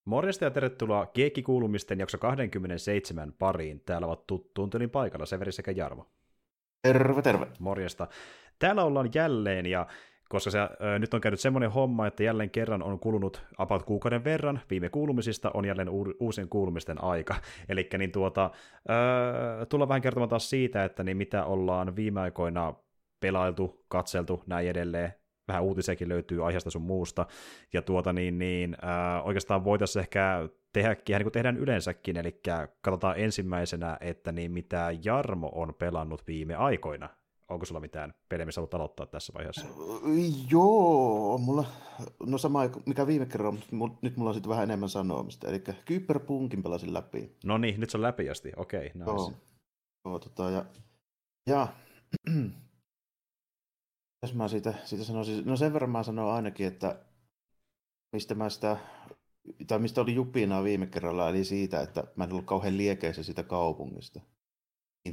Morjesta ja tervetuloa Kiekki-kuulumisten jakso 27 pariin. Täällä ovat tuttuun tyylin paikalla Severi sekä Jarmo. Terve, terve. Morjesta. Täällä ollaan jälleen, ja koska nyt on käynyt semmoinen homma, että jälleen kerran on kulunut about kuukauden verran viime kuulumisista, on jälleen uusien kuulumisten aika. Eli niin tullaan vähän kertomaan taas siitä, että niin mitä ollaan viime aikoina pelailtu, katseltu, näin edelleen. Vähän uutisiakin löytyy aiheesta sun muusta, ja oikeastaan voitaisiin ehkä tehdä niin kuin tehdään yleensäkin, eli katsotaan ensimmäisenä, että niin mitä Jarmo on pelannut viime aikoina. Onko sulla mitään pelejä, missä haluat aloittaa tässä vaiheessa? Joo, no sama mikä viime kerran, nyt mulla on sitten vähän enemmän sanomista, eli Cyberpunkin pelasin läpi. No niin, nyt se on läpi asti, okei, nice. Ja jos mä siitä sanoisin, no sen verran mä sanon ainakin, että mistä oli jupinaa viime kerralla, eli siitä, että mä en ollut kauhean liekeissä siitä kaupungista. Niin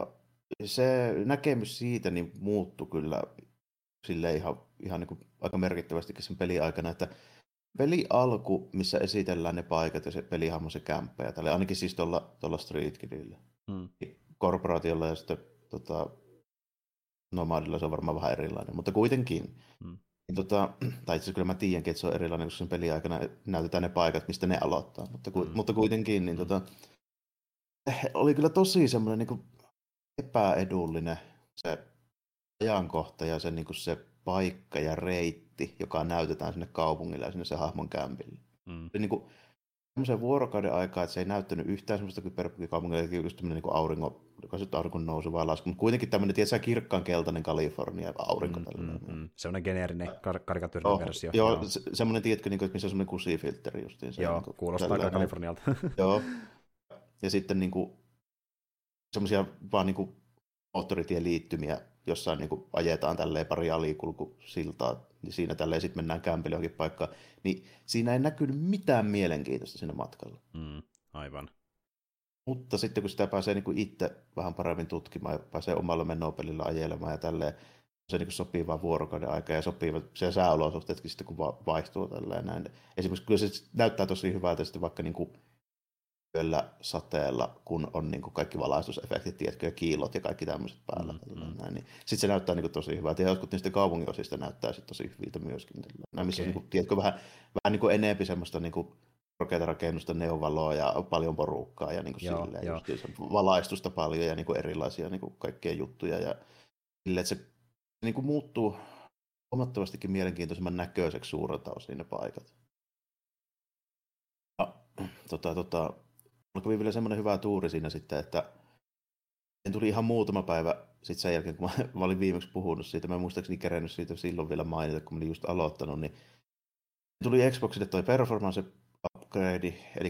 se näkemys siitä niin muuttui kyllä silleen ihan niin kuin aika merkittävästikin sen pelin aikana, että peli alku, missä esitellään ne paikat ja se pelihahmo se kämppä, ja tälle ainakin siis tuolla Street Kidillä. Korporaatiolla ja sitten Nomadilla se on varmaan vähän erilainen, mutta kuitenkin. Tai itse asiassa kyllä mä tiedänkin, että se on erilainen, koska sen pelin aikana näytetään ne paikat, mistä ne aloittaa. Mutta kuitenkin, niin oli kyllä tosi semmoinen niin kuin epäedullinen se ajankohta ja se, niin kuin se paikka ja reitti, joka näytetään sinne kaupungille ja sinne se hahmon kämpille. Se niin kuin semmoisen vuorokauden aikaa, että se ei näyttänyt yhtään semmoista kyberkaupungilla, eli just tämmöinen niin auringon nousu vai lasku, mutta kuitenkin tämmöinen, tietysti kirkkaan keltainen Kalifornia aurinko. Semmoinen geneerinen karikatyyrinen versio. Joo. Semmoinen, tiedätkö, että missä on semmoinen kusifiltteri justiin. Joo, niin kuulostaa aika Kalifornialta. Joo, ja sitten niin kuin semmoisia vaan niin kuin moottoritien liittymiä, jossain niin kuin ajetaan tälleen pari alikulkusiltaa, niin siinä tälleen sitten mennään kämpille johonkin paikkaan, niin siinä ei näkynyt mitään mielenkiintoista siinä matkalla. Aivan. Mutta sitten kun sitä pääsee niin kuin itse vähän paremmin tutkimaan ja pääsee omalla menopelillä ajelemaan ja tälleen, se niin sopivaa vuorokauden aika ja sopiva se sääolosuhteetkin sitten kun vaihtuu tälleen näin. Esimerkiksi kyllä se näyttää tosi hyvältä sitten vaikka niin kuin yöllä sateella, kun on niin kuin kaikki valaistusefektit, tiedätkö, ja kiilot ja kaikki tämmöiset päällä. Niin. Sitten se näyttää niin kuin tosi hyvältä. Ja jotkut niistä kaupunginosista näyttää sitten tosi hyviltä myöskin. Missä niin kuin, tiedätkö, vähän niin kuin enemmän semmoista niin kuin korkeata rakennusta, neonvaloa ja paljon porukkaa ja niin kuin valaistusta paljon ja niin kuin erilaisia niin kuin kaikkia juttuja. Ja silleen, että se niin kuin muuttuu huomattavastikin mielenkiintoisemman näköiseksi suurelta osin ne paikat. Mulla kävi vielä semmoinen hyvä tuuri siinä sitten, että tuli ihan muutama päivä sitten sen jälkeen, kun mä olin viimeksi puhunut siitä, mä en muistaakseni kerennyt siitä silloin vielä mainita, kun mä olin just aloittanut, niin tuli Xboxille toi performance upgrade, eli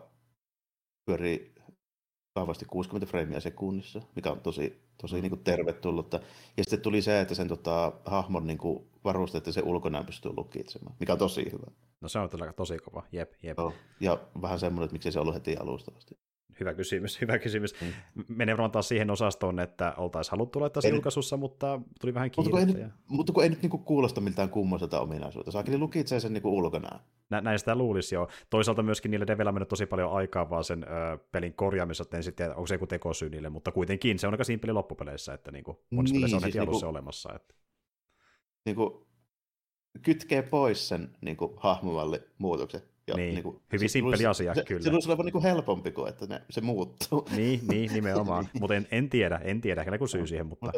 pyörii kaavasti 60 freimiä sekunnissa, mikä on tosi niin kuin tervetullutta. Ja sitten tuli se, että sen hahmon niin kuin varusteet ja se ulkonäön pystyy lukitsemaan, mikä on tosi hyvä. No se on tosi kova, jep. Ja vähän semmoinen, että miksei se ollut heti alusta asti. Hyvä kysymys. Menee varmaan taas siihen osastoon, että oltaisiin haluttu laittaa se julkaisussa, mutta tuli vähän kiirettä. Mutta kun ei nyt niinku kuulosta miltään kummoiselta ominaisuutta. Saakeli lukitsee sen niinku ulkonäön. Näin sitä luulisi jo. Toisaalta myöskin niille devillä on mennyt tosi paljon aikaa vaan sen pelin korjaamisessa, että en sitten onko se joku tekosyy niille, mutta kuitenkin se on aika simppeli loppupeleissä, että niinku, monissa peleissä on heti alussa olemassa. Että niinku, kytkee pois sen niinku, hahmomallimuutoksen. Niin, hyvin simppeli asia, kyllä. Se olisi olevan niin helpompi kuin, että se muuttuu. Niin, nimenomaan. Mutta en tiedä, ehkä joku syy siihen, mutta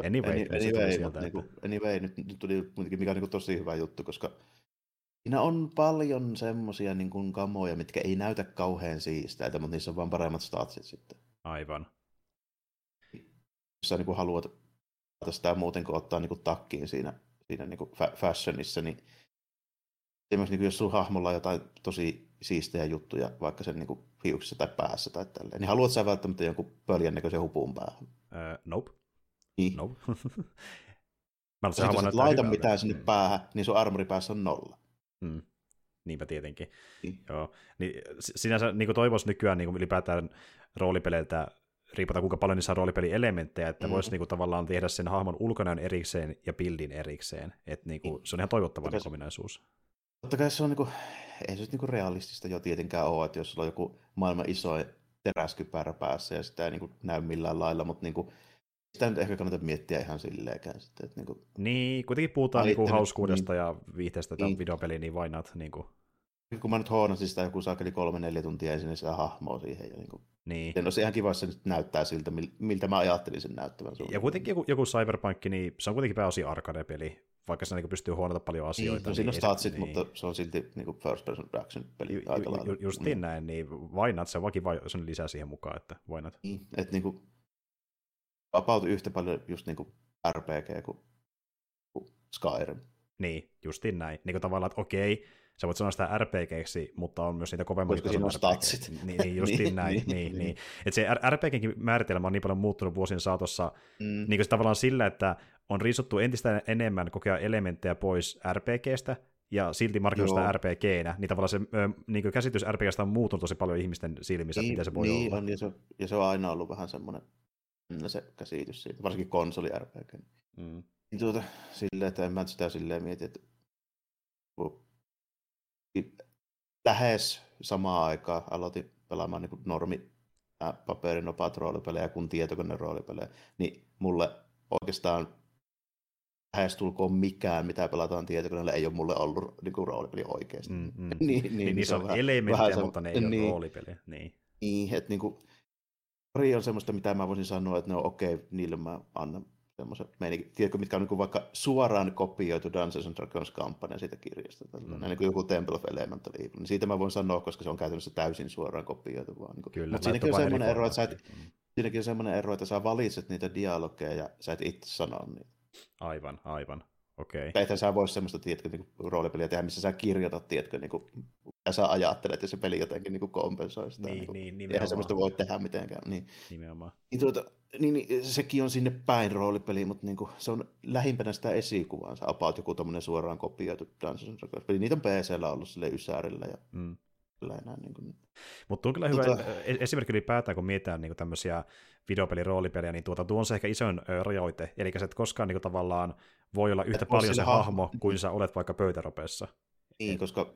anyway, nyt tuli kuitenkin mikä on niin tosi hyvä juttu, koska siinä on paljon semmoisia niin kamoja, mitkä ei näytä kauhean siisteiltä, mutta niissä on vaan paremmat statsit sitten. Aivan. Jos sä niin haluat sitä muuten kuin ottaa niin takkiin siinä niin fashionissa, niin esimerkiksi niin jos sun hahmolla on jotain tosi siistejä juttuja, vaikka sen niin hiuksissa tai päässä tai tälleen, niin haluat sä välttämättä jonkun pöljän näköisen hupun päähän? Nope. Niin. Nope. Jos et laita mitään sinne päähän, niin sun armori päässä on 0. Niinpä tietenkin. Joo. Niin, sinänsä niin toivoisi nykyään niin ylipäätään roolipeleiltä, riippuen kuinka paljon niissä on roolipelielementtejä, että voisi niin tavallaan tehdä sen hahmon ulkonäön erikseen ja buildin erikseen. Että niin se on ihan toivottava ominaisuus. Totta kai se on niin ei se nyt niinku realistista jo tietenkään ole, että jos sulla on joku maailman isoin teräskypärä päässä ja sitä ei niinku näy millään lailla, mutta niinku, sitä nyt ehkä kannata miettiä ihan silleenkään sitten. Että niinku, niin, kuitenkin puhutaan niinku hauskuudesta ja viihteestä tai videopeliin, niin why not? Niinku. Kun mä nyt hoonasin sitä joku saakeli 3-4 tuntia ensin sitä hahmoa siihen. Ja niin. olisi ihan kiva, jos se nyt näyttää siltä, miltä mä ajattelin sen näyttävän. Ja kuitenkin joku Cyberpunk, niin se on kuitenkin pääosin arcade-peli, vaikka se pystyy huonata paljon asioita. No, siinä on statsit, mutta se on silti niin first person action-peli aika lailla. Justiin näin, niin why not? Se on vain lisää siihen mukaan, että why not? Niin, että niinku vapautui yhtä paljon just niinku RPG kuin Skyrim. Niin, justiin näin. Niin kuin tavallaan, että okei, sä voit sanoa sitä RPGksi, mutta on myös niitä kovemman koska siinä on statsit. Niin, justiin näin. Niin. Että se RPGnkin määritelmä on niin paljon muuttunut vuosien saatossa niin kuin se tavallaan sillä, että on riisuttu entistä enemmän kokea elementtejä pois RPGstä, ja silti markkinoista RPGnä, niin tavallaan se niin käsitys RPGstä on muuttunut tosi paljon ihmisten silmissä, että mitä se voi olla. On, ja se on aina ollut vähän semmoinen se käsitys siitä, varsinkin konsoli-RPG. Silleen, että en mä sitä silleen mieti, että lähes samaan aikaan aloitin pelaamaan niin normi paperinopat roolipelejä kuin tietokoneen roolipelejä, niin mulle oikeastaan lähestulkoon mikään, mitä pelataan tietokoneella, ei ole mulle ollut niin kuin roolipeli oikeasti. niin se on elementtejä, mutta ne ei ole roolipeliä. Niin, että niin kuin, pari on semmoista, mitä mä voisin sanoa, että ne on okei, niille mä annan semmoisen meininkin. Tiedätkö, mitkä on niin kuin vaikka suoraan kopioitu Dungeons and Dragons-kampanja siitä kirjasta, niin kuin joku Temple of Elemental Evil, niin siitä mä voin sanoa, koska se on käytännössä täysin suoraan kopioitu. Vaan, niin kuin. Kyllä, mutta siinäkin on semmoinen ero, että siinäkin on semmoinen ero, että sä valitset niitä dialogeja ja sä et itse sano niitä. Aivan. Okei. Eihän sä voi semmoista, tiedätkö, niin roolipeliä tehdä, missä sä kirjoitat, tiedätkö, niin kuin, ja sä ajattelet, ja se peli jotenkin niin kuin kompensoi sitä. Niin, eihän semmoista voi tehdä mitenkään. Niin. Nimenomaan. Niin, sekin on sinne päin roolipeli, mutta niin kuin, se on lähimpänä sitä esikuvaansa, about joku tommoinen suoraan kopioitu Dungeons & Dragons-peli. Niitä on PC:llä ollut silleen ysärillä ja niin. Mutta on kyllä hyvä esimerkki ylipäätään, kun mietitään niin tämmöisiä videopeli-roolipelejä, niin tuo on se ehkä isoin rajoite, eli sä et koskaan niin tavallaan voi olla yhtä paljon se hahmo kuin sä olet vaikka pöytäropeessa. Niin, koska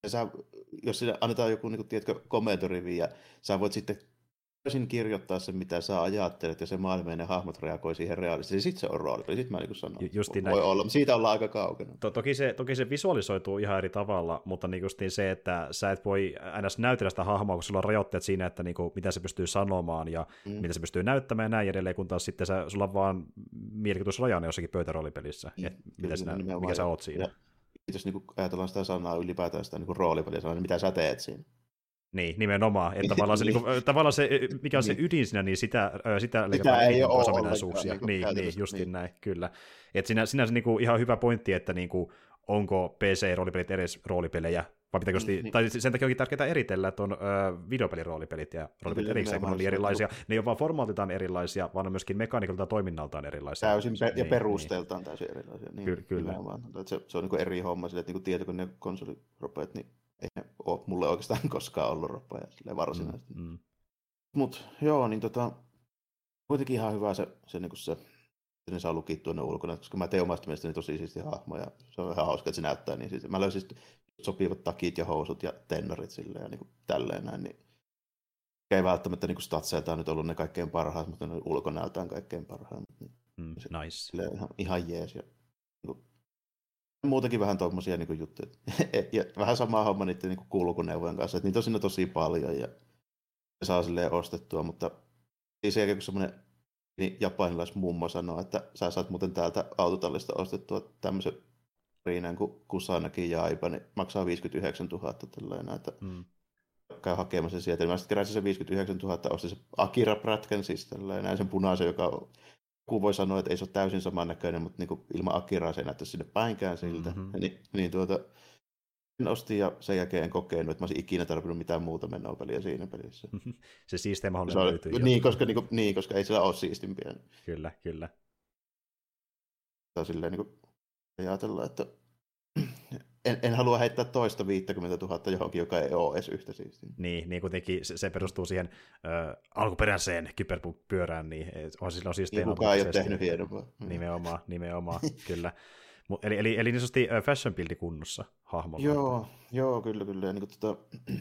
jos sinne annetaan joku, niin kuin, tiedätkö, komentorivi, ja sä voit sitten täysin kirjoittaa sen, mitä sä ajattelet, ja se maailma ja ne hahmot reagoi siihen realistisesti. Sitten se on roolipeli, sitten mä niin kuin sanon. Voi olla, mutta siitä ollaan aika kaukana. Toki se visualisoituu ihan eri tavalla, mutta niin justiin se, että sä et voi ns. Näytellä sitä hahmoa, kun sulla on rajoitteet siinä, että niin kuin, mitä se pystyy sanomaan ja mitä se pystyy näyttämään ja näin edelleen, kun taas sitten sulla on vaan mielikuvitusrajana jossakin pöytäroolipelissä, mikä sä oot siinä. Jos niin ajatellaan sitä sanaa ylipäätään sitä niin roolipeliä, niin mitä sä teet siinä? Niin, nimenomaan. Että tavallaan se, mikä on se ydin siinä, niin sitä ei ole ominaisuuksia. Niin, justiin näin, kyllä. Että siinä se niinku ihan hyvä pointti, että niinku, onko PC-roolipelit edes roolipelejä, vai pitääkö tai sen takia onkin tärkeää eritellä, että on videopeliroolipelit ja roolipelit erikseen, kun on niin erilaisia. Ne ei ole vaan formaatiltaan erilaisia, vaan on myöskin mekaniikaltaan toiminnaltaan erilaisia. Täysin, ja perusteeltaan täysin erilaisia. Niin, kyllä. Se on niin eri homma, sille, että niin tietokoneen konsoliropeet, niin ei ne ole mulle oikeastaan koskaan ollut roppaja varsinaisesti. Mutta joo, niin kuitenkin ihan hyvä se niin se ne saa lukittua tuonne ulkona, koska mä tein omasta mielestäni tosi siistiä hahmoja. Se on ihan hauska, että se näyttää niin siistiä. Mä löysin sopivat takit ja housut ja tennarit silleen ja niin tälleen näin. Niin ei välttämättä niin statseiltaan nyt ollut ne kaikkein parhaat, mutta ne ulkonäöltään kaikkein parhaat. Nice. Ihan jees. Ja, niin muutenkin vähän tuommoisia niin juttuja. Ja vähän sama homma niiden niin kulkuneuvojen kanssa. Että niitä on siinä tosi paljon ja se saa silleen ostettua, mutta sen jälkeen kun semmoinen niin japanilaismummo sanoo, että sä saat muuten täältä autotallista ostettua tämmöisen riinän kuin Kusanagi Jaiba, niin maksaa 59 000 tällainen, että käy hakemassa sieltä. Mä sitten keräsin sen 59 000, ostin se Akira-prätkän siis tällainen, sen punaisen, joka joku voi sanoa, että ei se ole täysin samannäköinen, mutta niin ilman Akiraa se ei näyttäisi sinne päinkään siltä. Sen ostin ja sen jälkeen en kokenut, että mä olisin ikinä tarvinnut mitään muuta menoa-peliä siinä pelissä. Se siistein mahdollinen löytyy. Koska ei sillä ole siistimpiä. Kyllä. Se on silleen ajatella, että en halua heittää toista 50 000 johonkin, joka ei ole edes yhtä siistiä. Niin kuitenkin se perustuu siihen alkuperäiseen kyberpyörään, niin on siistein. Kukaan ei ole tehnyt hienompaa. Nimenomaan, kyllä. Eli niin sanotusti fashion buildi kunnossa hahmolla. Joo, kyllä. Ja niin kuin,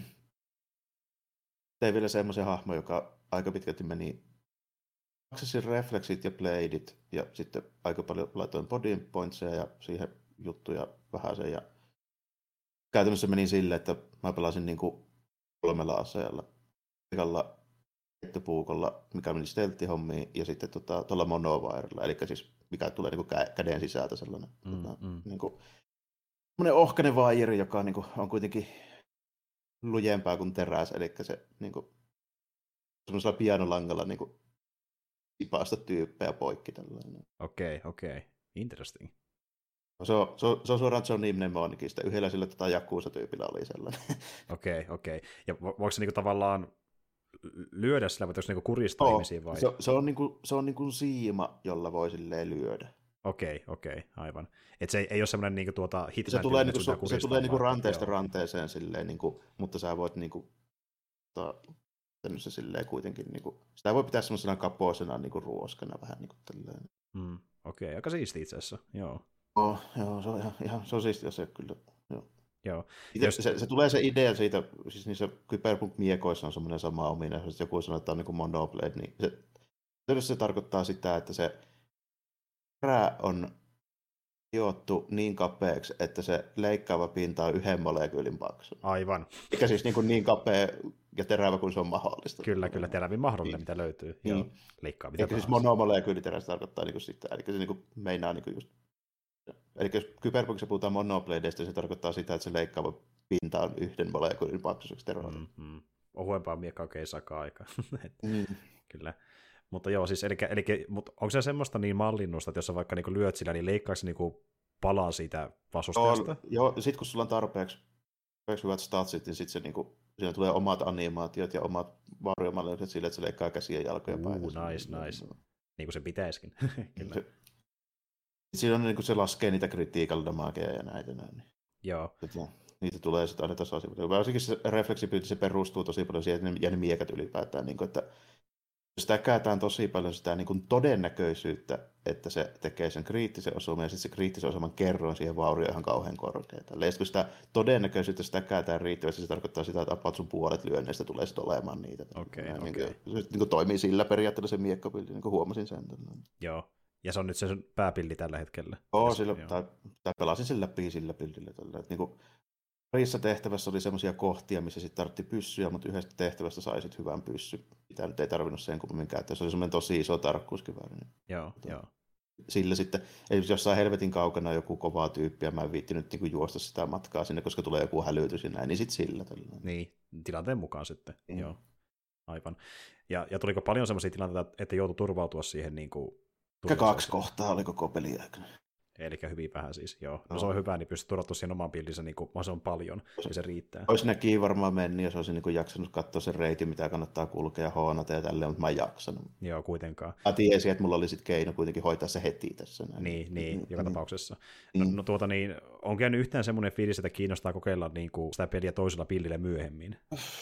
tein vielä semmoisen hahmon, joka aika pitkälti meni Accessin refleksit ja bladeit, ja sitten aika paljon laitoin body pointseja ja siihen juttuja vähäsen. Ja käytännössä meni silleen, että mä pelasin niin kuin 3 aseella. Ekalla puukolla, mikä meni stealth-hommiin, ja sitten tuolla monovirella, eli siis mikä tulee niin kuin käden sisältä sellainen. Niin kuin, ohkainen vaijeri, joka niin kuin, on kuitenkin lujempaa kuin teräs, eli se niin kuin, semmoisella pianolangalla niin kuin, tipasta tyyppejä poikki. Okei. Interesting. Se on suoraan Johnny Mnemonicista. Yhdellä sillä Yakuza-tyypillä oli sellainen. Okei. Ja voiko se niinku tavallaan lyödä sillä, vai niinku kuristaa ihmisiä vai? Se on niinku siima, jolla voi silleen lyödä. Okei, aivan. Että se ei ole semmoinen niinku hitman se tulee niinku ranteesta ranteeseen silleen, niinku, mutta sä voit niinku silleen kuitenkin niinku, sitä voi pitää semmoisena kapoisena niinku ruoskana vähän niinku tälleen. Okei, aika siisti itse asiassa. Joo, se on ihan se on siistiä se kyllä. Joo. Se tulee se idea siitä, siis niissä Cyberpunk-miekoissa on semmoinen sama ominaisuus, että joku sanoo, että on niin kuin Monoblade, niin se tarkoittaa sitä, että se terä on hiottu niin kapeaksi, että se leikkaava pinta on 1 molekyylin paksu. Aivan. Eikä siis niin kapea ja terävä kuin se on mahdollista. Kyllä, terävin mahdollinen, mitä löytyy. Niin. Joo, leikkaa mitä eikä siis monomolekyyliterästä tarkoittaa niin kuin sitä, eli se niin kuin meinaa niin kuin just. Eli jos Cyberpunkissa puhutaan monobladeista, se tarkoittaa sitä, että se leikkaava pinta on 1 molekyylin paksuiseksi terävällä. Ohuempaa miekkaa ei saakaan aikaa. Kyllä. Mutta joo, siis, mutta onko se semmoista niin mallinnusta, että jos sä vaikka niinku lyöt sillä, niin leikkaako se niinku palaa siitä vastustajasta? Joo, sit kun sulla on tarpeeksi hyvät statsit, niin sitten siinä tulee omat animaatiot ja omat varjomallinnukset sille, että se leikkaa käsiä ja jalkoja päin. Nice. Niin kuin se pitäisikin. Kyllä. Siinä on niin kuin se laskee niitä critical damageja ja näitä. Niin. Joo. Niitä tulee sitten aina tasaisin. Varsinkin se refleksipyynti, se perustuu tosi paljon siihen, ja ne miekat ylipäätään. Niin kuin, että sitä käytetään tosi paljon sitä niin kuin todennäköisyyttä, että se tekee sen kriittisen osuman, ja sitten se kriittisen osuman kerroin siihen vaurioon ihan kauhean korkeata. Ja kun sitä todennäköisyyttä sitä käytetään riittävästi, se tarkoittaa sitä, että about sun puolet lyönneistä tulee sitten olemaan niitä. Okei. Se niin kuin toimii sillä periaatteella se miekkapilli, niin kuin huomasin sen. Joo. Ja se on nyt se pääpilli tällä hetkellä. Tai pelasin sen läpi sillä pillillä. Niin parissa tehtävässä oli semmoisia kohtia, missä sitten tarvitsi pyssyjä, mutta yhdestä tehtävästä saisit hyvän pyssy. Mitä nyt ei tarvinnut sen kummemmin käyttää. Se oli semmoinen tosi iso tarkkuuskivääri. Joo. Sillä sitten, eli jossain helvetin kaukana joku kova tyyppi, ja mä en viittinyt niin juosta sitä matkaa sinne, koska tulee joku hälytys ja näin, niin sitten sillä. Niin, tilanteen mukaan sitten. Joo, aivan. Ja tuliko paljon semmoisia tilanteita, että joutui turvautua siihen niin kuin 2 kohtaa oli koko peli aikana. Eli hyvin vähän siis, joo. No se on hyvä, niin pystyt turvattua siihen omaan pillinsä niin mahdollisimman paljon, ja se riittää. Olisi näkin varmaan mennyt, jos olisin niin jaksanut katsoa sen reitin, mitä kannattaa kulkea ja hoonata ja tälleen, mutta mä en jaksanut. Joo, kuitenkaan. Mä tiesin, että mulla oli sitten keino kuitenkin hoitaa se heti tässä. Niin, joka tapauksessa. No on käynyt yhtään semmoinen fiilis, että kiinnostaa kokeilla niin kuin sitä peliä toisella pillillä myöhemmin?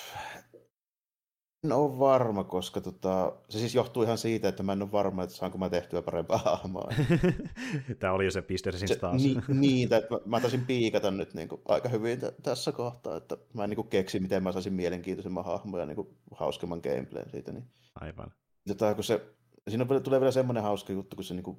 En ole varma, koska se siis johtuu ihan siitä, että mä en ole varma, että saanko mä tehtyä parempaa hahmoa. Tämä oli jo se piste siis taas. Niin, että mä taisin piikata nyt niin kuin aika hyvin tässä kohtaa, että mä en niin kuin keksi, miten mä saisin mielenkiintoisemman hahmon ja niin kuin hauskemman gameplayn siitä. Niin. Aivan. Kun siinä tulee vielä semmoinen hauska juttu, kun se niin kuin,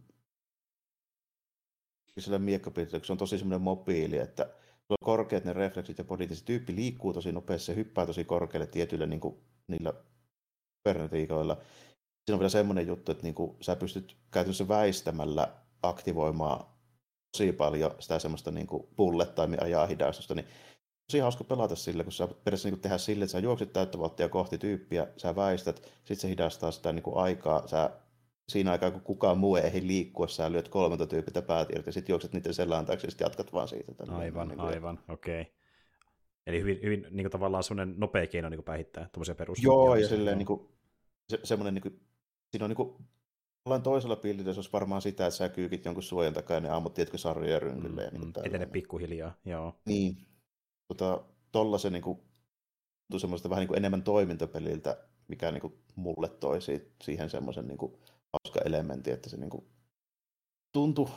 kun se on tosi semmoinen mobiili, että sulla on korkeat ne refleksit ja bodit, ja se tyyppi liikkuu tosi nopeasti, se hyppää tosi korkealle tietyillä niin kuin, niillä pernetiikoilla. Siinä on vielä semmoinen juttu, että niinku, sä pystyt käytännössä väistämällä aktivoimaan tosi paljon sitä semmoista niinku bullet time ajaa hidastusta, niin tosi hauska pelata sillä, kun sä periaatteessa niinku tehdä sille, että sä juokset täyttä vauhtia kohti tyyppiä, sä väistät, sit se hidastaa sitä niinku aikaa, siinä aikaa, kun kukaan muu ei ehdi liikkua, sä lyöt 3 tyypitä päät irti, ja sit juokset niiden selän taakse, ja sit jatkat vaan siitä. Aivan, okei. Eli hyvin niin kuin tavallaan semmoinen nopea keino niin päihittää tuommoisia perus. Joo, ja silleen niin kuin, semmoinen, niin kuin, siinä on niin kuin, ollaan toisella pillillä, se olisi varmaan sitä, että sä kyykit jonkun suojan takaa ja ne ammut, tiedätkö, sarjoja rynkylle. Niin etene pikkuhiljaa, joo. Niin, tolla se niin kuin, tuntui semmoista vähän niin kuin enemmän toimintapeliltä, mikä niin kuin, mulle toi siihen semmoisen niin kuin, hauska elementin, että se niin kuin, tuntui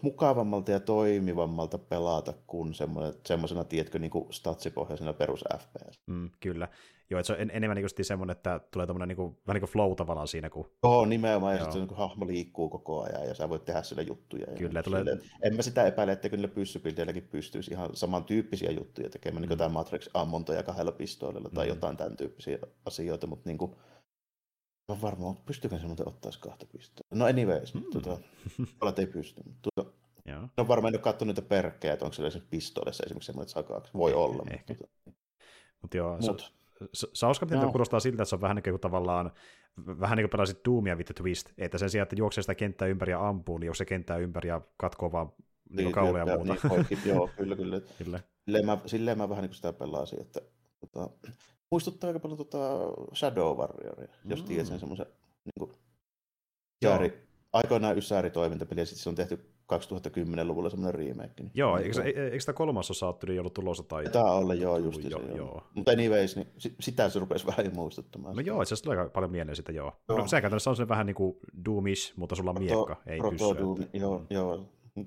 mukavammalta ja toimivammalta pelata kuin semmoisena, tiedätkö, niin kuin statsipohjaisena perus FPS. Kyllä. Joo, että se on enemmän niin semmoinen, että tulee tommoinen niin kuin, vähän niin kuin flow tavallaan siinä. Joo, nimenomaan, ja sitten niin hahmo liikkuu koko ajan, ja sä voit tehdä sillä juttuja. Kyllä, ja tulee... En mä sitä epäile, että kyllä pyssypildeilläkin pystyisi ihan samantyyppisiä juttuja tekemään, niin kuin tämä Matrix-ammuntoja 2 pistoolilla tai jotain tämän tyyppisiä asioita, mutta niin kuin, mä varmaan, pystyykö se muuten ottaisi 2 pistoa? No anyways, ei pysty. No varmaan en ole katsonut niitä perkkejä, että onko siellä pistoolissa esimerkiksi semmoinen, että saa 2. Voi olla. Mutta joo, se hauska, miten kuulostaa siltä, että se on vähän niin kuin tavallaan, vähän niin kuin pelasit Doomia with the twist, että sen sijaan, että juoksee sitä kenttää ympäri ja ampuu, niin juoksee kenttää ympäri ja katkoo vaan niin kaulia ja muuta. Joo, kyllä. Silleen mä vähän niin kuin sitä pelasin, että muistuttaa aika paljon Shadow Warrioria, jos tiedät sen semmoisen niin aikoinaan ysääritoimintapeli, ja sitten se on tehty 2010-luvulla semmoinen remake. Joo, eikö sitä 3. osaa ollut tulossa? Tämä olla, just joo. Mutta anyways, niin sitä se rupesi vähän muistuttamaan. No joo, itse asiassa tulee paljon mieleen sitä, joo. No, se käytännössä on se vähän niin kuin Doomish, mutta sulla on miekka, ei pyssyä. Joo.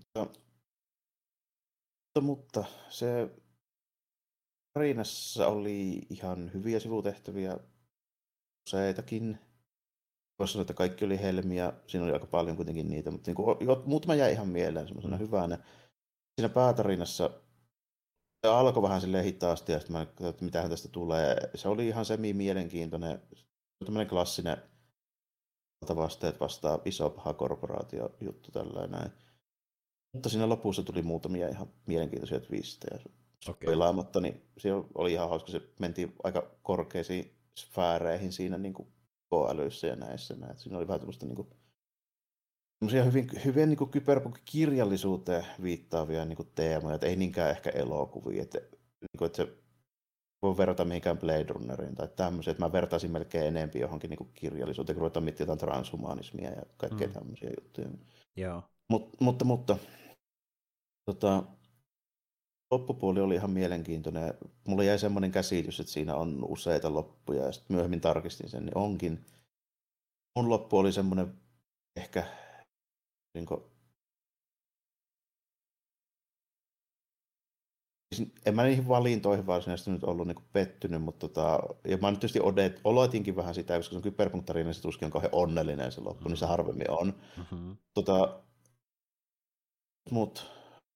Mutta se tarinassa oli ihan hyviä sivutehtäviä, useitakin. Voisi sanoa, että kaikki oli helmiä, siinä oli aika paljon kuitenkin niitä, mutta niin kuin, muutama jäi ihan mieleen semmoisena hyvänä. Siinä päätarinassa se alkoi vähän silleen hitaasti, ja sitten mä katsoin, että mitähän tästä tulee. Se oli ihan semi-mielenkiintoinen, tämmöinen klassinen vasteet vastaa iso paha korporaatio juttu tällainen. Mutta siinä lopussa tuli muutamia ihan mielenkiintoisia twistejä. Pelaamatta, niin se oli ihan hauska, se mentiin aika korkeisiin sfääreihin siinä niin kuin älyssä ja näissä. Siinä oli vähän tämmöistä niin hyvin niin kyberpunk-kirjallisuuteen viittaavia niin teemoja, että ei niinkään ehkä elokuvia. Että se voi verrata mihinkään Blade Runneriin tai tämmöisiä. Että mä vertaisin melkein enemmän johonkin niin kirjallisuuteen, kun ruvetaan miettimään jotain transhumanismia ja kaikkea tämmöisiä juttuja. Joo. Mutta loppupuoli oli ihan mielenkiintoinen. Mulla jäi semmoinen käsitys, että siinä on useita loppuja, ja sitten myöhemmin tarkistin sen, niin onkin. Mun loppu oli semmoinen ehkä niin kuin, en mä niihin valintoihin varsinaisesti nyt ollut niin kuin pettynyt, mutta ja mä nyt tietysti oletinkin vähän sitä, koska se on kyberpunk-tarina, se tuskin on kauhean onnellinen se loppu, niin se harvemmin on. Mut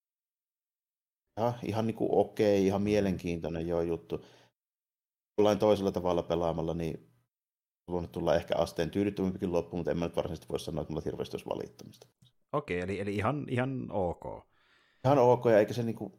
ihan niin kuin okei, ihan mielenkiintoinen juttu. Jollain toisella tavalla pelaamalla, niin voinut tulla ehkä asteen tyydyttävämpikin loppu, mutta en mä nyt varsinaisesti voi sanoa, että mulla hirveästi olisi valittamista. Okei, eli ihan ok. Ihan ok, ja eikä se niinku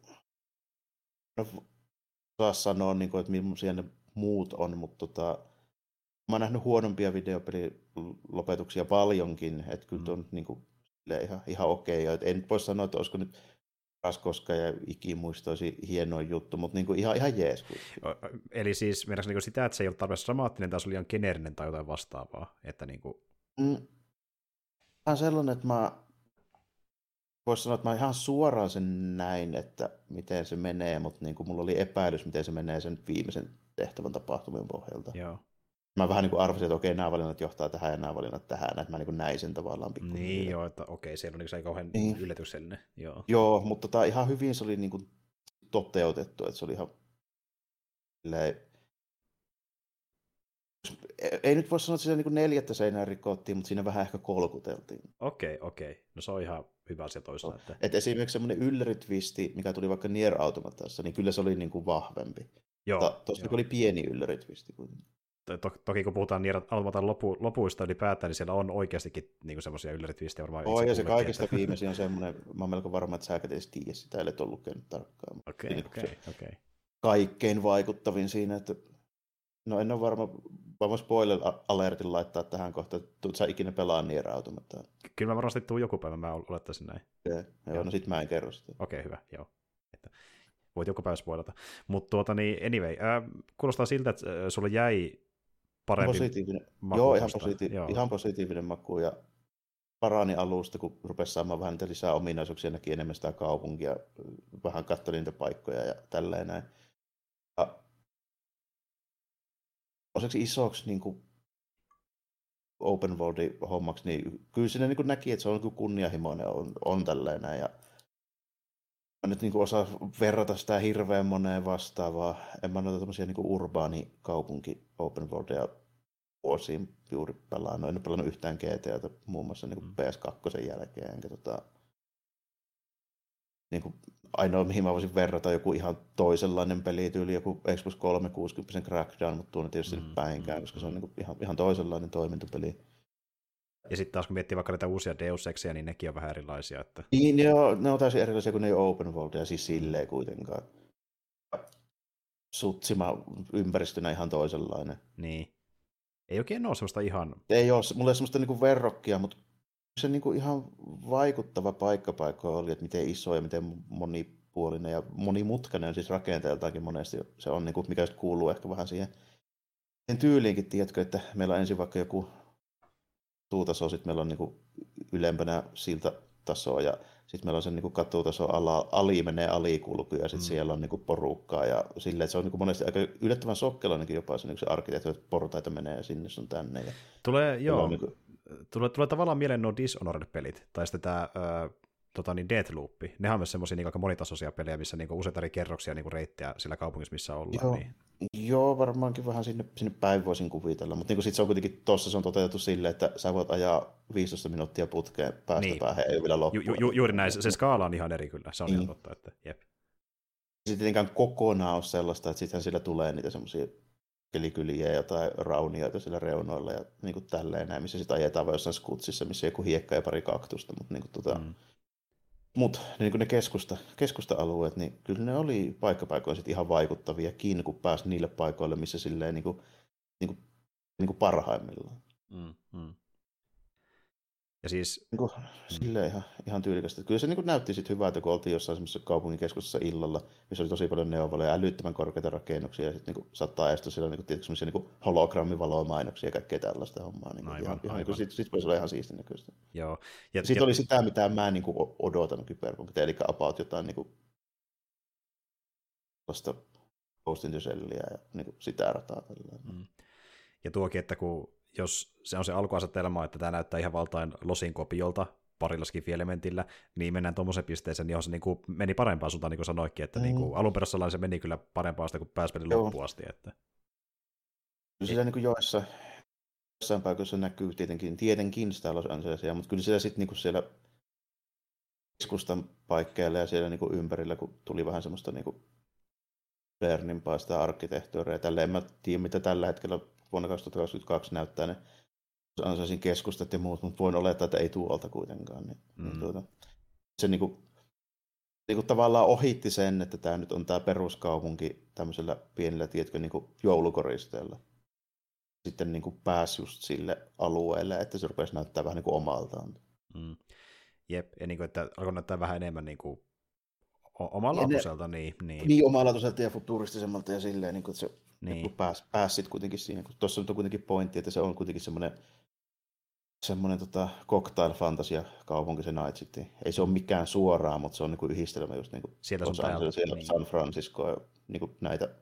saa sanoa, niinku, että millaisia ne muut on, mutta mä oon nähnyt huonompia videopelilopetuksia paljonkin, että kyllä on niinku ihan okei. En nyt voi sanoa, että olisiko nyt paras koskaan ja ikimuistoisi hienoin juttu, mutta niinku ihan jees. Eli siis mielestäni niinku sitä, että se ei ole tarpeeksi dramaattinen tai se oli liian geneerinen tai jotain vastaavaa. Että niinku... on sellainen, että mä voisi sanoa, että mä ihan suoraan sen näin, että miten se menee, mutta niinku mulla oli epäilys, miten se menee sen viimeisen tehtävän tapahtumien pohjalta. Joo. Mä vähän niin kuin arvasin, että okei, nämä valinnat johtaa tähän ja nämä valinnat tähän, että mä niin kuin näin sen tavallaan pikkuhiljaa. Niin joo, että okei, siellä on niin se kauhean yllätyksellinen. Joo, mutta ihan hyvin se oli niin kuin toteutettu, että se oli ihan ei nyt voi sanoa, että siinä niin kuin 4 seinää rikottiin, mutta siinä vähän ehkä kolkuteltiin. Okei. No se on ihan hyvä asia toisaalta. Että esimerkiksi semmoinen ylläritvisti, mikä tuli vaikka Nier Automatassa, niin kyllä se oli niin kuin vahvempi. Tuossa oli pieni ylläritvisti. Toki kun puhutaan Nier Automatan lopuista ylipäätään, niin siellä on oikeastikin niin semmoisia ylläritvistejä varmaan. Ja se kaikista viimeisin on semmoinen, mä oon melko varma, että sä et edes tiedä sitä, ellei ole lukenut tarkkaan. Okei. Kaikkein vaikuttavin siinä, että no en ole varma, voin spoiler-alertin laittaa tähän kohtaan, että tuut sä ikinä pelaa Nier Automataa. Kyllä mä varmasti tuun joku päivä, mä olettaisin näin. Joo, no sit mä en kerro sitä. Okei, hyvä, joo. Että voit joku päivä spoilata. Mutta anyway, kuulostaa siltä, että sulla jäi parempi maku. Joo, ihan positiivinen maku ja parani alusta, kun rupesi saamaan vähän niitä lisää ominaisuuksia, näki enemmän sitä kaupunkia, vähän katsoi niitä paikkoja ja tälleen näin. Ja osaksi isoksi niin kuin, open world hommaksi, niin kyllä siinä niin kuin näki, että se on niin kunnianhimoinen on tälleen näin. Ja mä nyt niin kuin osaa verrata sitä hirveän moneen vastaavaa. En mä noita tämmöisiä niin urbaanikaupunki open worldia vuosiin juuri pelannut. En ole pelannut yhtään GTA:ta muun muassa niin kuin PS2 jälkeen. Enkä niin kuin ainoa, mihin mä voisin verrata joku ihan toisenlainen pelityyli, joku Xbox 360 Crackdown, mutta tuonne tietysti päinkään, koska se on niin kuin ihan toisenlainen toimintapeli. Ja sitten taas kun miettii vaikka näitä uusia Deus Exia, niin nekin on vähän erilaisia. Että... Niin, ne on täysin erilaisia, kun ne ei ole open worldia, siis silleen kuitenkaan. Sutsima ympäristönä ihan toisenlainen. Niin. Ei oikein ole semmoista ihan... Ei ole, mulla ei ole semmoista niinku verrokkia, mutta se niinku ihan vaikuttava paikkapaikka oli, että miten iso ja miten monipuolinen ja monimutkainen siis rakenteeltaankin monesti se on, niinku, mikä kuuluu ehkä vähän siihen tyyliinkin, tiedätkö, että meillä on ensin vaikka joku katutaso, sitten meillä on niinku ylempänä siltataso ja sitten meillä on se niinku katutaso ali menee alikulku ja sitten siellä on niinku porukkaa ja silleen, että se on niinku monesti aika yllättävän sokkelainenkin jopa se, niinku se arkkitehti, että portaita menee sinne sun tänne. Ja tulee tavallaan mieleen nuo Dishonored-pelit tai sitten tämä Deathloop. Nehän on myös semmoisia niin aika monitasoisia pelejä, missä niin useita eri kerroksia niin reittejä sillä kaupungissa, missä ollaan. Joo. Niin. Joo, varmaankin vähän sinne päin voisin kuvitella, mutta niin sitten se on kuitenkin tuossa se on toteutettu silleen, että sä voit ajaa 15 minuuttia putkeen päästä niin. päähän, ei vielä loppuun. Juuri näin, se skaala on ihan eri kyllä, se on ihan totta. Että, jep. Sitten tietenkään kokonaan ole sellaista, että sittenhän sillä tulee niitä semmoisia kelikyliä ja jotain raunioita siellä reunoilla ja niin kuin tälleen näin, missä sitten ajetaan vai jossain skutsissa, missä joku hiekka ja pari kaktusta, mutta niin kuin Mutta niin ne keskusta-alueet, niin kyllä ne oli paikkapaikoin sit ihan vaikuttaviakin, kun pääsi niille paikoille, missä silleen niin kuin parhaimmillaan. Ja siis... Niin silleen ihan tyylikästä. Kyllä se niin näytti sitten hyvältä, kun oltiin jossain semmoisessa kaupungin keskustassa illalla, missä oli tosi paljon neonvaloja ja älyttömän korkeita rakennuksia, ja sitten niin saattaa estää siellä niin hologrammivalomainoksia ja kaikkea tällaista hommaa. Niin aivan. Sitten voisi olla ihan siistin näköistä. Joo. Sitten oli sitä, mitä mä niin odotan Cyberpunkilta, eli about jotain niin vasta Ghost in the Shellia ja niin sitä rataa. Ja tuokin, että jos se on se alkuasetelma, että tämä näyttää ihan valtain Losin kopiolta parilla skifi-elementillä, niin mennään tuommoiseen pisteeseen, johon se niin kuin meni parempaan suuntaan, niin kuin sanoikin, että niin kuin alunperäisellä se meni kyllä parempaan sitä, kun pääsi pelin loppuun asti. Että... Kyllä siellä niin kuin jossain paikoissa näkyy tietenkin sitä Los Angelesia, mutta kyllä siellä sitten niin siellä keskustan paikkeilla ja siellä niin kuin ympärillä, kun tuli vähän semmoista niin modernimpaa sitä arkkitehtuuria ja tälleen, en mä tiedä, mitä tällä hetkellä vuonna 2022 näyttää ne Ansasin keskustat ja muut, mutta voin olettaa, että ei tuolta kuitenkaan. Se niinku tavallaan ohitti sen, että tämä nyt on tämä peruskaupunki tämmöisellä pienellä, tiedätkö, niinku joulukoristeella. Sitten niinku pääsi just sille alueelle, että se rupesi näyttää vähän niinku omaltaan. Jep, ja niinku, että alkoi näyttää vähän enemmän niinku omalaatuiselta. Niin, omalaatuiselta ja futuristisemmalta ja silleen, niin kuin, että se pääsi sitten kuitenkin siihen. Tuossa on kuitenkin pointti, että se on kuitenkin semmoinen cocktail-fantasia kaupunki se Night City. Ei se ole mikään suoraan, mutta se on niinku yhdistelmä just niinku siellä sun täältä. Niin. San Francisco ja niinku niitä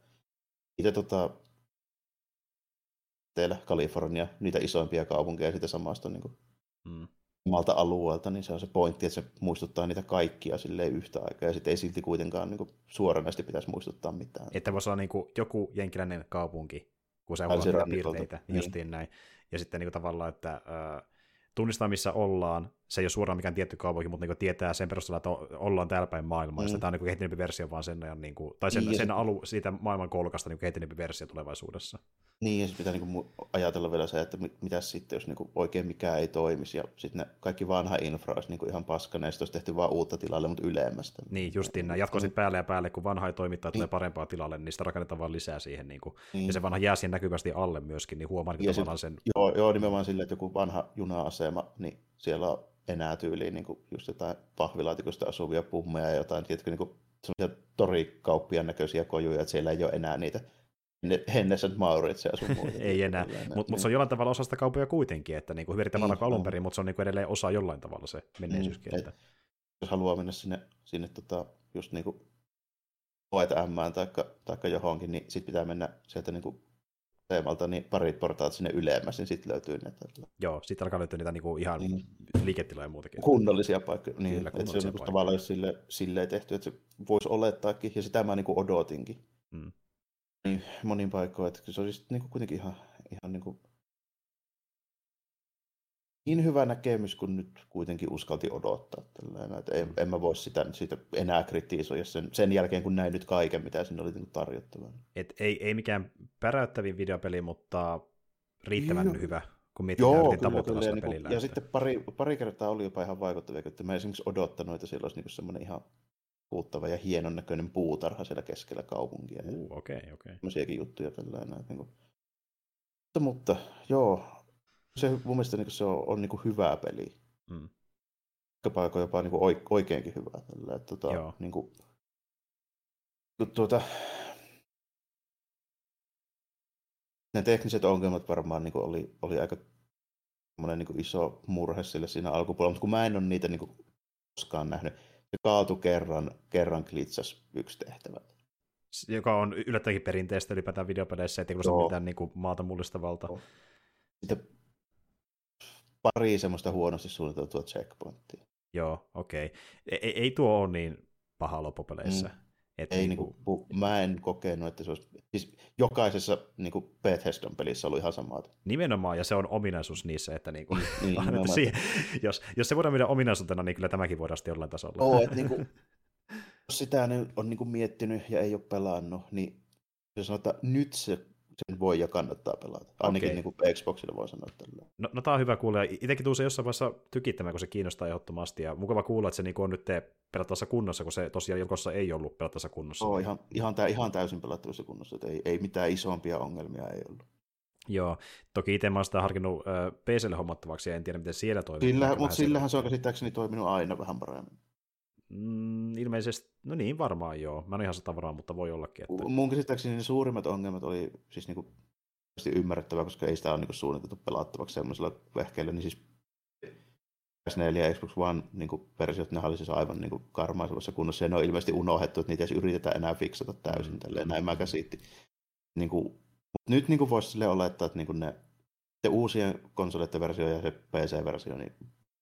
teillä Kalifornia, niitä isoimpia kaupunkeja siitä samasta niinku omalta alueelta, niin se on se pointti, että se muistuttaa niitä kaikkia silleen yhtä aikaa, ja sitten ei silti kuitenkaan niinku suoranaisesti pitäisi muistuttaa mitään. Että voisi olla niinku joku jenkiläinen kaupunki, kun se on piirteitä, justiin näin. Ja sitten niinku tavallaan, että tunnistaa, missä ollaan. Se ei ole suoraan mikään tietty kaupunki, mutta niinku tietää sen perusteella, että ollaan täällä päin maailmaa. Ja tämä on niinku kehittyneempi versio vaan sen ajan, niinku, tai sen siitä maailman kolkasta niinku kehittyneempi versio tulevaisuudessa. Niin, ja sitten pitää niinku ajatella vielä se, että mitä sitten, jos niinku oikein mikään ei toimisi, ja sitten ne kaikki vanha infra olisi niinku ihan paskana, ja sitten olisi tehty vaan uutta tilalle, mutta ylemmästä. Niin, justiin näin. Jatko sitten päälle ja päälle, kun vanha ei toimittaa tulee parempaa tilalle, niin sitä rakennetaan vaan lisää siihen. Niinku. Ja se vanha jää siihen näkyvästi alle myöskin, niin huomaa niin tavallaan sen. Joo, nimenomaan silleen, että joku vanha juna-asema, niin siellä on enää tyyliin niinku just jotain pahvilaatikosta asuvia pummeja ja jotain, tiedätkö, niinku semmoisia torikauppien näköisiä kojuja, että siellä ei ole enää niitä Hennes and Mauritz ja sun muuta. Ei enää, mutta se on jollain tavalla osa sitä kaupoja kuitenkin, että niinku hyvin tavalla kuin alun perin, mutta se on niinku edelleen osa jollain tavalla se menneisyyskin. Jos haluaa mennä sinne just niinku OETMään taikka johonkin, niin sitten pitää mennä sieltä niinku teemalta, niin parit portaat sinne ylemmäs, niin sitten löytyy ne. Joo, sitten alkaa löytyä niitä niinku ihan liiketiloja ja muutakin. Kunnollisia paikkoja. Niin, Kyllä, että se on niinku tavallaan jos silleen tehty, että se voisi olettaakin, ja sitä mä niinku odotinkin. Niin monin paikoin, että se olisi niinku kuitenkin ihan niinku niin hyvä näkemys, kun nyt kuitenkin uskalti odottaa. Että en mä voi siitä enää kritisoida sen jälkeen, kun näin nyt kaiken, mitä sinne oli tarjottavaa. Ei mikään päräyttävin videopeli, mutta riittävän hyvä, kun mietitään tavoitella sitä pelillä. Ja sitten pari kertaa oli jopa ihan vaikuttavia, että mä esimerkiksi odottanut, että siellä olisi niinku semmoinen ihan puuttava ja hienon näköinen puutarha siellä keskellä kaupunkia. Okei. Tämmöisiäkin juttuja tällainen. Mutta joo, se mun mielestä niin se on niin kuin hyvä peli. Paikoin jopa niin kuin oikeinkin hyvä. Niin kuin, ne tekniset ongelmat varmaan niin kuin oli aika niin kuin iso murhe sille siinä alkupuolella, mutta kun mä en ole niitä niin kuin koskaan nähnyt. Se kaatui kerran klitsas yksi tehtävä. Joka on yllättävänkin perinteistä ylipäätään videopeleissä, ettei kuulosta mitään niin kuin maata mullistavalta. Sitten pari semmoista huonosti suunniteltua checkpointtia. Joo, okei. Ei tuo ole niin paha loppupeleissä. Ei mä en kokenut, että se olisi. Siis jokaisessa niinku Bethesdan pelissä ollut ihan samaa. Nimenomaan, ja se on ominaisuus niissä, että jos se voidaan myydä ominaisuutena, niin kyllä tämäkin voidaan sitten jollain tasolla. Että jos sitä on niinku miettinyt ja ei ole pelannut, niin se sanotaan, että nyt sen voi ja kannattaa pelata. Ainakin niin kuin Xboxilla voi sanoa tällä. No tämä on hyvä kuulla. Itsekin tuu se jossain vaiheessa tykittämään, kun se kiinnostaa ehdottomasti. Ja mukava kuulla, että se niinku on nyt pelattavassa kunnossa, kun se tosiaan jokossa ei ollut pelattavassa kunnossa. Ihan täysin pelattavassa kunnossa. Ei mitään isompia ongelmia ei ollut. Joo, toki itse mä oon sitä harkinnut PC:lle hommattavaksi ja en tiedä, miten siellä toimii. Mutta sillähän se on käsittääkseni toiminut aina vähän paremmin. Ilmeisesti, no niin, varmaan joo. Mä en ihan 100 varmaan, mutta voi ollakin. Että... Mun käsittääkseni ne suurimmat ongelmat oli siis niinku ymmärrettävää, koska ei sitä ole niinku suunniteltu pelattavaksi semmoisella vehkeillä, niin siis PS4 ja Xbox One niinku versiot, ne oli siis aivan niinku karmaisevassa kunnossa, ja ne on ilmeisesti unohdettu, että niitä ei yritetään enää fiksata täysin, tälleen näin mä käsitin. Niinku, nyt niinku voisi silleen olettaa, että niinku ne uusien konsoleiden versio ja se PC-versio, niin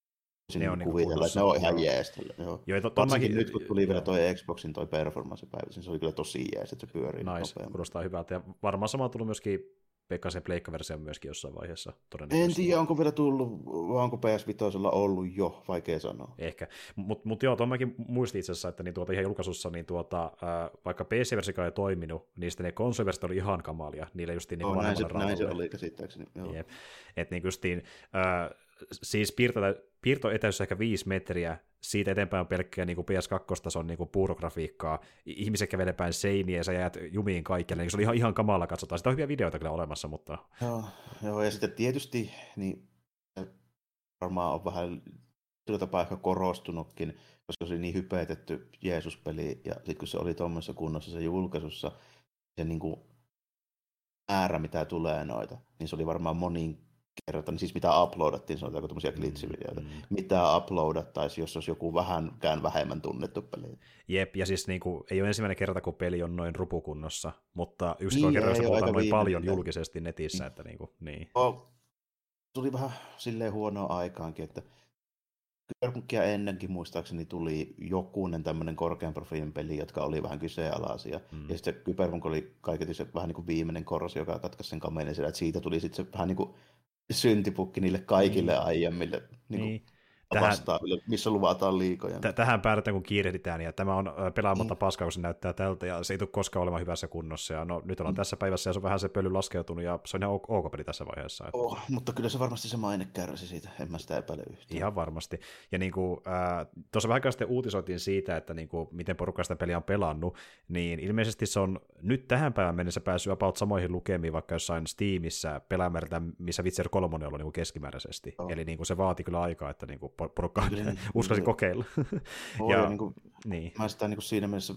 ne on kuvitella, että ne on ihan jees. Varsinkin nyt, kun tuli vielä toi Xboxin toi performance-päivä, niin se oli kyllä tosi jees, että se pyörii nopeammin. Kuulostaa hyvältä. Ja varmaan sama on tullut myöskin Pekkasen Pleikka-versio myöskin jossain vaiheessa. En tiedä, onko vielä tullut, vai onko PS5 ollut jo, vaikea sanoa. Ehkä. Mutta joo, tuon mäkin muistin itse asiassa, että niin ihan julkaisussa, niin vaikka PC-versio ei toiminut, niin sitten ne konsoliversiot oli ihan kamalia. Niillä justiin niin näin se oli käsittääkseni. Että niin justiin, siis piirtoetäisyys ehkä 5 metriä, siitä eteenpäin on pelkkää niin PS2-tason niin puurografiikkaa, ihmiset kävelee päin seiniä ja sä jäät jumiin kaikille, niin se oli ihan kamala katsotaan. Sitä on hyviä videoita kyllä olemassa, mutta... Joo, ja sitten tietysti niin varmaan on vähän sillä tapaa ehkä korostunutkin, koska se oli niin hypetetty Jeesus-peli, ja sitten kun se oli tuommoisessa kunnossa se julkaisussa, se niin kuin määrä, mitä tulee noita, niin se oli varmaan niin siis mitä uploadattiin, sanotaanko tämmöisiä glitch-videoita, mitä uploadattaisiin, jos olisi joku vähänkään vähemmän tunnettu peli. Jep, ja siis niin kuin, ei ole ensimmäinen kerta, kun peli on noin rupukunnossa, mutta yksi kerta, jos puhutaan noin paljon julkisesti netissä, että niin. Tuli vähän silleen huonoa aikaankin, että Cyberpunkia ennenkin muistaakseni tuli jokunen tämmöinen korkean profiilin peli, jotka oli vähän kyseenalaisia. Ja sitten Cyberpunk oli kaiketi se vähän niin kuin viimeinen korsi, joka katkaisi sen kamelin siellä, että siitä tuli sitten se vähän niin kuin syntipukki niille kaikille aiemmille vastaaville, missä luvataan liikoja. Tähän päädytään, kun kiirehditään, ja tämä on pelaamatta paskaa, kun se näyttää tältä, ja se ei tule koskaan olemaan hyvässä kunnossa. Ja no, nyt ollaan tässä päivässä, ja se on vähän se pöly laskeutunut, ja se on ihan ok peli tässä vaiheessa. Että... mutta kyllä se varmasti se maine kärsi siitä, en mä sitä epäile yhtään. Ihan varmasti. Ja niin kuin, tuossa vähän aikaa sitten uutisoitiin siitä, että niin kuin, miten porukka sitä peliä on pelannut, niin ilmeisesti se on nyt tähän päivään mennessä päässyt about samoihin lukemiin, vaikka jossain Steamissä pelaamäärältä, missä Witcher 3 on ollut niin kuin keskimääräisesti. Eli niin kuin, se vaati kyllä aikaa, että niin kuin, porukka uskalsi kokeilla. Niin. Mä sitä niin siinä mielessä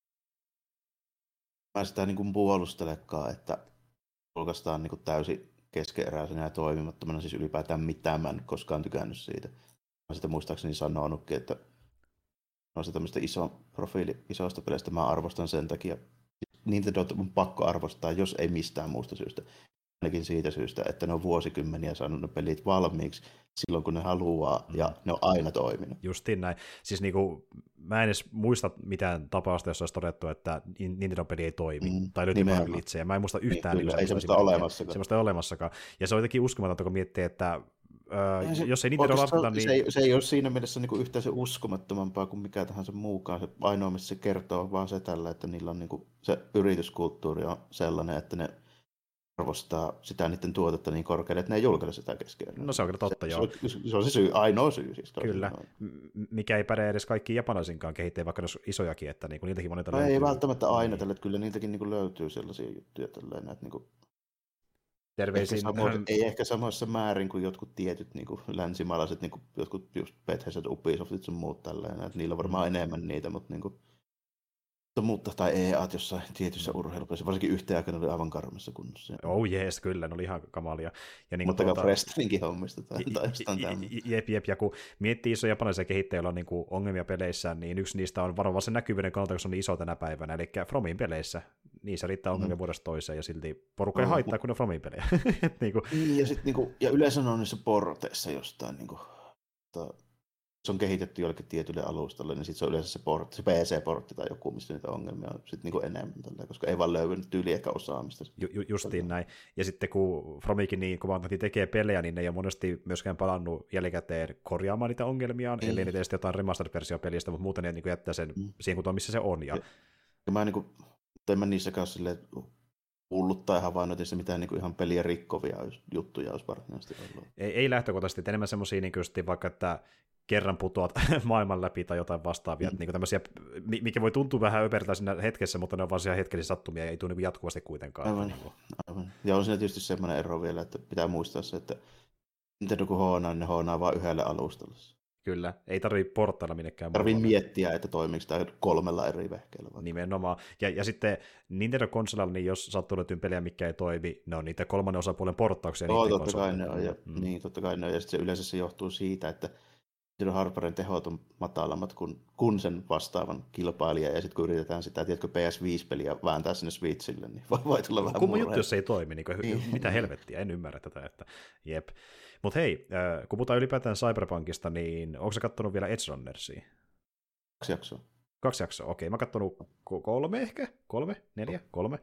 niin puolustelekaan, että julkaistaan niin täysin keskeneräisenä ja toimimattomana, siis ylipäätään mitään mä en koskaan tykännyt siitä. Mä sitä muistaakseni sanonutkin, että on se tämmöistä isoista peleistä mä arvostan sen takia. Nintendo on pakko arvostaa, jos ei mistään muusta syystä. ainakin siitä syystä, että ne on vuosikymmeniä saanut ne pelit valmiiksi silloin, kun ne haluaa, ja ne on aina toiminut. Justiin näin. Siis niinku, mä en edes muista mitään tapausta, jossa olisi todettu, että Nintendo-peli ei toimi, tai löytyy vähän glitsejä. Mä en muista yhtään. Niin, kyllä, ei semmoista olemassakaan. Semmoista ei olemassakaan. Ja se on jotenkin uskomatonta, kun miettii, että jos ei Nintendo lasketa, niin... Se ei ole siinä mielessä niin kuin yhtään se uskomattomampaa kuin mikä tahansa muukaan. Se ainoa, missä se kertoo, vaan se tällä, että niillä on niin kuin, se yrityskulttuuri on sellainen, että ne arvostaa sitä niiden tuotetta niin korkealle, että ne ei julkaise sitä kesken. No se on kyllä totta, joo. Se on se syy, ainoa syy. Siis kyllä, mikä ei päde edes kaikkiin japanaisinkaan kehittäjiin, vaikka ne on isojakin, että niinku, niiltäkin monilta löytyy. Ei välttämättä aina tällä, että kyllä niiltäkin niinku löytyy sellaisia juttuja tälleen, että niinku... Ei ehkä samassa määrin kuin jotkut tietyt niinku länsimaalaiset, niinku jotkut just Bethesda, Ubisoftit sun muut tälleen, että niillä on varmaan enemmän niitä, mutta niinku... Mutta tai EA:t jossain tietyissä urheilupelissä, varsinkin yhteen aikana oli aivan karmissa kunnossa. Oh jees, kyllä, ne oli ihan kamalia. Ja niin mutta Prestoninkin hommista tai jostain jep, ja kun miettii isoja japanilaisia kehittäjiä, joilla on niin ongelmia peleissä, niin yksi niistä on varmaan sen näkyvyyden kannalta, kun se on niin iso tänä päivänä, eli Fromin peleissä. Niissä riittää ongelmia vuodesta toiseen, ja silti porukka ei haittaa, kun ne on Fromin pelejä. Ja, sit, ja yleensä on niissä porteissa jostain, se on kehitetty jollekin tietylle alustalle, niin sitten se on yleensä se PC-portti tai joku, missä niitä ongelmia on sit niinku enemmän, koska ei vaan löydy tyyliä eikä osaamista. Justiin näin. Ja sitten kun Fromikin niin kovasti tekee pelejä, niin ne ei ole monesti myöskään palannut jälkikäteen korjaamaan niitä ongelmiaan, ellei ne tee sitten jotain remastered-versio pelistä, mutta muuten ne niin jättää sen siihen kuntoon, missä se on. Ja mä en mä niissäkään ole silleen hullut tai havainnoit, että mitään niin ihan peliä rikkovia juttuja olisi varsinaisesti ollut. Ei lähtökohtaisesti, enemmän semmoisia niin vaikka, että kerran putoat maailman läpi tai jotain vastaavia, niin tämmöisiä, mikä voi tuntua vähän öpertää siinä hetkessä, mutta ne on vaan siellä hetkellisiä sattumia ja ei tule niin jatkuvasti kuitenkaan. Aivan. Ja on siinä tietysti semmoinen ero vielä, että pitää muistaa se, että Nintendo kun hoonaa, niin ne hoonaa vaan yhdelle alustalle. Kyllä, ei tarvitse portailla minnekään. Tarvii miettiä, että toimiiko tämä 3 eri vehkeellä. Nimenomaan. Ja sitten Nintendo-konsolilla, niin jos sattuu löytyy pelejä, mikä ei toimi, ne on niitä kolmannen osapuolen porttauksia. Totta kai ne on. Niin, totta kai ne on. Ja sitten yleensä se johtuu siitä, että hardwaren tehot on matalammat kuin sen vastaavan kilpailija, ja sitten kun yritetään sitä, tiedätkö, PS5-peliä vääntää sinne Switchille, niin voi tulla vähän kumma juttu, jos se ei toimi, niin mitä helvettiä, en ymmärrä tätä, että jep. Mutta hei, kun puhutaan ylipäätään Cyberpunkista, niin onko sä kattonut vielä Edge Runnersia? 2 jaksoa. 2 jaksoa, okei. Mä oon kattonut 3 ehkä? 3? 4? 3?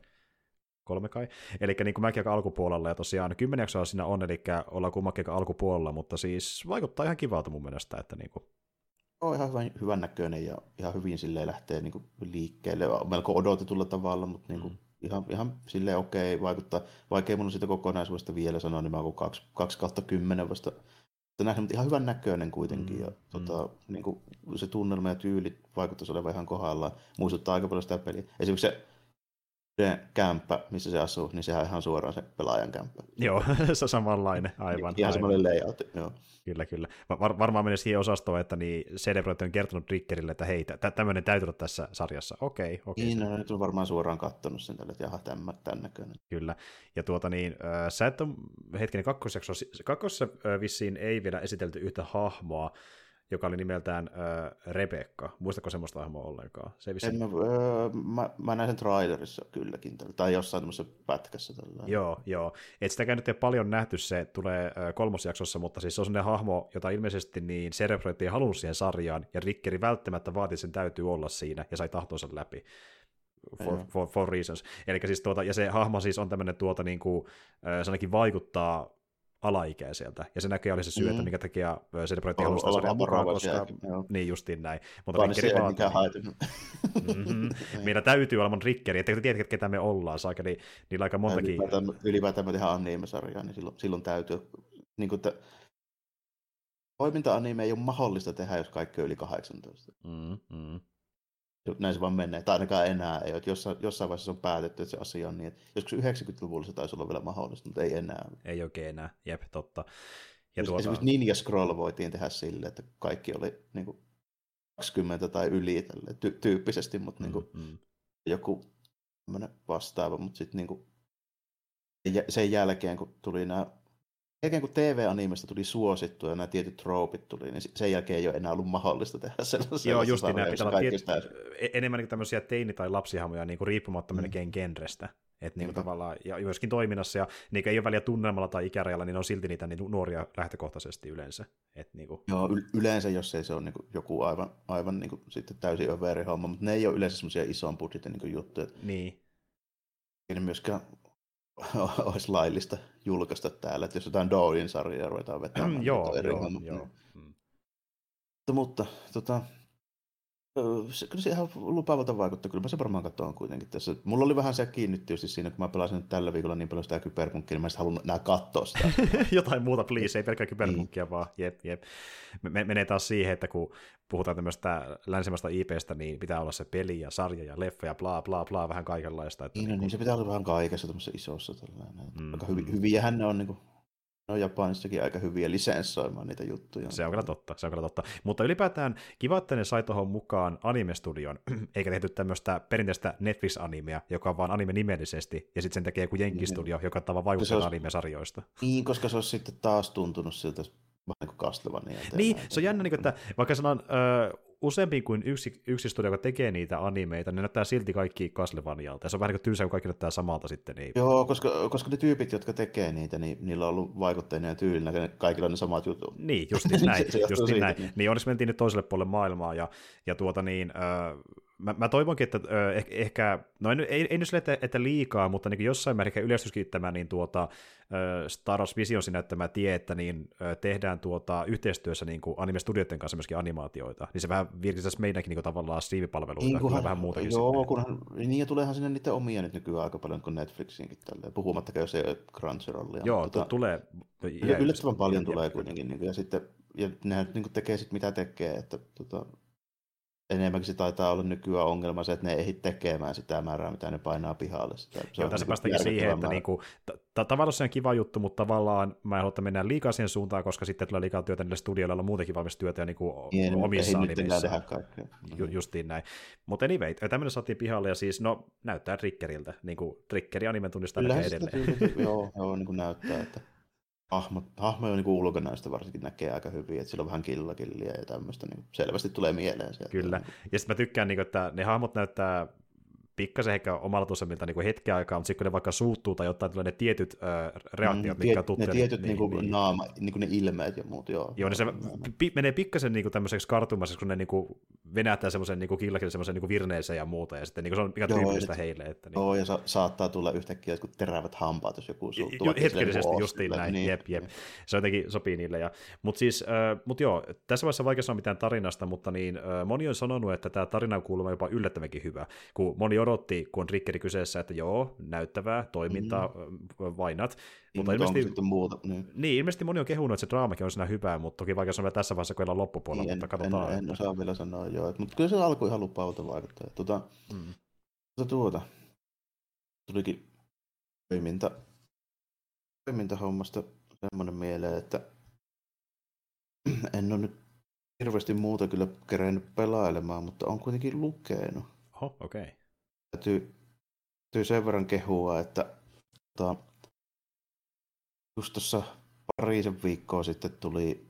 3 kai. Eli niin kuin mäkin aika alkupuolella, ja tosiaan 10 jaksoa siinä on, eli ollaan kummankin alkupuolella, mutta siis vaikuttaa ihan kivalta mun mielestä, että niin kuin... On ihan hyvän näköinen ja ihan hyvin silleen lähtee niin kuin liikkeelle, melko odotetulla tavalla, mutta niin kuin ihan silleen okei, vaikuttaa. Vaikea mun on siitä kokonaisuudesta vielä sanoa, niin mä oon 2/10 vasta nähnyt, mutta ihan hyvän näköinen kuitenkin. Ja niin kuin se tunnelma ja tyyli vaikuttaisi olevan ihan kohdallaan. Muistuttaa aika paljon sitä peliä. Esimerkiksi se kämppä, missä se asuu, niin sehän on ihan suoraan se pelaajan kämppä. Joo, se on samanlainen, aivan. Ihan semmoinen layout, joo. Kyllä. Varmaan menee siihen osastoon, että niin CD Projekt on kertonut Triggerille, että hei, tämmöinen täytyy olla tässä sarjassa. Okei. Niin, no, nyt on varmaan suoraan kattonut sen tälle, että jaha, tämän näköinen. Kyllä. Ja sä et ole, kakkosessa vissiin ei vielä esitelty yhtä hahmoa, joka oli nimeltään Rebecca. Muistatko semmoista hahmoa ollenkaan? Mä näin sen trailerissa kylläkin, tai jossain tämmöisessä pätkässä. Joo. Et sitäkään nyt ei paljon nähty, se tulee 3. jaksossa, mutta siis se on sellainen hahmo, jota ilmeisesti niin CD Projekt ei halunnut siihen sarjaan, ja Rickeri välttämättä vaati, sen täytyy olla siinä, ja sai tahtonsa läpi. For reasons. Elikkä siis ja se hahmo siis on tämmöinen se ainakin vaikuttaa alaikäiseltä, ja se näkee oli se syy, että minkä takia CD Projekt halusi sarjaan mukaan, koska niin justiin näin. Mutta Rickeri vaatii. Meidän täytyy olla Rickeri, etteikö te tiedä, ketä me ollaan, saakeli, niillä aika montakin. Ylipäätään me tehdään anime-sarjaa, niin silloin täytyy, niin kuin, että toiminta-anime ei ole mahdollista tehdä, jos kaikki on yli 18. Näin se vaan menee, tai ainakaan enää ei ole. Jossain vaiheessa on päätetty, että se asia on niin, että joskus 90-luvulla se taisi olla vielä mahdollista, mutta ei enää. Ei oikein enää, jep, totta. Ja esimerkiksi Ninja Scroll voitiin tehdä silleen, että kaikki oli niin kuin 20 tai yli tyyppisesti, mutta niin kuin joku vastaava, mutta sitten niin kuin sen jälkeen, kun tuli kun TV-animesta tuli suosittua ja nämä tietyt troopit tuli, niin sen jälkeen ei ole enää ollut mahdollista tehdä sellaisia. Joo, just nämä pitää olla enemmän tämmöisiä teini- tai lapsihahmoja niin kuin riippumatta melkein genrestä. Että niin tavallaan, ja myöskin toiminnassa, ja niin ei ole väliä tunnelmalla tai ikärajalla, niin ne on silti niitä niin nuoria lähtökohtaisesti yleensä. Niin kuin... Joo, yleensä, jos ei se ole niin kuin joku aivan niin kuin sitten täysin överi homma, mutta ne ei ole yleensä semmoisia ison budjetin niin juttuja. Niin. Ei ne myöskään olisi laillista julkaista täällä, että jos jotain Dawin sarjaa ruvetaan vetämään. Joo. Mutta kyllä se ihan lupaavalta vaikuttaa. Kyllä mä se varmaan katsoin kuitenkin tässä. Mulla oli vähän se kiinni tietysti siinä, kun mä pelasin nyt tällä viikolla niin paljon sitä Cyberpunkia, niin mä en halunnut enää katsoa sitä. Jotain muuta, please, ei pelkkää Cyberpunkia, vaan jep. Menee taas siihen, että kun puhutaan tämmöistä länsimäistä IPstä, niin pitää olla se peli ja sarja ja leffa ja bla vähän kaikenlaista. Että niin se pitää olla vähän kaikessa tämmöisessä isossa. Aika hyviähän ne on niin kuin... No Japanissakin aika hyviä lisenssoimaan niitä juttuja. Se on kyllä totta. Mutta ylipäätään kiva, että ne sai tuohon mukaan anime-studion, eikä tehty tämmöistä perinteistä Netflix-animea, joka on vaan anime nimellisesti, ja sitten sen tekee joku Jenkki-studio, joka tavallaan vaikuttaa anime-sarjoista. Niin, koska se olisi sitten taas tuntunut siltä vähän niin kuin Castlevania. Niin, se on jännä, että vaikka sanon useampi kuin yksi studio, joka tekee niitä animeita, ne näyttää silti kaikki Castlevanialta, ja se on vähän niin kuin tylsä, kun kaikki näyttää samalta sitten. Niin... Joo, koska ne tyypit, jotka tekee niitä, niin niillä on ollut vaikutteinen ja tyylinen, ja kaikilla on ne samat jutut. Niin, justiin näin. Niin onneksi mentiin nyt toiselle puolelle maailmaa, ja mä toivonkin, että ehkä, no ei nyt sille, että liikaa, mutta niin jossain määrin yleistyskin tämä niin Star Wars Visionsin näyttämä tie, että niin tehdään yhteistyössä niin anime-studioiden kanssa myöskin animaatioita, niin se vähän virkistäisi meidänkin niin tavallaan striimipalveluita, niin vähän muutakin. Joo, niin ja tuleehan sinne niitä omia nyt nykyään aika paljon kuin Netflixiinkin tälleen, puhumattakaan jos ei ole Crunchyrollia. Joo, tulee. Yllättävän paljon tulee kuitenkin, niin, ja sitten ja nehän niin tekee sitten mitä tekee, että enemmänkin se taitaa olla nykyään ongelma se, että ne ei ehdi tekemään sitä määrää, mitä ne painaa pihalle. Joo, tässä päästäänkin siihen, että niinku, tavallaan se on kiva juttu, mutta tavallaan mä en halua, että mennään liikaa siihen suuntaan, koska sitten tulee liikaa työtä niille studioilla, joilla on muutenkin valmis työtä ja niinku omissa animeissa. Justiin näin. Mutta anyway, tämmöinen saatiin pihalle ja siis näyttää Triggeriltä, niinku Triggeri-anime tunnistaa edelleen. Joo, niin kuin näyttää, että hahmoja niin ulkonäöstä varsinkin näkee aika hyvin, että sillä on vähän killakillia ja tämmöistä, niin selvästi tulee mieleen sieltä. Kyllä, ja sitten mä tykkään, että ne hahmot näyttää pikkasen ehkä omalatuisemmilta niin hetken aikaa, mutta sitten kun ne vaikka suuttuu tai jotain, tulee ne tietyt reaktiot, mitkä on tuttuja. Ne tietyt naama, ne ilmeet ja muut, joo. Joo, niin se menee pikkasen tämmöiseksi kartumaiseksi, kun ne venähtää semmoisen killakille semmoisen virneeseen ja muuta, ja sitten se on mikä tyypillistä heille. Että, joo, ja saattaa tulla yhtäkkiä jotkut terävät hampaat, jos joku suuttuu. Hetkellisesti justiin näin, niin. Jep. Se jotenkin sopii niille. Mutta joo, tässä vaiheessa on vaikea sanoa mitään tarinasta, mutta moni on sanonut, että tämä tarina on kuulemma jopa yllättävänkin hyvä, kun moni odotti, kun on Triggeri kyseessä, että joo, näyttävää, toimintaa, vainat. Mutta ilmeisesti, muuta, niin, ilmeisesti moni on kehunut, että se draamakin on siinä hyvää, mutta toki vaikea sanoa tässä vaiheessa, kun ollaan loppupuolella, mutta katsotaan. En osaa vielä sanoa, joo. Mutta kyllä se alkoi ihan lupaavalta vaikuttaa. Tulikin toimintahommasta semmoinen mieleen, että en ole nyt hirveästi muuta kyllä kerennyt pelailemaan, mutta on kuitenkin lukenut. Oho, okei. Okay. Täytyy sen verran kehua, että just tuossa parisen viikkoa sitten tuli,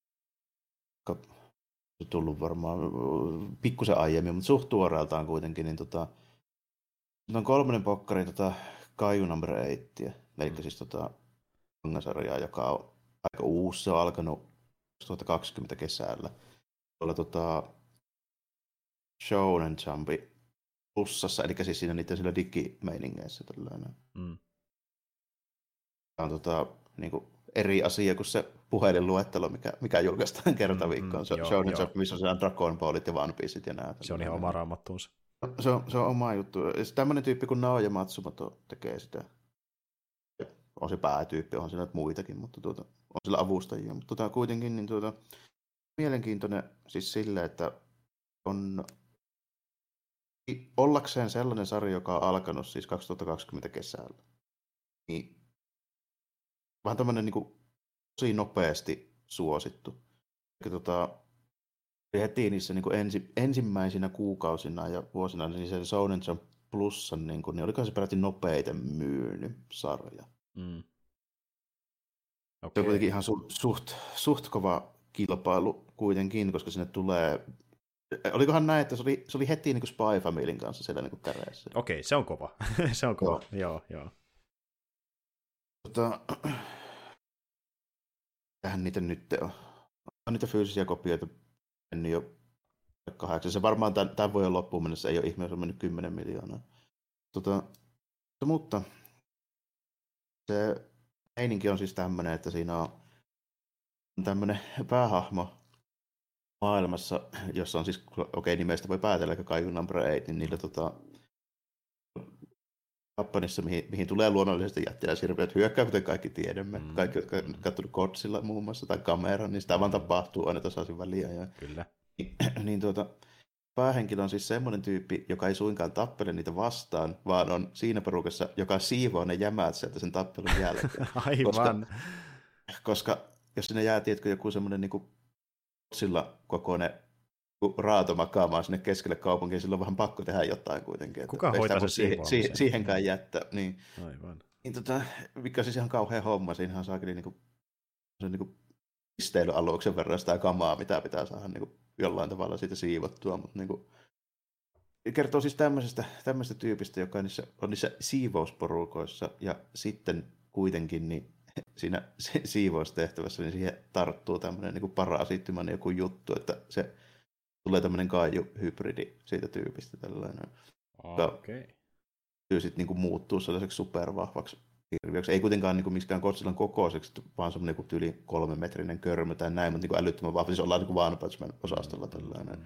tullut varmaan pikkusen aiemmin, mutta suht tuoreeltaan kuitenkin, niin on 3. pokkari Kaiju Number 8, eli siis mangasarjaa, joka on aika uusi, se on alkanut 2020 kesällä. Tuolla Shonen Jumpi plussassa, eli siis siinä niiden sillä digimeiningeissä tällainen. Tämä on niinku eri asia kuin se puhelinluettelo, mikä julkaistaan kerta viikkoon. Shonen Jump, missä on siellä Dragon Ballit ja One Pieceit ja nää. Se on ihan oma raamattuunsa. Se on oma juttu. Ja tämmöinen tyyppi kuin Naoya Matsumoto tekee sitä. On se päätyyppi, on siinä muitakin, mutta on sillä avustajia. Mutta kuitenkin niin mielenkiintoinen siis sille, että on ollakseen sellainen sarja, joka on alkanut siis 2020 kesällä. Niin vähän tämmöinen niin kuin tosi nopeasti suosittu. Heti niissä niin kuin ensimmäisinä kuukausina ja vuosina niin se Shonen Jump Plusan, niin olikohan se peräti nopeiten myynyt sarja. Okay. Se on kuitenkin ihan suht kova kilpailu kuitenkin, koska sinne tulee Olikohan näin, että se oli heti niin kuin Spy Familyn kanssa siellä niin kuin käreessä. Okei, se on kova. Se on kova, joo. Tähän niitä nyt on. On niitä fyysisiä kopioita mennyt jo 8. Se varmaan tämän vuoden loppuun mennessä ei ole ihme, jos on mennyt 10 miljoonaa. Mutta se meininki on siis tämmöinen, että siinä on tämmöinen päähahmo maailmassa, jossa on siis, nimestä voi päätellä, että Kaiju Number 8, niin niillä Japanissa, mihin tulee luonnollisesti jättiläishirviöt hyökkää, kuten kaikki tiedämme. Kaikki, jotka on katsonut Godzilla muun muassa, tai kameran, niin sitä vaan tapahtuu aina tasaisin väliä. Ja Kyllä. niin päähenkilö on siis semmoinen tyyppi, joka ei suinkaan tappele niitä vastaan, vaan on siinä porukassa, joka siivoo ne jämät sieltä sen tappelun jälkeen. Aivan. Koska jos sinne jää, tiedätkö, joku semmoinen niin Godzilla kokoinen raato makaamaan sinne keskelle kaupunkia, niin silloin on vähän pakko tehdä jotain kuitenkin. Kuka hoitaa sen siivoamisen? Siihenkään jättää. Niin. Aivan. Niin, mikä on siis ihan kauhea homma. Siinähän saakeli niinku pisteilyaluksen verran sitä kamaa, mitä pitää saada niinku jollain tavalla siitä siivottua. Mutta niinku, kertoo siis tämmöisestä tyypistä, joka on niissä siivousporukoissa ja sitten kuitenkin niin siinä siivoustehtävässä niin siihen tarttuu tämmöinen niinku parasiittimainen joku juttu, että se tulee tämmöinen kaiju-hybridi siitä tyypistä tällainen. Okei. Sitten niinku muuttuu sellaiseksi supervahvaksi hirviöksi. Ei kuitenkaan niinku miksikään Godzillan kokoiseksi, vaan semmoinen niinku yli 3-metrinen körmö tai näin, mutta niinku älyttömän vahva. Siis ollaan niinku One Punch Man -osastolla tällainen.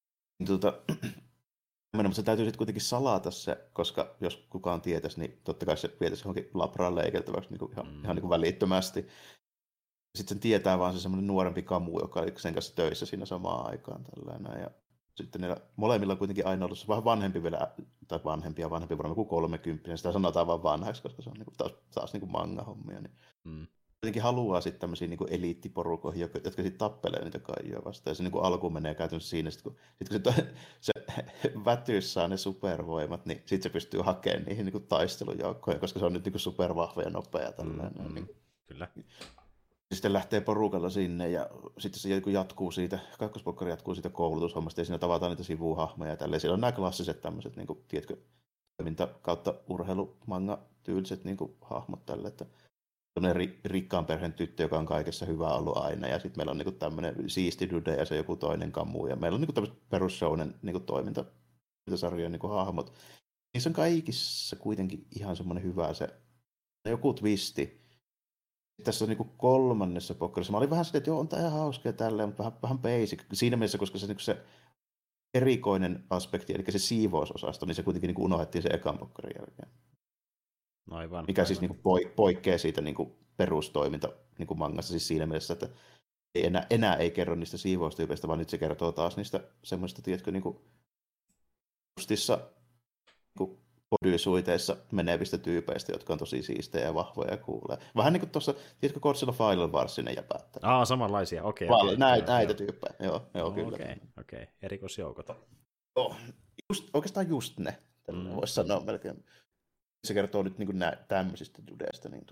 Mutta se täytyy sitten kuitenkin salata se, koska jos kukaan tietäisi, niin totta kai se vietäisi johonkin labraan leikeltäväksi niinku ihan niinku välittömästi. Sitten sen tietää vaan se semmoinen nuorempi kamu, joka oli sen kanssa töissä siinä samaan aikaan. Tällainen. Ja sitten niillä molemmilla on kuitenkin aina ollut vähän vanhempi vielä, tai vanhempi varmaan kuin 30. Sitä sanotaan vaan vanhaksi, koska se on niinku taas niinku manga-hommia. Niin kuitenkin haluaa sitten tämmöisiä niinku eliittiporukoihin, jotka sitten tappelee niitä kaijoja vastaan. Ja se niinku alkuun menee käytännössä siinä, kun se vätyys saa ne supervoimat, niin sitten se pystyy hakemaan niihin niinku taistelujoukkoihin, koska se on nyt niinku supervahva ja nopea. Niin. Kyllä. Sitten lähtee porukalla sinne ja sitten se jatkuu siitä, kakkospokkari jatkuu siitä koulutushommasta ja siinä tavataan niitä sivuhahmoja ja tälleen. Siellä on nämä klassiset tämmöiset, niin kuin, tiedätkö, toiminta kautta urheilumanga-tyyliset niin kuin, hahmot tälle, että rikkaan perheen tyttö, joka on kaikessa hyvä ollut aina ja sitten meillä on niin kuin, tämmöinen siisti dude ja se joku toinen kammu ja meillä on niin kuin, tämmöiset perusshounen niin toimintasarjojen niin kuin, hahmot. Niissä on kaikissa kuitenkin ihan semmoinen hyvä se joku twisti. Tässä on niinku kolmannessa pokkarissa. Mä olin vähän sitä, että joo, on tää ihan hauskaa tälleen, mutta vähän basic. Siinä mielessä, koska se, niinku se erikoinen aspekti, eli se siivousosasto, niin se kuitenkin niinku unohdettiin sen ekan pokkarin jälkeen. Aivan. Mikä siis niinku poikkeaa siitä niinku perustoiminta niinku mangassa siis siinä mielessä, että enää ei kerro niistä siivoustyypeistä, vaan nyt se kertoo taas niistä semmoista, tiedätkö, niinku justissa niinku bodysuiteissa menevistä tyypeistä, jotka on tosi siistejä ja vahvoja ja kuulee. Vähän niin kuin tuossa, tiedätkö, Godzilla Final Warsinen ja päättää. Samanlaisia, okei. Näitä tyyppejä, joo, kyllä. Okei, erikoisjoukot. Oikeastaan just ne, voisi sanoa melkein. Se kertoo nyt niin kuin tämmöisistä dudeista niin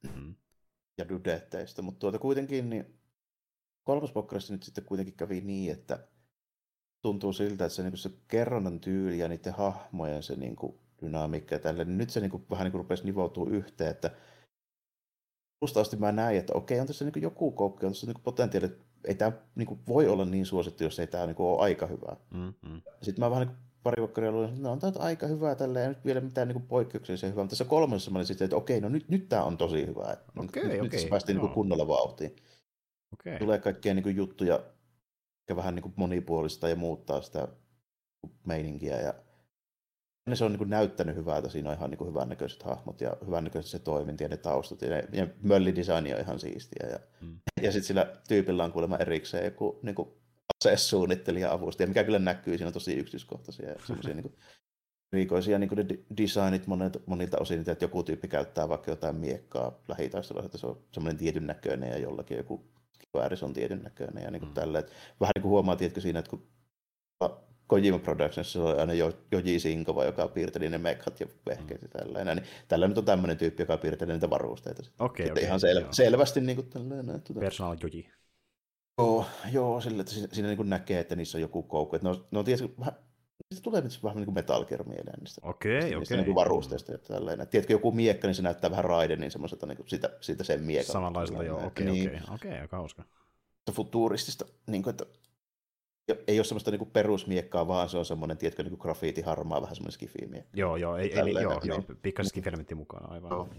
ja dudetteista, mutta kuitenkin niin kolmospokkarissa nyt sitten kuitenkin kävi niin, että tuntuu siltä, että se, niin se kerronnan tyyli ja niiden hahmojen se niin kuin dynamiikka ja tälleen, niin nyt se niin kuin, vähän niin kuin rupesi nivoutua yhteen, että alusta asti mä näin, että okei, on tässä niin kuin joku koukki, on tässä niin kuin potentiaali, että ei tämä niin kuin voi olla niin suosittu, jos ei tämä niin kuin ole aika hyvää. Sitten mä vähän niin kuin pari vuokkaria luin, että no on tämä aika hyvää tälleen, ja nyt vielä mitään niin kuin poikkeuksellisia hyvää, mutta tässä kolmannessa mä olin sitten, että okei, no nyt tämä on tosi hyvää. Nyt se päästiin niin kuin kunnolla vauhtiin. Tulee kaikkia niin kuin juttuja, ja vähän niin kuin monipuolista ja muuttaa sitä meininkiä. Ja se on niin kuin näyttänyt hyvältä, siinä on ihan niin kuin hyvännäköiset hahmot ja hyvännäköiset se toiminta ja ne taustat. Ja möllidesigni on ihan siistiä. Ja sitten sillä tyypillä on kuulemma erikseen joku niin kuin asesuunnittelija avustaja, mikä kyllä näkyy, siinä on tosi yksityiskohtaisia ja semmoisia niin riikoisia niin kuin designit monilta osin, että joku tyyppi käyttää vaikka jotain miekkaa lähitaistelussa, että se on semmoinen tietyn näköinen ja jollakin joku kivääris on tietyn näköinen ja niin kuin tälleen. Vähän niin kuin huomaa, tiedätkö siinä, että kun Kojima Productionsissa oli aina Joji Sinkova, joka piirteli ne mekhat ja vehkeet ja tällainen. Niin tällä nyt on tämmöinen tyyppi, joka piirteli niitä varusteita. Okei, ihan selvästi niin kuin tällainen. Personal Joji. Joo, sillä, että siinä niin kuin näkee, että niissä on joku koukku. Että ne on tietysti vähän, se tulee vähän niin kuin Metal Gear mieleen niistä niin kuin varusteista ja tälleen. Tiedätkö, joku miekka, niin se näyttää vähän Raidenin semmoiselta niin siitä sen miekalta. Samanlaiselta, joo, okei, aika hauska. Futuristista, niin kuin, että ei ole semmoista niinku perusmiekkaa, vaan se on semmoinen, tiedätkö, niinku grafiiti harmaa, vähän semmoinen skifi-miekka. Joo, pikkasen skifi-elementti mukana, aivan. Joo.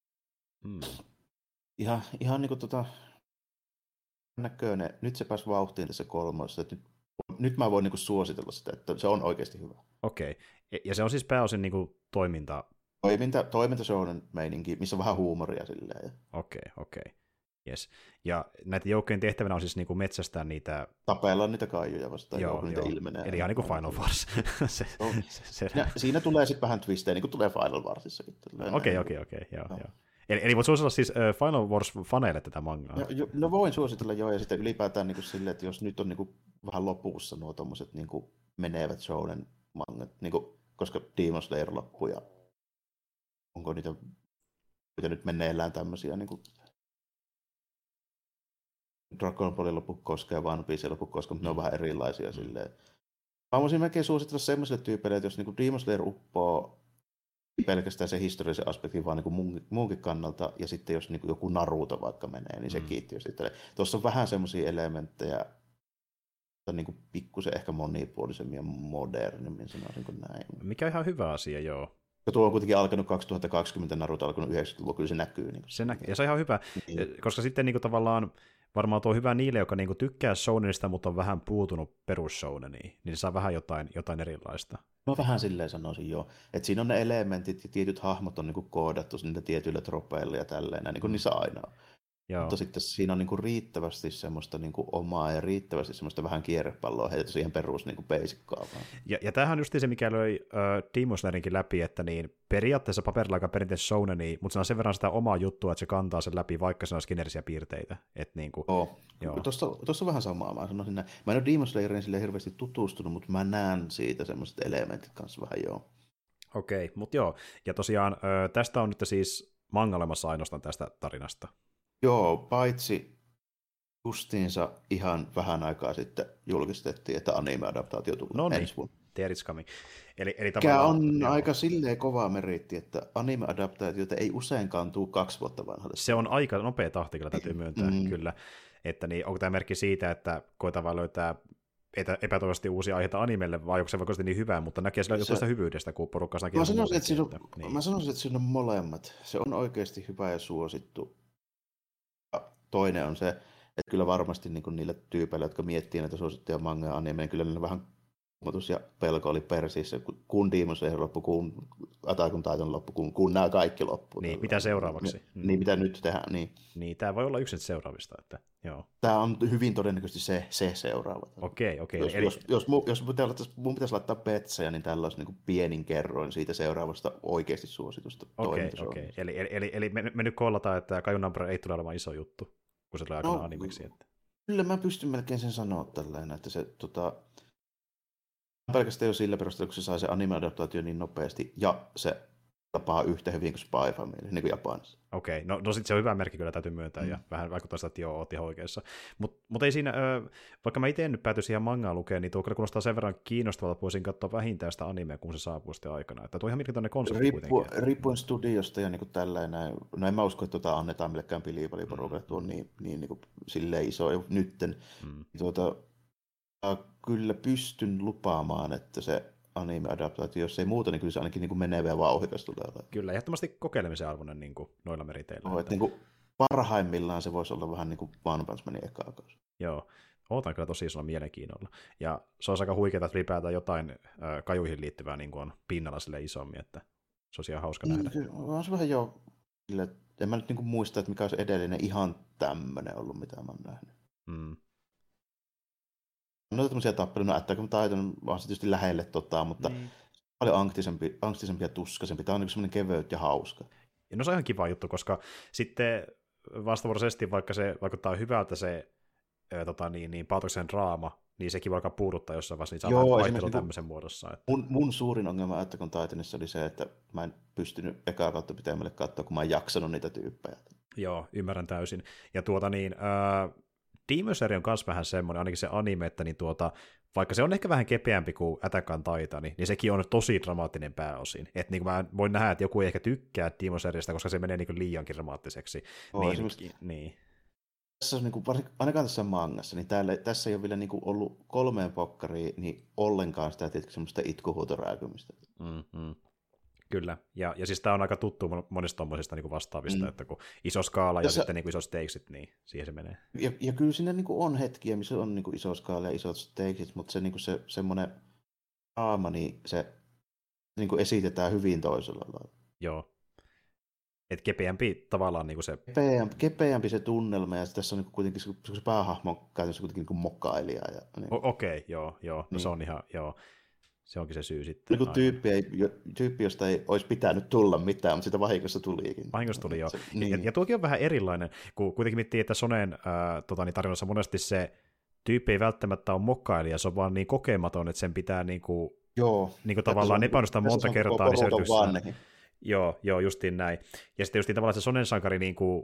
Ihan niinku näköinen. Nyt se pääsi vauhtiin tässä kolmosessa. Nyt mä voin niinku suositella sitä, että se on oikeasti hyvä. Okei. Ja se on siis pääosin niinku toiminta Shounen meininki, missä on vähän huumoria silleen. Okei. Yes. Ja näiden joukkojen tehtävänä on siis niinku metsästää niitä... Tapella niitä kaijuja vastaan, joo. niitä ilmenee. Eli ihan niin kuin Final Wars. Siinä tulee sitten vähän twistejä, niin kuin tulee Final Warsissakin. Okei, joo. Eli voit suositella siis Final Wars-faneille tätä mangaa? No voin suositella joo, ja sitten ylipäätään niin kuin silleen, että jos nyt on niin kuin vähän lopussa nuo tommoset niin kuin menevät shounen mangat, niin kuin, koska Demon Slayer loppuu, ja onko niitä nyt meneillään tämmöisiä niin kuin Dragon Ballin loppu koskee ja One Piece loppu koskee, mutta ne on vähän erilaisia silleen. Mä voisin melkein suositella semmoisille tyypeille, että jos niinku Demon Slayer uppoo pelkästään se historiallisen aspektin vaan niinku muunkin kannalta, ja sitten jos niinku joku Naruto vaikka menee, niin se kiitti jo sitten. Tuossa on vähän semmoisia elementtejä, niinku pikkusen ehkä monipuolisemmin ja modernimmin, sanoisinko näin. Mikä on ihan hyvä asia, joo. Ja tuo on kuitenkin alkanut 2020, Naruto alkanut 90-luvulla, kyllä se näkyy. Niin se näkyy, ja se on ihan hyvä, koska sitten niinku tavallaan varmaan tuo hyvä niille, joka niinku tykkää shounenista, mutta on vähän puutunut perushouneniin, niin saa vähän jotain erilaista. No vähän silleen sanoisin joo, että siinä on ne elementit ja tietyt hahmot on niinku koodattu niitä tietyillä tropeilla ja tälleen, niin kuin niissä aina on. Joo. Mutta sitten siinä on niinku riittävästi semmoista niinku omaa ja riittävästi semmoista vähän kierrepalloa heitetty siihen perus niinku basic-kaavaan. Ja tämähän on just se, mikä löi Demon Slayeringin läpi, että niin periaatteessa paperilla aika perinteisesti shouneni, mutta se on sen verran sitä omaa juttua, että se kantaa sen läpi, vaikka se on skenerisiä piirteitä. Niinku, joo. Tuossa on vähän samaa, mä sanoisin näin. Mä en ole Demon Slayerin silleen hirveästi tutustunut, mutta mä näen siitä semmoiset elementit kanssa vähän joo. Okei, mutta joo. Ja tosiaan tästä on nyt siis manga olemassa ainoastaan tästä tarinasta. Joo, paitsi justiinsa ihan vähän aikaa sitten julkistettiin, että anime-adaptaatio tulee ensi vuonna. There it's coming. Mikä on aika silleen kova meritti, että anime-adaptaatioita ei useinkaan tule 2 vuotta vanhalle. Se on aika nopea tahti, kyllä täytyy myöntää, kyllä. Että niin, onko tämä merkki siitä, että koetaan vaan löytää epätoivoisesti uusia aiheita animelle, vai onko se vaikka niin hyvää, mutta näkee sillä jotain hyvyydestä, kun porukka näkee. Mä sanoisin, että siinä on molemmat. Se on oikeasti hyvä ja suosittu. Toinen on se, että kyllä varmasti niin kuin niille tyypeille, jotka miettii näitä suosittuja manga ja animeen, kyllä ne vähän kumotus ja pelko oli persiissä, kun Demon Slayer loppu, kun Attack on Titan loppu, kun nämä kaikki loppuu. Niin, mitä seuraavaksi? Niin, mitä nyt tehdään. Niin, tämä voi olla yksi seuraavista. Että, joo. Tämä on hyvin todennäköisesti se seuraava. Okei. Jos mun pitäisi laittaa petsejä, niin tällä olisi niin kuin pienin kerroin siitä seuraavasta oikeasti suositusta toimintasohjelmasta. Eli me nyt kollataan, että Kaju Number ei tule olemaan iso juttu, kun se tulee aikanaan animeksi. Että... Kyllä mä pystyn melkein sen sanoa tällainen, että se pelkästään jo sillä perusteella, kun se sai se anime-adaptaatio niin nopeasti, ja se tapaa yhtä hyvin kuin Spy Family, niin kuin Japanissa. Okei, no sitten se on hyvä merkki, kyllä täytyy myöntää, ja vähän vaikuttaa sitä, että joo, oot ihan oikeassa. Mutta ei siinä, vaikka mä itse en nyt pääty siihen mangaan lukeen, niin tuo kyllä kuulostaa sen verran kiinnostavalta, voisin katsoa vähintään sitä animea, kun se saapuu sitten aikana. Että tuo ihan mielenkiintoinen konsepti kuitenkin. Riippuen studiosta ja niin kuin tällainen, no en mä usko, että annetaan millekään piliipaliporukalle, tuo on niin kuin silleen iso jo nytten. Kyllä pystyn lupaamaan, että se anime-adaptaatio, jos ei muuta, niin kyllä se ainakin niin kuin menevä ja vauhdikas tulee olemaan. Kyllä, ehdottomasti kokeilemisen arvoinen niin kuin noilla meriteillä. Että niin kuin parhaimmillaan se voisi olla vähän niin kuin One Punch Manin eka kausi. Joo, ootan kyllä tosi isolla mielenkiinnolla. Ja se olisi aika huikeaa, että ylipäätään jotain kajuihin liittyvää niin kuin on pinnalla sille isommin, että se olisi ihan hauska nähdä. On se vähän jo, en mä nyt niin kuin muista, että mikä olisi edellinen ihan tämmöinen ollut, mitä mä oon nähnyt. No tämmöisiä tappeluja, että kun Titan on se tietysti lähelle, mutta paljon anktisempi ja tuskaisempi. Tämä on niin semmoinen kevyt ja hauska. Ja no se on ihan kiva juttu, koska sitten vastavuoroisesti, vaikka se vaikuttaa hyvältä se paatoksen draama, niin sekin voi alkaa puuduttaa jossain vaiheessa, niin saa vaihtelua tämmöisen muodossa. Että... Mun suurin ongelma Attack on Titanissa oli se, että mä en pystynyt ekaa kautta pitemmälle katsoa, kun mä en jaksanut niitä tyyppejä. Joo, ymmärrän täysin. Ja Demon Slayer on myös vähän semmoinen, ainakin se anime, että niin vaikka se on ehkä vähän kepeämpi kuin Attack on Titan, niin sekin on tosi dramaattinen pääosin. Että niin mä voin nähdä, että joku ei ehkä tykkää Demon Slayerista, koska se menee niin liiankin dramaattiseksi. Niin. Tässä on, niin kuin, ainakaan tässä mangassa, niin tässä ei ole vielä niin kuin ollut 3 pokkariin niin ollenkaan sitä tietysti semmoista itkuhuutorääkymistä. Kyllä, ja siis tämä on aika tuttu monista tuommoisista niin vastaavista, että kun iso skaala ja sitten niin isot stakesit, niin siihen se menee. Ja kyllä siinä niin on hetkiä, missä on niin iso skaala ja isot stakesit, mutta se, niin se semmoinen draama, niin se niin esitetään hyvin toisella lailla. Joo. Että kepeämpi tavallaan niin se... Kepeämpi se tunnelma, ja tässä on niin kuitenkin se päähahmo on käytännössä kuitenkin niin mokkailija. Niin. Okei, joo. No niin. Se on ihan, joo. Se onkin se syy sitten. Niin tyyppi, josta ei olisi pitänyt tulla mitään, mutta sitä vahingossa tuliikin. Vahingossa tuli, joo. Niin. Ja tuokin on vähän erilainen, kun kuitenkin miettii, että Sonen tarinassa monesti se tyyppi ei välttämättä ole mokkailija, se on vaan niin kokematon, että sen pitää tavallaan epäonnistaa monta kertaa. Niin joo, justiin näin. Ja sitten justiin tavallaan se Sonen sankari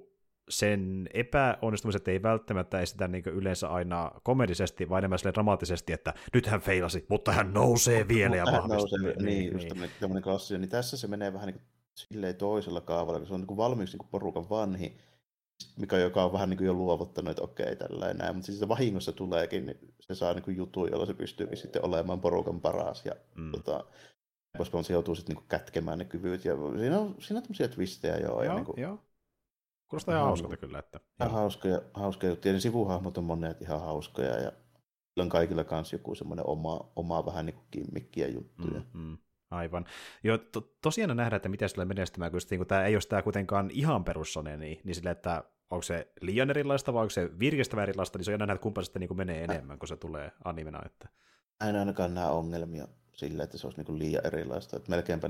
sen epäonnistumiset ei välttämättä esitä yleensä aina komedisesti, vaan enemmän dramaattisesti, että nyt hän feilasi, mutta hän nousee vielä ja vahvistuu. Niin, just tämmöinen klassinen. Niin tässä se menee vähän silleen toisella kaavalla, kun se on valmiiksi porukan vanhi, joka on vähän jo luovuttanut, että okei, tällainen näin, mutta siis se vahingossa tuleekin, niin se saa jutun, jolla se pystyykin sitten olemaan porukan paras, ja koska se joutuu sitten kätkemään ne kyvyt, ja siinä on tämmöisiä twistejä joo. Joo. Kuulostaa ihan hauskalta kyllä. Että, hauskoja juttuja, niin sivuhahmot on monet ihan hauskoja, ja on kaikilla kanssa joku semmoinen oma vähän niin kuin kimmikkiä juttuja. Aivan. Joo, tosiaan nähdään, että miten se tulee menestymään, kun tämä ei ole sitä kuitenkaan ihan perussone, niin sille, että onko se liian erilaista vai onko se virkistävä erilaista, niin se on nähdä, että kumpa sitten niin menee enemmän, kun se tulee animena. Että... En ainakaan näe ongelmia sille, että se olisi niin liian erilaista. Että melkeinpä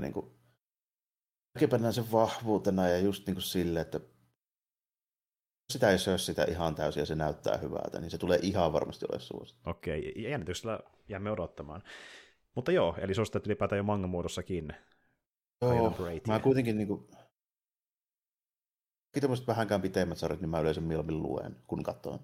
näen sen vahvuutena ja just niin sille, että sitä ei syö sitä ihan täysin ja se näyttää hyvältä, niin se tulee ihan varmasti ole suosittu. Okei, jännityksellä jäämme odottamaan. Mutta joo, eli suositteet ylipäätään jo manga-muodossakin. Joo, mä kuitenkin tämmöiset vähänkään pitemmät sarjat, niin mä yleensä mieluummin luen, kun katson.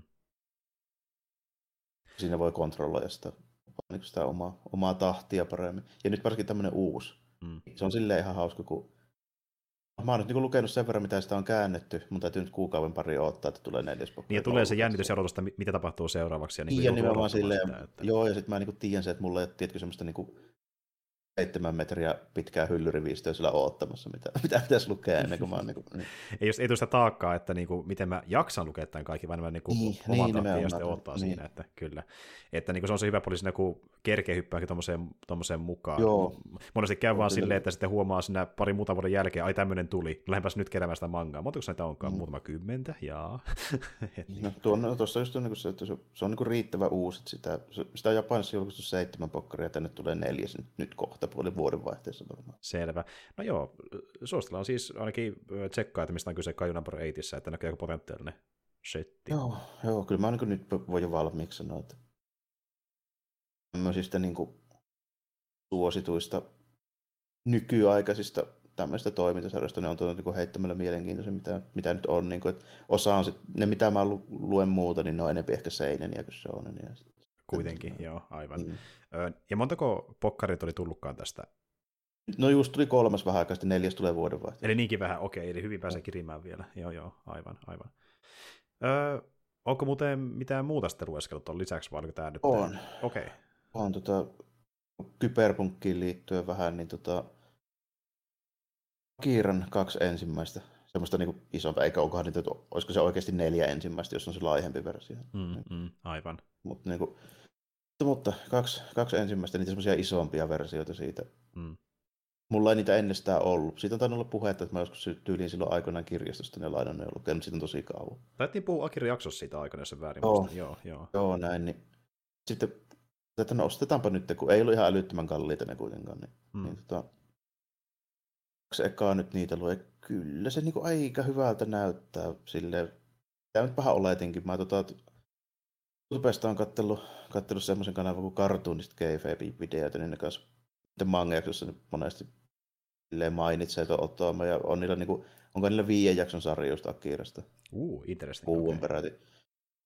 Siinä voi kontrolloida sitä omaa tahtia paremmin. Ja nyt varsinkin tämmöinen uusi. Se on silleen ihan hauska, kun mä oon nyt lukenut sen verran, mitä sitä on käännetty, mun täytyy nyt kuukauden pari odottaa, että tulee 4. pokkari. Niin ja tulee se jännitys ja odotusta, mitä tapahtuu seuraavaksi. Ja nimenomaan silleen, joo, ja sitten mä tiedän se, että mulla ei ole tietkö semmoista 7 metriä pitkää hyllyriviistöä sillä oottamassa, mitä pitäisi lukea ennen kuin mä oon... Niin. Ei tule sitä taakkaa, että miten mä jaksan lukea tämän kaikki, vaan mä omaa tahtia ja sitten odottaa siinä, että kyllä. Että se on se hyvä puoli siinä, kun kerkee hyppääkin tommoseen mukaan. Joo. Monesti käy vaan silleen, että sitten huomaa siinä pari muuta vuoden jälkeen, ai tämmöinen tuli, lähdenpäs nyt keräämään sitä mangaa. Montako näitä onkaan? Muutama 10, jaa. Tuossa just on se, että se on riittävä uusi, että sitä on Japanissa julkaistu 7 pokkaria, ja tänne tulee 4 nyt kohta puolin vuodenvaihteessa varmaan. Selvä. No joo, suositellaan siis ainakin tsekkaa, että mistä on kyse Kaiju Number 8, että näkyy aika potentiaalinen setti. Joo, kyllä mä nyt voi jo valmiiksi sanoa, että tämmöisistä suosituista nykyaikaisista tämmöistä toimintasarjoista, ne on tuonut heittämällä mielenkiintoisen, mitä nyt on. Että osa on ne, mitä mä luen muuta, niin ne on enemmän ehkä Seineniä kuin Shounen. Kuitenkin, joo, aivan. Ja montako pokkarit oli tullutkaan tästä? No just tuli 3 vähän aikaa, sitten 4 tulee vuodenvaihteen. Eli niinkin vähän, okei, eli hyvin pääsee kirimään vielä. Joo, aivan. Onko muuten mitään muuta sitten lueskellut tuon lisäksi, vai oliko tämä nyt? On. Okei. On kyberpunkkiin liittyen vähän, niin Akiran 2 ensimmäistä, semmoista isompaa, eikä onkohan niitä, olisiko se oikeasti 4 ensimmäistä, jos on se laajempi versio. Aivan. Mutta 2 ensimmäistä, niitä semmoisia isompia versioita siitä. Mulla ei niitä ennestään ollut. Siitä on tainnut olla puhetta, että mä joskus tyyliin silloin aikoinaan kirjastosta ne lainannut ja lukenut, siitä on tosi kauan. Taittiin puhua Akiran jaksossa siitä aikana, jos se väärin muistan. Joo, näin. Niin. Sitten, että ostetaanpa nyt, kun ei ollut ihan älyttömän kalliita ne kuitenkaan. Niin, 2 ekaa nyt niitä lue. Kyllä se aika hyvältä näyttää silleen. Tämä nyt vähän oletinkin. Mä YouTubesta on kattellut semmoisen kanavan kuin Cartoonist Kayfabe-videoita, niin ne kanssa manga-jaksossa monesti mainitsee tuon Otoma, ja on niillä onko niillä 5 jakson sarja just Akirasta? Interesting. 6 peräti.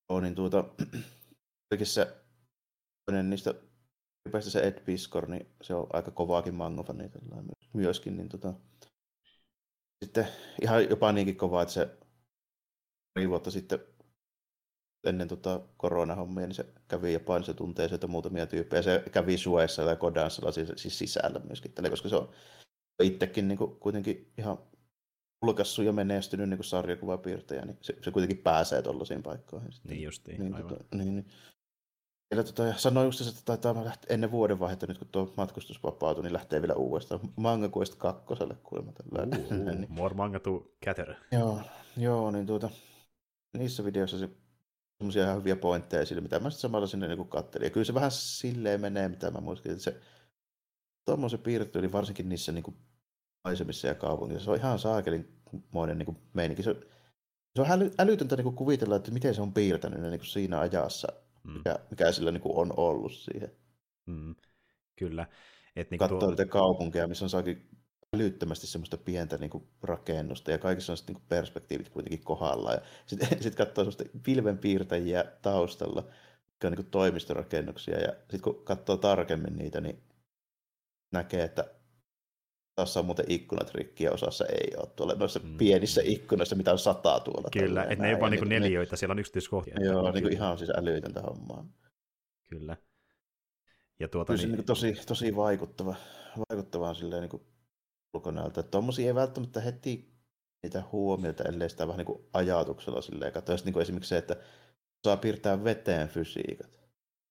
niin olikin se toinen niistä päästä se Ed Piskor, niin se on aika kovaakin manga-fani myöskin, niin sitten ihan jopa niinkin kovaa, että se pari vuotta sitten ennen koronahommia, niin se kävi Japanissa tuntee sieltä muutamia tyyppejä. Se kävi Suessa ja Kodansalla siis sisällä myöskin, koska se on itsekin niin kuin, kuitenkin ihan julkaissut ja menestynyt niin sarjakuvapiirtäjä, niin se kuitenkin pääsee tuollaisiin paikkoihin. Niin justiin, aivan. Niin. Ja sanoi just, että taitaa lähteä ennen vuodenvaihetta, nyt kun tuo matkustus vapautui, niin lähtee vielä uudestaan Manga Quest 2 kuulemma tällä. More manga to gather. Joo, niin niissä videoissa se semmoisia ihan hyviä pointteja esille, mitä mä sitten samalla sinne niin katselin. Ja kyllä se vähän silleen menee, mitä mä muistin, että se tuommoisen piirtyyli varsinkin niissä niin maisemissa ja kaupungissa, se on ihan saakelinmoinen niin meininki. Se on älytöntä niin kuvitella, että miten se on piirtänyt niin siinä ajassa, mikä sillä niin on ollut siihen. Kyllä. Niin katsoo niitä kaupunkeja, missä on saakin älyttömästi semmoista pientä niin kuin rakennusta ja kaikissa on sitten niin perspektiivit kuitenkin kohdallaan. Ja sitten katsoo semmoista pilvenpiirtäjiä taustalla, jotka on niin kuin toimistorakennuksia ja sitten kun katsoo tarkemmin niitä, niin näkee, että osassa on muuten ikkunat rikki ja osassa ei ole. Tuolla noissa pienissä ikkunoissa, mitä on 100 tuolla. Kyllä, että ne ei ole vaan niin neliöitä, siellä on yksityiskohtia. Joo, niin ihan siis älytöntä hommaa. Kyllä. Ja kyllä se niin tosi vaikuttavaa silleen niin kuin ulkonäöltä. Tuommoisia ei välttämättä heti niitä huomiota, ellei sitä vähän niin kuin ajatuksella silleen katsoa. Niin kuin esimerkiksi se, että saa piirtää veteen fysiikat.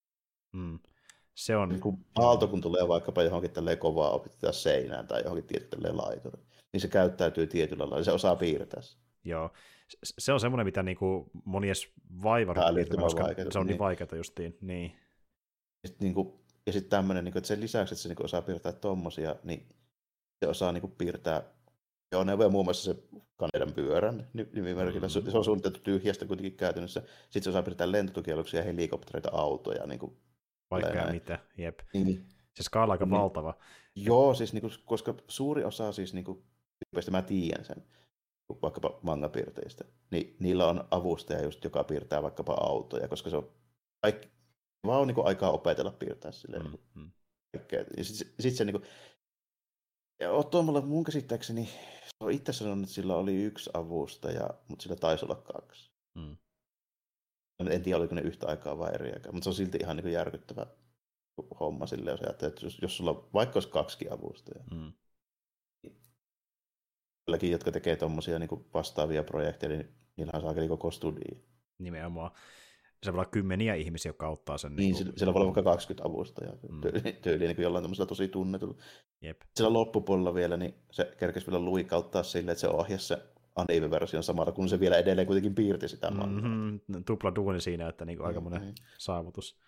Se on... Niin kuin aalto, kun tulee vaikkapa johonkin tälleen kovaa opittaa seinään tai johonkin tietylleen laituriin, niin se käyttäytyy tietyllä lailla, se osaa piirtää. Joo, se on semmoinen, mitä niinku moni edes vaivanut piirtämään, koska se on niin vaikeaa justiin. Niin. Ja sitten tämmöinen, että sen lisäksi, että se niinku osaa piirtää tommosia, niin se osaa niinku piirtää ajoneuvoja, muun muassa se Kanedan pyörän nimimerkillä. Se on suunniteltu tyhjästä kuitenkin käytännössä. Sitten se osaa piirtää lentotukialuksia, helikoptereita, autoja. Niin vaikka mitä, jep. Niin. Se skaala on aika valtava. Joo, siis koska suuri osa siis mä tiedän sen, vaikkapa mangapiirteistä, niin niillä on avustaja just, joka piirtää vaikkapa autoja, koska se on vaan on aikaa opetella piirtää silleen. Ja sit se ja Otto mulle mun käsittääkseni, se on itse sanonut, että sillä oli 1 avustaja, mutta sillä taisi olla 2. En tiedä, oliko ne yhtä aikaa vai eri aikaa, mutta se on silti ihan järkyttävä homma silleen, jos ajattelee, että jos sulla vaikka olisi 2 avustajaa. Jollakin, jotka tekee tuommoisia vastaavia projekteja, niin niillähän saa koko studia. Nimenomaan. Se voi olla kymmeniä ihmisiä, jotka auttaa sen. Niin, siellä voi olla vaikka 20 avustajaa tyyliin jollain tämmöisellä tosi tunnetulla. Jep. Siellä loppupuolella vielä, niin se kerkesi vielä luikauttaa silleen, että se ohjasi se anime-version samalla, kun se vielä edelleen kuitenkin piirti sitä mangaa. Tupla duuni siinä, että aika monen saavutus.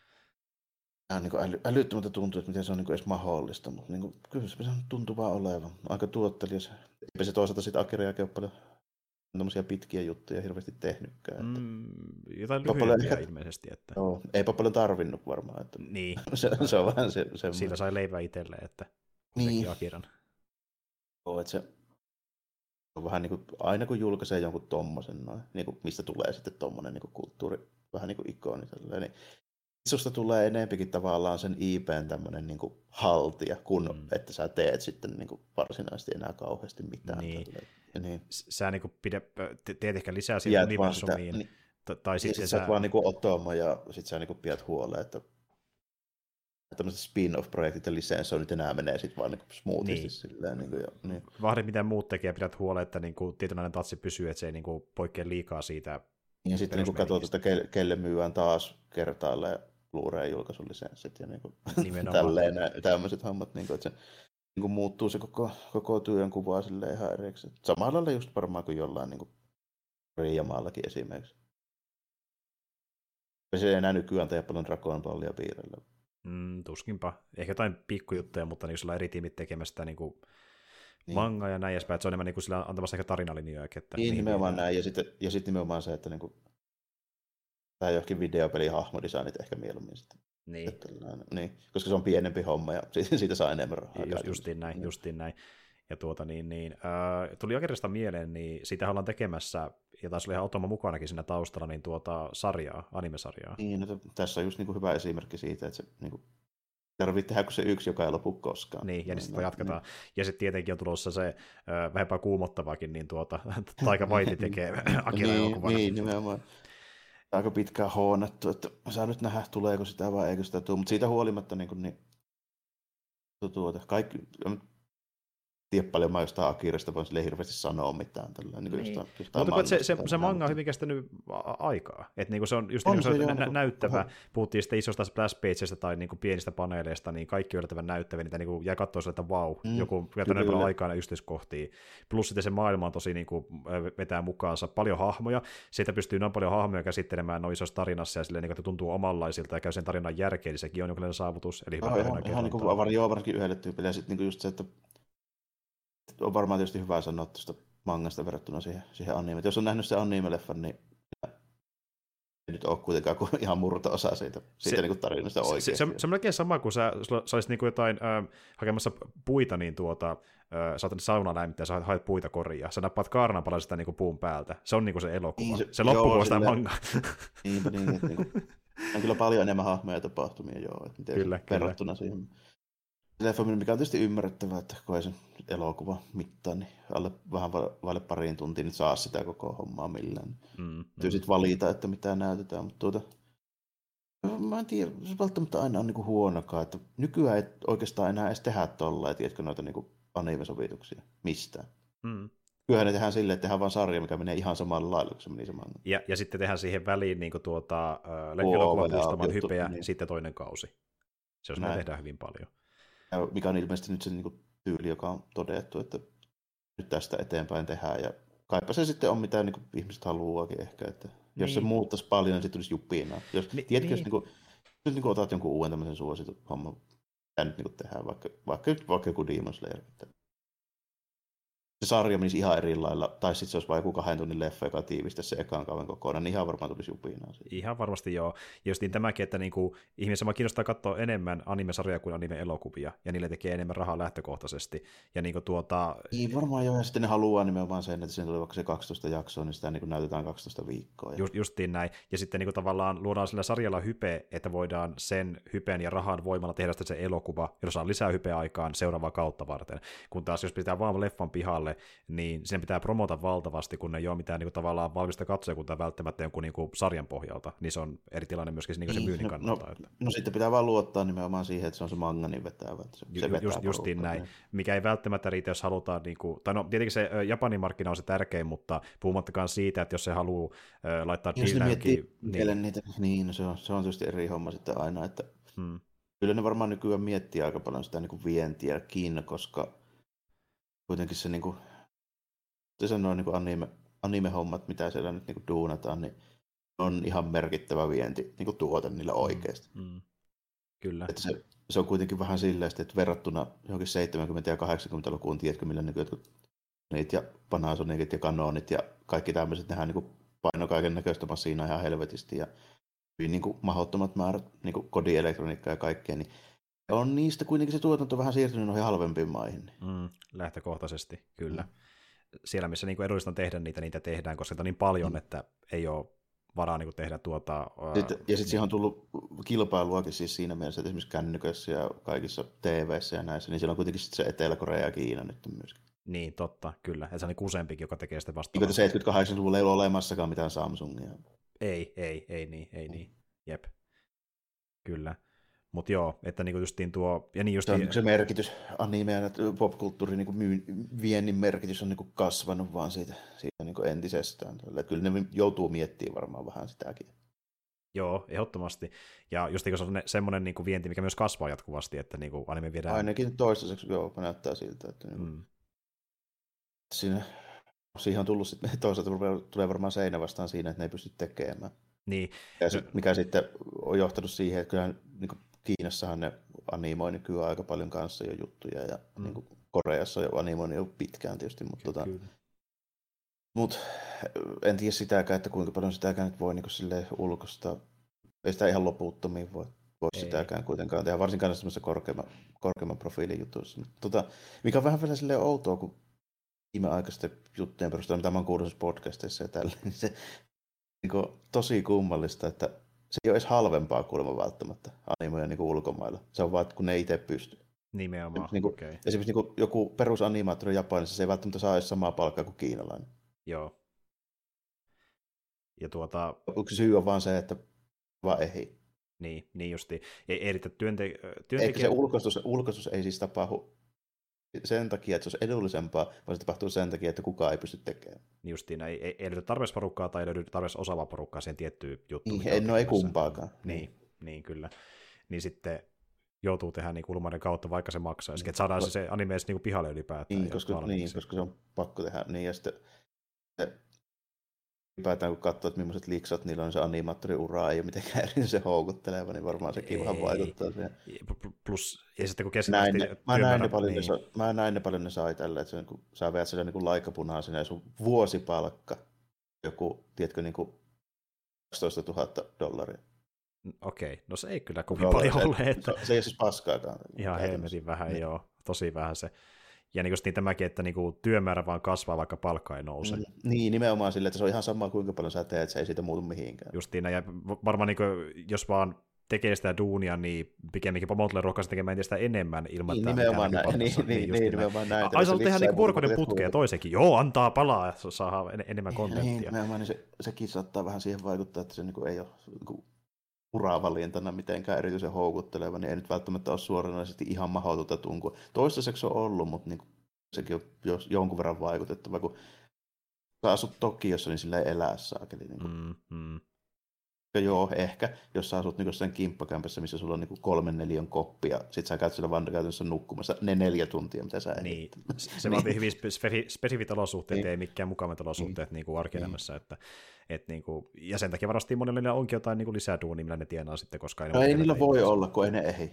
Älyttömältä tuntuu, että miten se on edes mahdollista, mutta kyllä se tuntuu vaan olevan. Aika tuottelias. Eipä se toisaalta sitten Akira Jake ole paljon tämmöisiä pitkiä juttuja hirveästi tehnytkään. Jotain lyhyempiä ilmeisesti. Että... Joo, eipä paljon tarvinnut varmaan. Että... Niin. se on vähän se. Siitä sai leivää itselleen, että niin. Akiran. Joo, että se on vähän aina kun julkaisee jonkun tommosen, mistä tulee sitten tommonen kulttuuri, vähän ikoni, niin susta tulee enempikin tavallaan sen IPn tämmöinen haltija, kun että sä teet sitten varsinaisesti enää kauheasti mitään. Niin. Sä teet ehkä lisää siihen universumiin. Tai sitten sä vaan otomo ja sit sä pidät huoleen, että tämmöiset spin-off-projektit ja lisensoinnit enää menee sit vaan smoothisti silleen. Niin. Vahdet mitä muut tekee, pidät huoleen, että tietynlainen tatsi pysyy, että se ei poikkea liikaa siitä. Ja sitten katsoo tästä, kelle myyään taas kertaalleen Blu-ray-julkaisullisenssit ja tälleen tämmöiset hommat, että se muuttuu se koko työnkuva silleen ihan erikseen. Samalla lailla just varmaan kuin jollain Riiamaallakin esimerkiksi. Se ei enää nykyään tee paljon Dragon Ballia piirrellä. Tuskinpa. Ehkä jotain pikkujuttuja, mutta sillä on eri tiimit tekemästä manga ja näin edespäin, että se on enemmän sillä antamassa ehkä tarinalinjoja. Niin, nimenomaan näin. Ja sitten nimenomaan se, että tai johonkin videopelihahmodesignit ehkä mieluummin sitten. Niin. Koska se on pienempi homma ja siitä saa enemmän rahaa. Justiin näin. Ja tuli Akirasta mieleen, niin siitä ollaan tekemässä ja taas oli ihan Otoma mukanakin siinä taustalla, niin anime-sarjaa. Niin, no, tässä on just niin kuin hyvä esimerkki siitä, että se niin kuin, tarvitsee tehdä kuin se yksi, joka ei lopu koskaan. Niin, ja niin sitten jatketaan. Ja sitten tietenkin on tulossa se vähempää kuumottavaakin, niin Taika Waititi tekee Akira-elokuvan. Niin, nimenomaan. Aika pitkään hoonattu, että saa nyt nähdä, tuleeko sitä vai eikö sitä tule, mutta siitä huolimatta kaikki, en tiedä paljon mä jostain Akirasta, voin sille hirveästi sanoa mitään. Mutta se manga on hyvin kestänyt aikaa. Että niinku se on just näyttävä. Puhuttiin sitten isosta splash pageista tai niinku pienistä paneeleista, niin kaikki on yllättävän näyttäviä. Niitä niinku jää katsoa sille, että joku käytännön paljon aikaa yksityiskohtiin. Plus sitten se maailma on tosi niinku, vetää mukaansa paljon hahmoja. Siitä pystyy noin paljon hahmoja käsittelemään noin isossa tarinassa ja silleen, niinku, että tuntuu omanlaisilta ja käy sen tarinan järkeen, niin sekin on jonkinlainen saavutus. Eli ihan niin kuin varsinkin yhdelle tyypille. Ja sitten niinku just se, että on varmaan tietysti hyvä sanoa tuosta mangasta verrattuna siihen animeen. Jos on nähnyt se anime-leffan, niin ei nyt ole kuitenkaan kuin ihan murto-osa siitä niin kuin tarinasta oikeasti. Se on melkein sama, kun sä olisit niin kuin jotain hakemassa puita, niin sä otat saunaan lämmittää ja sä haet puita koria. Sä nappaat kaarnanpalasesta niin kuin puun päältä. Se on niin kuin se elokuva. Niin, se loppuu sitä manga. Niinpä niin, että niin kuin, on kyllä paljon enemmän hahmoja ja tapahtumia, että kyllä, verrattuna siihen. Leffa, mikä on tietysti ymmärrettävää, että kun ei sen elokuva mittaa, niin vähän vaille pariin tuntiin nyt saa sitä koko hommaa millään. Täytyy sitten valita, että mitä näytetään, mutta mä en tiedä, se välttämättä aina on niinku huonokaan, että nykyään ei oikeastaan enää edes tehdä tolleen, tiedätkö noita niinku anime-sovituksia mistään. Kyllähän ne tehdään silleen, että tehdään vaan sarja, mikä menee ihan samalla lailla, kun se meni samalla. Ja sitten tehdään siihen väliin niin elokuvan puistamaan hypeä, niin sitten toinen kausi. Se on tehdään hyvin paljon. Ja mikä on ilmeisesti nyt se niin kuin tyyli, joka on todettu, että nyt tästä eteenpäin tehdään. Ja kaipa se sitten on, mitä niin kuin ihmiset haluaakin ehkä. Että jos se muuttaisi paljon, niin sitten tulisi jupinaa. Tiedätkö, jos niin kuin otat jonkun uuden tämmöisen suositushomman, mitä nyt niin kuin tehdään, vaikka joku Demon Slayer. Se sarja menisi ihan eri lailla, tai sitten se olisi vain joku 2 tunnin leffa, joka tiivistäisi se ekan kauden kokonaan, niin ihan varmaan tulisi jupinaa. Ihan varmasti joo. Ja just niin tämäkin, että niinku, ihmisiä vaan kiinnostaa katsoa enemmän anime-sarjoja kuin anime-elokuvia, ja niille tekee enemmän rahaa lähtökohtaisesti. Ja niinku Niin varmaan joo, ja sitten ne haluaa nimenomaan sen, että siinä tulee vaikka se 12 jaksoa, niin sitä niin näytetään 12 viikkoa. Justiin näin. Ja sitten niinku tavallaan luodaan sillä sarjalla hype, että voidaan sen hypen ja rahan voimalla tehdä sitten se elokuva, jos saa lisää hypeä aikaan seuraavaa kautta varten. Kun taas jos pitää vaan leffan pihalle, niin sen pitää promota valtavasti, kun ei ole mitään niin tavallaan valmista katsojakuntaa välttämättä jonkun niin sarjan pohjalta, niin se on eri tilanne myöskin niin se myynnin kannalta. No sitten pitää vaan luottaa nimenomaan siihen, että se on se manga niin vetävä. Justiin näin, mikä ei välttämättä riitä, jos halutaan, niin kuin, tai no tietenkin se Japanin markkina on se tärkein, mutta puhumattakaan siitä, että jos se haluaa laittaa niin se on tietysti eri homma sitten aina, että kyllä ne varmaan nykyään miettii aika paljon sitä niin kuin vientiäkin, koska kuitenkin se niin kuin se sanoo niin anime-hommat, mitä siellä nyt niin duunataan, niin on ihan merkittävä vienti niin tuote niillä oikeasti. Kyllä. Että se on kuitenkin vähän silleen, että verrattuna johonkin 70- ja 80-lukuun, tiedätkö, millä niin jotkut niitä ja Panasonicit ja Canonit ja kaikki tämmöiset, nehän niin paino kaiken näköistä masiinaa ihan helvetisti ja hyvin niin mahdottomat määrät niin kodielektroniikkaa ja kaikkea, niin on niistä kuitenkin se tuotanto vähän siirtynyt noihin halvempiin maihin. Lähtökohtaisesti, kyllä. Siellä, missä niin edullista on tehdä niitä tehdään, koska niitä on niin paljon, että ei ole varaa niin tehdä Ja sitten siihen on tullut kilpailuakin siis siinä mielessä, että esimerkiksi kännyköissä ja kaikissa TV:ssä ja näissä, niin siellä on kuitenkin se Etelä-Korea ja Kiina nyt myöskin. Niin, totta, kyllä. Ja se on niin useampikin, joka tekee sitä vastaavaa. Niin, 78-luvulla ei ole olemassakaan mitään Samsungia. Ei niin. Jep. Kyllä. Mutta joo, että niinku justiin tuo... Ja niin justiin... Se on se merkitys, anime ja popkulttuurin niinku viennin merkitys on niinku kasvanut vaan siitä niinku entisestään. Kyllä ne joutuu miettimään varmaan vähän sitäkin. Joo, ehdottomasti. Ja just se on semmoinen niinku vienti, mikä myös kasvaa jatkuvasti, että niinku anime viedään... Ainakin toistaiseksi joo, näyttää siltä. Että niinku... Siihen on tullut sitten toisaalta tulee varmaan seinä vastaan siinä, että ne ei pysty tekemään. Niin. Mikä sitten on johtanut siihen, että kyllähän niin Kiinassahan ne animoi nykyään aika paljon kanssa jo juttuja ja niin kuin Koreassa on animoinut jo pitkään tietysti, mutta en tiedä sitäkään, että kuinka paljon sitäkään nyt voi niin silleen ulkoistaa. Ei sitä ihan loputtomiin voi sitäkään kuitenkaan tehdä, varsinkaan semmoisessa korkeamman profiilin jutuissa. Mikä on vähän vielä silleen outoa, kun viimeaikaisten juttujen perusteella, mitä mä oon kuullut podcasteissa ja tällä, niin se niin tosi kummallista, että se ei ole edes halvempaa kuulemma välttämättä animoja niin ulkomailla. Se on vaan, että kun ne itse pystyy. Nimenomaan, okei. Esimerkiksi niin joku perusanimaattori Japanissa, se ei välttämättä saa edes samaa palkkaa kuin kiinalainen. Joo. Ja yksi syy on vaan se, että vaan ei. Niin justiin. Ei riitä Eikö se ulkoistus ei siis tapahdu sen takia, että se olisi edullisempaa, vaan se tapahtuu sen takia, että kukaan ei pysty tekemään. Niin justiin, ei löydy tarpeeksi porukkaa tai ei löydy tarpeeksi osaavaa porukkaa siihen tiettyyn juttuun. Niin, ei kumpaakaan. Niin, kyllä. Niin sitten joutuu tehdä niin ulmaiden kautta, vaikka se maksaisi. Että saadaan se anime edes niin pihalle ylipäätään. Koska se on pakko tehdä. Niin, ja sitten ylipäätään kun katsoo, että millaiset liiksat niillä on, se animaattoriura ei ole mitenkään erityisen houkutteleva, niin varmaan sekin vähän vaikuttaa siihen. Plus, ja sitten kun keskimääräisesti mä näin ne paljon ne sai tällä, että kun sä veät sillä niin laikapunaa sinne ja sun vuosipalkka, joku, tiedätkö, niin kuin $12,000. Okei, no se ei kyllä kovin paljon ole. Se ei ole siis paskaakaan. Ihan helmetin vähän, joo, tosi vähän se. Ja niin just tämäkin, että niinku työmäärä vaan kasvaa, vaikka palkka ei nouse. Niin, nimenomaan sille, että se on ihan sama kuinka paljon sä teet, että se ei siitä muutu mihinkään. Justiin, ja varmaan niinku, jos vaan tekee sitä duunia, niin pikemminkin pomontille rohkaisi tekemään entistä enemmän ilman, että nimenomaan näin. Nimenomaan näin. Ai, sä haluat tehdä niinku vuorokauden putkea toisenkin. Joo, antaa palaa, ja saa enemmän kontenttia. Niin, nimenomaan, niin sekin saattaa vähän siihen vaikuttaa, että se niinku ei ole niinku uravalintana mitenkään erityisen houkutteleva, niin ei nyt välttämättä ole suoranaisesti ihan mahdotonta tunkua. Toistaiseksi on ollut, mutta niin sekin on jonkun verran vaikutettava, kun sä asut Tokiossa, niin sillä ei elää saakeli. Niin joo, ehkä, jos sä asut niin jossain kimppakämpässä, missä sulla on niin 3-4 koppia, sit sä käyt siellä vaan käytännössä nukkumassa ne 4 tuntia, mitä sä niin. Se vaatii hyvin spesifit olosuhteet, ei mikään mukavat olosuhteet niin arkielämässä, että niin kuin, ja sen takia varmasti monilla niillä onkin jotain niin lisää duunia, millä ne tienaa sitten, koska ei niillä voi olla, kun ei ne ehdi.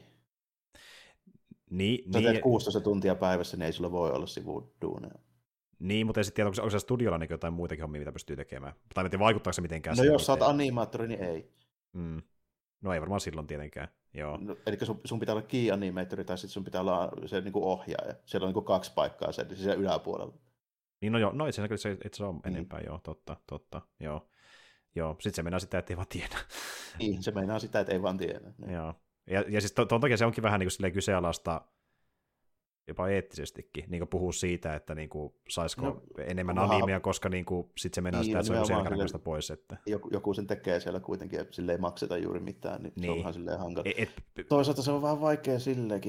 Niin, sä teet 16 tuntia päivässä, niin ei sulla voi olla sivuduuneja. Niin, mutta ei sitten tiedä, onko se studiolla niin jotain muitakin hommia, mitä pystyy tekemään. Tai en tiedä, vaikuttaako se mitenkään. No jos sä oot animaattori, niin ei. No ei varmaan silloin tietenkään, joo. No, eli sun pitää olla key animatori, tai sitten sun pitää olla se niin kuin ohjaaja. Siellä on niin kuin 2 paikkaa siellä yläpuolella. Niin no joo, no itse asiassa se on enempää, joo, totta, joo. Sitten se meinaa sitä, että ei vaan tiedä. Niin, se meinaa sitä, että ei vaan tiedä. Joo. Ja siis ton takia se onkin vähän niin kuin kyseenalaista jopa eettisestikin, niin kuin puhuu siitä, että niin kuin saisiko enemmän animea, koska niin kuin, sit se meinaa sitä, että se on selkärangasta pois. Että joku sen tekee siellä kuitenkin, että sille ei makseta juuri mitään, niin se on vähän silleen hankala. Toisaalta se on vähän vaikea silleenkin.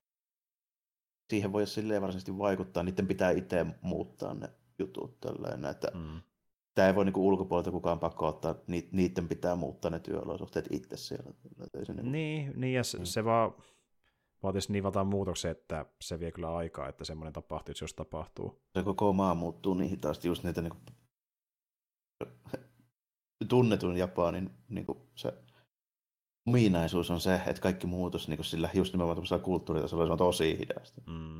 Siihen voi silleen varsinaisesti vaikuttaa, niiden pitää itse muuttaa ne jutut tälleen, että tämä ei voi niinku ulkopuolelta kukaan pakko ottaa, niiden pitää muuttaa ne työolosuhteet itse siellä. Niin, ja se vaan vaatisi niin valtaan muutoksen, että se vie kyllä aikaa, että semmoinen tapahtuu, jos tapahtuu. Se koko maa muuttuu niin hitaasti, just niitä niinku tunnetun Japanin niinku se ominaisuus on se, että kaikki muutos niinku sillä just nimenomaan tämmöisellä kulttuuritasolla se on tosi hidasta.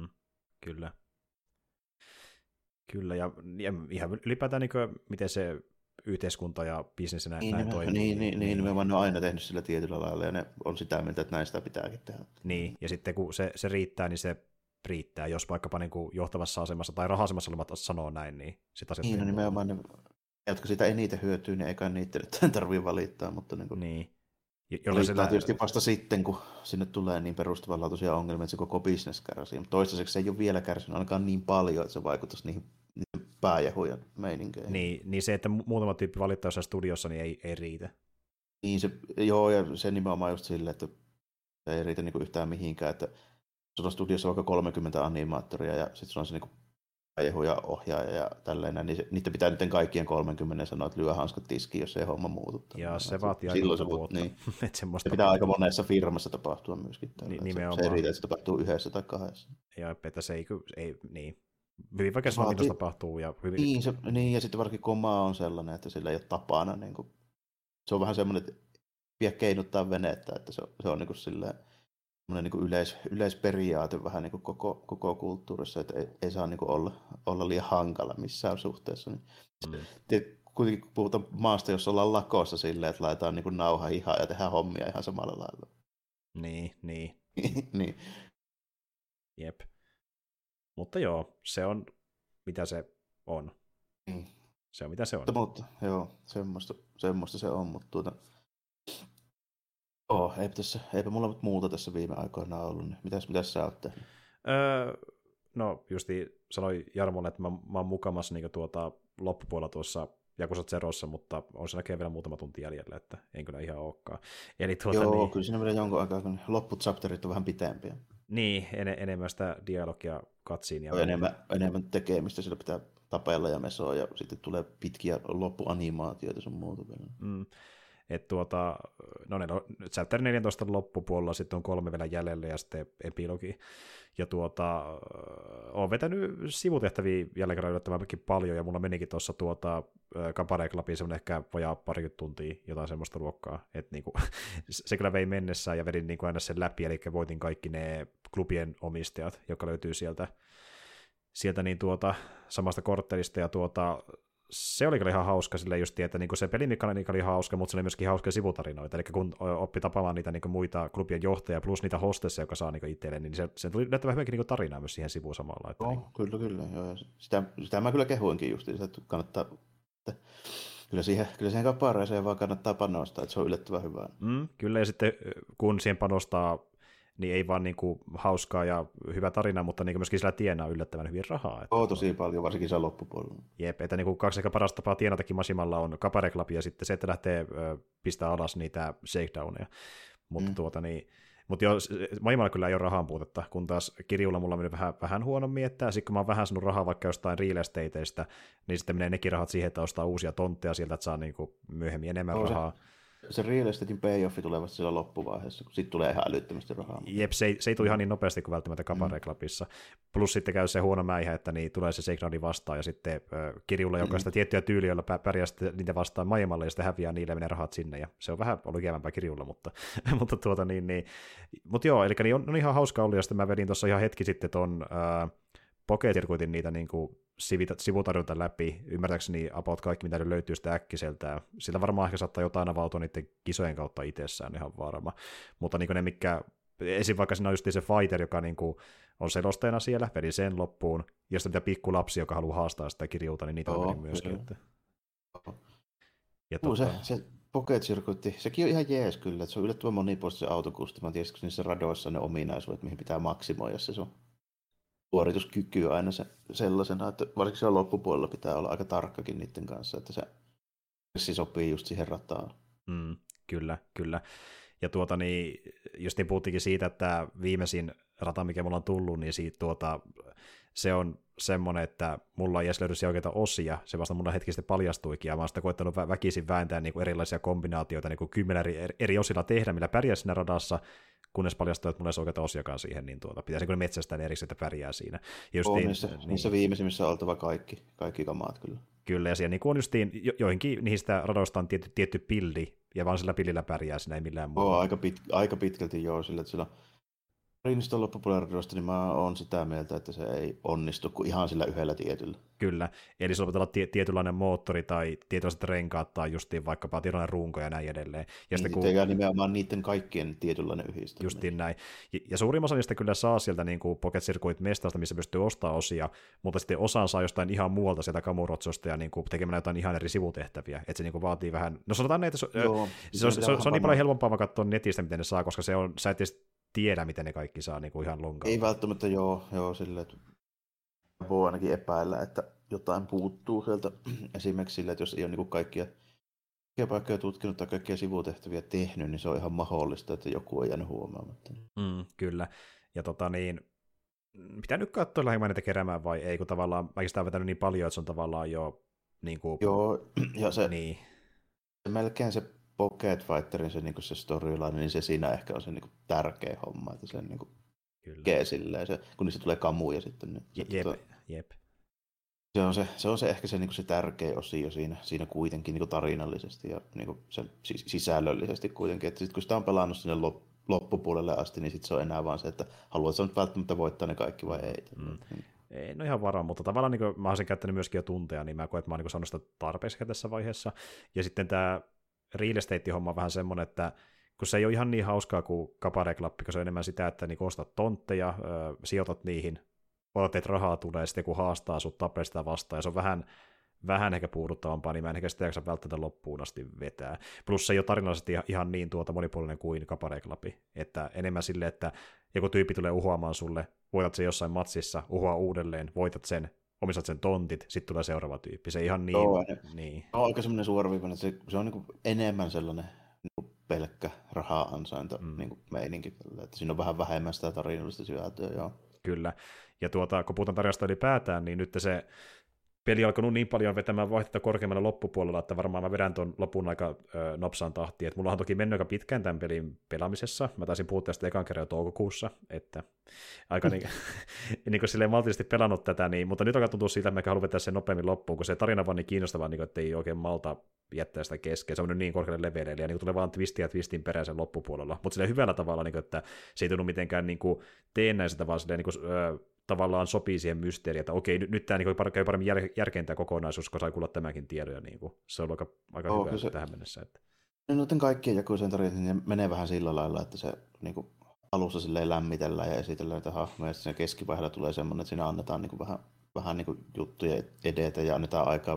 Kyllä, ja ihan ylipäätään niin kuin, miten se yhteiskunta ja bisnes näin toimii. Niin, nimenomaan ne on aina tehnyt sillä tietyllä lailla, ja ne on sitä mieltä, että näin sitä pitääkin tehdä. Niin, ja sitten kun se riittää, niin se riittää. Jos vaikkapa niin kuin johtavassa asemassa tai raha-asemassa olevat sanoo näin, niin sitä asiat... Niin, nimenomaan ne, jotka sitä eniten hyötyy, niin eikä niitä tarvitse valittaa, mutta niin. Valittaa tietysti vasta sitten, kun sinne tulee niin perustavanlaatuisia ongelmia, että se koko bisnes kärsii. Mutta toistaiseksi se ei ole vielä kärsinyt ainakaan niin paljon, että se vaikuttaisi niihin pääjahujen meininkeihin. Niin se, että muutama tyyppi valittaa jossain studiossa, niin ei riitä. Niin ja se nimenomaan just silleen, että se ei riitä niinku yhtään mihinkään, että sulla on studiossa vaikka 30 animaattoria ja sitten sulla on se niinku pääjahu ja ohjaaja ja tälleen, niin niiden pitää nyt kaikkien 30 sanoa, että lyö hanskat tiskiin, jos ei homma muutu. Ja se vaatii aika vuotta. Niin. Se pitää aika monessa firmassa tapahtua myöskin. Se ei riitä, että se tapahtuu 1 tai 2. Ja että se ei niin. Hyvin vaikka se tapahtuu. Ja hyvin... Niin, ja sitten varsinkin kun maa on sellainen, että sillä ei ole tapana. Niin kuin, se on vähän semmoinen, että vie keinuttaa venettä, että se on niin kuin silleen, niin kuin yleisperiaate vähän niin kuin koko kulttuurissa, että ei saa niin kuin olla liian hankala missään suhteessa. Niin. Kuitenkin kun puhutaan maasta, jossa ollaan lakossa silleen, että laitetaan niin kuin nauha hihaan ja tehdään hommia ihan samalla lailla. Niin. niin. Jep. Mutta joo, se on mitä se on. Mm. Se on mitä se on. Mutta joo, semmoista se on, mutta eipä mulla muuta tässä viime aikoina ollut. Niin mitäs sä oot tehnyt? No justi sanoin Jarmolle, että mä oon mukamassa niin loppupuolella tuossa Yakuza Zerossa, mutta on se näkee vielä muutama tunti jäljellä, että en kyllä ihan olekaan. Eli joo, kyllä siinä vielä jonkun aikaa, kun loppuchapterit on vähän pitempiä. Niin, enemmän sitä dialogia katsiin. Ja enemmän tekemistä, sillä pitää tapella ja mesoa, ja sitten pitkiä loppuanimaatioita sun muuta. Chapter 14 loppupuolella sitten on 3 vielä jäljellä ja sitten epilogi. Ja olen vetänyt sivutehtäviä jälleen kerran yllättävänkin paljon, ja mulla menikin tuossa Capare Clubiin semmoinen ehkä vajaa parikymmentä tuntia, jotain semmoista luokkaa. Että niinku, se kyllä vei mennessään ja vedin niinku aina sen läpi, eli voitin kaikki ne klubien omistajat, jotka löytyy sieltä niin samasta korttelista, ja se oli kyllä ihan hauska silleen just, että niinku se pelimekaniikka oli hauska, mutta se oli myöskin hauska sivutarinoita, eli kun oppi tapaamaan niitä niinku muita klubien johtajia plus niitä hostesseja, joka saa niinku itselleen, niin se tuli yllättävän hyvänkin niinku tarinaa myös siihen sivuun samalla. Että niinku. Kyllä. Joo. Sitä mä kyllä kehuinkin just, että kannattaa, että kyllä siihen kapareeseen vaan kannattaa panostaa, että se on yllättävän hyvää. Kyllä, ja sitten kun siihen panostaa, niin ei vaan niinku hauskaa ja hyvä tarina, mutta niinku myöskin sillä tienaa yllättävän hyvin rahaa. Että tosi paljon, varsinkin se loppupuolella. Jep, että niinku 2 ehkä parasta tapaa tienatakin Masimalla on Capare Club ja sitten se, että lähtee pistää alas niitä shakedowneja. Mutta mutta joo, Majimalla kyllä ei ole rahan puutetta, kun taas Kirjulla mulla on mennyt vähän huonommin, että sitten kun mä oon vähän saanut rahaa vaikka jostain real estateista, niin sitten menee nekin rahat siihen, että ostaa uusia tontteja sieltä, että saa niinku myöhemmin enemmän rahaa. Se real estatein payoffi tulee vasta siellä loppuvaiheessa, kun sitten tulee ihan älyttömästi rahaa. Jep, se ei tule ihan niin nopeasti kuin välttämättä Capare Clubissa. Plus sitten käy se huono mäihä, että niin tulee se Shakedowni vastaan, ja sitten Kirjulla, joka sitä tiettyjä tyyliä, joilla pärjää niitä vastaan Majamalle, ja sitten häviää niille ja menee rahat sinne, ja se on vähän ollut ikävämpää Kirjulla, mutta mutta joo, eli niin on ihan hauska ollut, ja sitten mä vedin tuossa ihan hetki sitten ton Pocket-sirkuitin niitä niin kuin sivutarjonta läpi, ymmärtääkseni about kaikki, mitä löytyy sitä äkkiseltä. Sillä varmaan ehkä saattaa jotain avautua niiden kisojen kautta itsessään, ihan varma. Mutta niin ne, mikä, esim. Vaikka siinä on just se fighter, joka niin kuin on selostajana siellä, vedin sen loppuun, ja sitten mitä pikkulapsi, joka haluaa haastaa sitä Kirjuuta, niin niitä on vedin myöskin. Ja se Pocket-sirkuitti, sekin on ihan jees kyllä, että se on yllättävän monipuolista se autokusti. Mä tiedän, että niissä radoissa on ne ominaisuudet, mihin pitää maksimoida se sun suorituskyky aina sellaisena, että varsinkin siellä loppupuolella pitää olla aika tarkkakin niiden kanssa, että se sopii just siihen rataan. Kyllä. Ja just niin puhuttiinkin siitä, että viimeisin rata, mikä mulla on tullut, niin se on semmoinen, että mulla ei edes löydy oikeita osia, se vasta mulla hetkisesti paljastuikin, ja mä oon sitä koettanut väkisin vääntää niin kuin erilaisia kombinaatioita niin kuin 10 eri osilla tehdä, millä pärjää siinä radassa, kunnes paljastuu, että mulla ei ole oikeita osiakaan siihen, niin pitäisi kun metsästään erikseen, että pärjää siinä. Niissä viimeisimmissä on oltava kaikki kamaat kyllä. Kyllä, ja siellä niin on justiin, joihinkin niistä radoista on tietty pilli, ja vaan sillä pillillä pärjää siinä, ei millään muuta. Aika pitkälti joo, sillä että sillä Riiniston loppupuolella, niin mä oon sitä mieltä, että se ei onnistu kuin ihan sillä yhdellä tietyllä. Kyllä, eli sulla pitää olla tietynlainen moottori tai tietynlaiset renkaat tai justiin vaikkapa tietynlainen runko ja näin edelleen. Ja niin, nimenomaan niiden kaikkien tietynlainen yhdistelmä. Justiin näin. Ja suurin osa niistä kyllä saa sieltä niin kuin Pocket Circuit mestasta, missä pystyy ostamaan osia, mutta sitten osaan saa jostain ihan muualta sieltä Kamurotsosta ja niin kuin tekemään jotain ihan eri sivutehtäviä. Että se niin kuin vaatii vähän, no sanotaan näitä, se on niin paljon helpompaa vaan katsoa netistä, miten ne saa, koska sä et tiedä, miten ne kaikki saa niinku ihan lonkaan. Ei välttämättä joo silleen, että voi ainakin epäillä, että jotain puuttuu sieltä. Esimerkiksi sille, että jos ei ole niinku kaikkia paikkoja tutkinut tai kaikkia sivutehtäviä tehnyt, niin se on ihan mahdollista, että joku on jäänyt huomaamatta. Kyllä. Ja pitää nyt katsoa lähimmä niitä keräämään vai ei, kun tavallaan mäkin sitä on vetänyt niin paljon, että se on tavallaan jo niinku... Joo, ja se melkein se Pocket Fighterin se storyline, niin se siinä ehkä on se niinku tärkeä homma, että sen niinku tekee silleen, kun niistä tulee kamuja sitten. Niin Jep. Se on ehkä se, niinku se tärkeä osio siinä kuitenkin niinku tarinallisesti ja niinku se, sisällöllisesti kuitenkin. Että sit, kun sitä on pelannut sinne loppupuolelle asti, niin sit se on enää vaan se, että haluat sä nyt välttämättä voittaa ne kaikki vai ei. Ei, no ihan varmaan, mutta tavallaan niin mä oon sen käyttänyt myöskin jo tunteja, niin mä koen, että mä oon niin saanut sitä tarpeeksi tässä vaiheessa. Ja sitten tämä real estate-homma on vähän semmoinen, että kun se ei ole ihan niin hauskaa kuin Capare Club, kun se on enemmän sitä, että niin ostat tontteja, sijoitat niihin, odotat, että rahaa tulee, sitten kun haastaa sut, tappelee sitä vastaan, ja se on vähän ehkä puuduttavampaa, niin mä en ehkä sitä jaksa välttämättä loppuun asti vetää. Plus se ei ole tarinallisesti ihan niin monipuolinen kuin Capare Club, että enemmän silleen, että joku tyyppi tulee uhoamaan sulle, voitat sen jossain matsissa, uhoa uudelleen, voitat sen, omistat sen tontit, sitten tulee seuraava tyyppi. Se ihan niin... Joo, niin. on aika semmoinen suoraviivainen, se on niin enemmän sellainen niin pelkkä raha-ansainta niin meininki, että siinä on vähän vähemmän sitä tarinallista sisältöä, joo. Kyllä, ja kun puhutaan tarinasta ylipäätään, niin nyt se peli on alkanut niin paljon vetämään vaihdetta korkeammalla loppupuolella, että varmaan mä vedän tuon lopun aika nopsaan tahtiin. Et mulla on toki mennyt aika pitkään tämän pelin pelaamisessa. Mä taisin puhua tästä ekan kerran jo toukokuussa, että aika niin kuin silleen maltillisesti pelannut tätä, niin, mutta nyt on tuntuu siitä, että mä haluan vetää sen nopeammin loppuun, kun se tarina vaan niin kiinnostava, niin kuin, että ei oikein malta jättää sitä kesken. Se on nyt niin korkealle leveleille, ja niin tulee vaan twistiä twistin perään sen loppupuolella. Mutta silleen hyvällä tavalla, niin kuin, että se ei tunnu mitenkään niin teennäiseltä, vaan silleen niin kuin, tavallaan sopii siihen mysteeriin, että okei, nyt tämä niin käy paremmin järkeen tämä kokonaisuus, kun sai kuulla tämänkin tiedon, ja niin kuin, se on aika hyvä se, tähän mennessä. Että... Noiden kaikkien Jakusan tarinat, niin ne menee vähän sillä lailla, että se niin kuin, alussa silleen lämmitellään ja esitellään näitä hahmoja, ja siinä keskivaiheella tulee semmoinen, että siinä annetaan niin kuin, vähän niin kuin, juttuja edetä, ja annetaan aikaa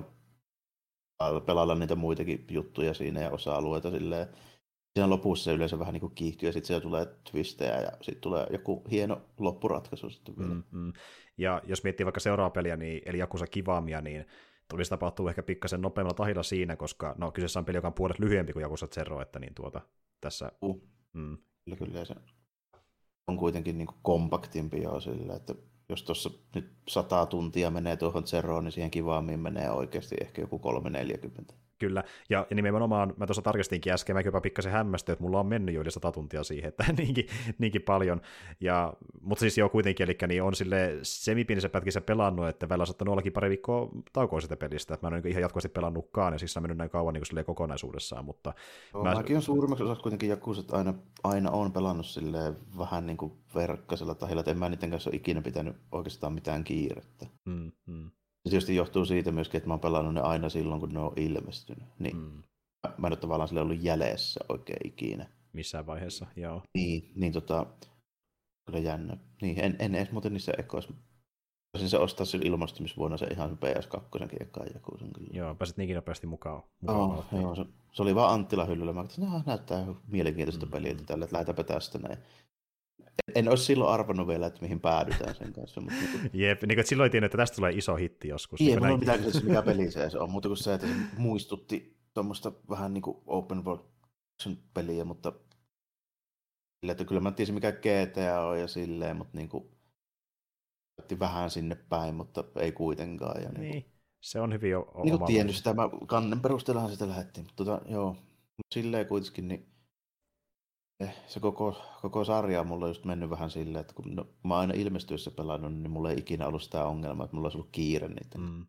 pelailla niitä muitakin juttuja siinä ja osa-alueita silleen. Siinä lopussa se yleensä vähän niin kuin kiihtyy, ja sitten siellä tulee twistejä, ja sitten tulee joku hieno loppuratkaisu sitten vielä. Ja jos miettii vaikka seuraavaa peliä, niin, eli Yakuza Kiwamia, niin tulisi tapahtua ehkä pikkasen nopeammalla tahilla siinä, koska kyseessä on peli, joka on puolet lyhyempi kuin Yakuza Zero, että niin tässä... Kyllä se on kuitenkin niin kuin kompaktimpi jo sillä, että jos tuossa nyt 100 tuntia menee tuohon Zeroon, niin siihen Kiwamiin menee oikeasti ehkä joku 340. Kyllä, ja nimenomaan, mä tuossa tarkastinkin äsken, mä jopa pikkasen hämmästyin, että mulla on mennyt jo yli 100 tuntia siihen, että niinkin paljon, mutta siis joo kuitenkin, eli niin on sille semipienissä pätkissä pelannut, että välillä on saattanut ollakin pari viikkoa taukoa sitä pelistä, että mä en ole niin ihan jatkuvasti pelannutkaan, ja siis on mennyt näin kauan niin kokonaisuudessaan, mutta... Mäkin on suurimmaksi osaksi kuitenkin Jakuzat aina on pelannut silleen vähän niin kuin verkkaisella tahilla, että en mä niiden kanssa ole ikinä pitänyt oikeastaan mitään kiirettä. Se tietysti johtuu siitä myöskin, että mä oon pelannut ne aina silloin, kun ne on ilmestynyt. Niin mä en ole tavallaan sille ollut jäljessä oikein ikinä. Missään vaiheessa, joo. Niin kyllä jännä. Niin, en edes muuten niissä ekoissa. Voisin se ostaa sillä ilmastumisvuonna se ihan PS2 ekaan Jakusan kyllä. Joo, pääsit niinkin nopeasti mukaan. Joo, se oli vaan Anttila hyllyllä. Mä ajattelin, että näyttää mielenkiintoista peliltä tälle, että lähetäpä tästä näin. En olisi silloin arvannut vielä, että mihin päädytään sen kanssa. Mutta Jep, niin kuin silloin tiennyt, että tästä tulee iso hitti joskus. Ei mulla mitään kysyä, mikä peli se on, muuta kuin se, että se muistutti tuommoista vähän niin kuin open world peliä, mutta että kyllä mä tiesin mikä GTA on ja silleen, mutta niin kuin vähän sinne päin, mutta ei kuitenkaan. Ja niin, se on hyvin niin kuin tiennyt sitä, mä kannen perusteellahan sitä lähdettiin, mutta joo, silleen kuitenkin niin se koko sarja on mulla just mennyt vähän silleen, että kun mä oon aina ilmestyessä pelannut, niin mulla ei ikinä ollut sitä ongelmaa, että mulla olisi ollut kiire niitä.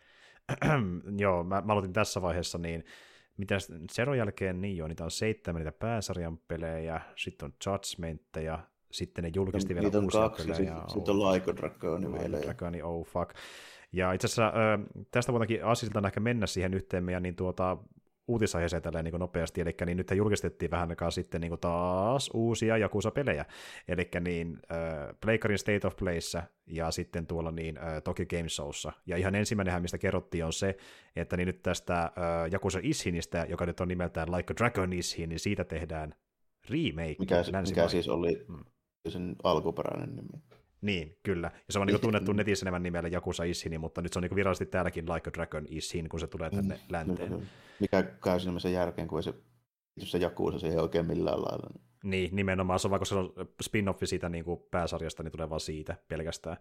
Joo, mä aloitin tässä vaiheessa, niin mitä Zeron jälkeen niin joo, niitä on 7 niitä pääsarjan pelejä, sitten on Judgmentteja, sitten ne julkisti vielä uusia pelejä. Sitten on Like a Dragon vielä. Dragoni, oh fuck. Ja itse asiassa tästä voidaankin Aasisiltaan ehkä mennä siihen yhteen meidän niin uutisaiheeseen tälleen niin nopeasti, eli niin nyt julkistettiin vähän aikaa sitten niin taas uusia Yakuza-pelejä, eli niin Pleikarin State of Playssä ja sitten tuolla niin Tokyo Game Showssa, ja ihan ensimmäinenhän, mistä kerrottiin, on se, että niin nyt tästä Yakuza Ishinistä, joka nyt on nimeltään Like a Dragon Ishin, niin siitä tehdään remake. Mikä siis oli sen alkuperäinen nimi. Niin, kyllä. Ja se on niin tunnettu netissä enemmän nimellä Yakuza Ishin, mutta nyt se on niin virallisesti täälläkin Like a Dragon Ishin, kun se tulee tänne länteen. Mikä käy sinne sen järkeen, kun ei se Yakuza, se ei oikein millään lailla. Niin, nimenomaan. Se on vaan, kun se on spin-offi siitä niin kuin pääsarjasta, niin tulee vaan siitä pelkästään.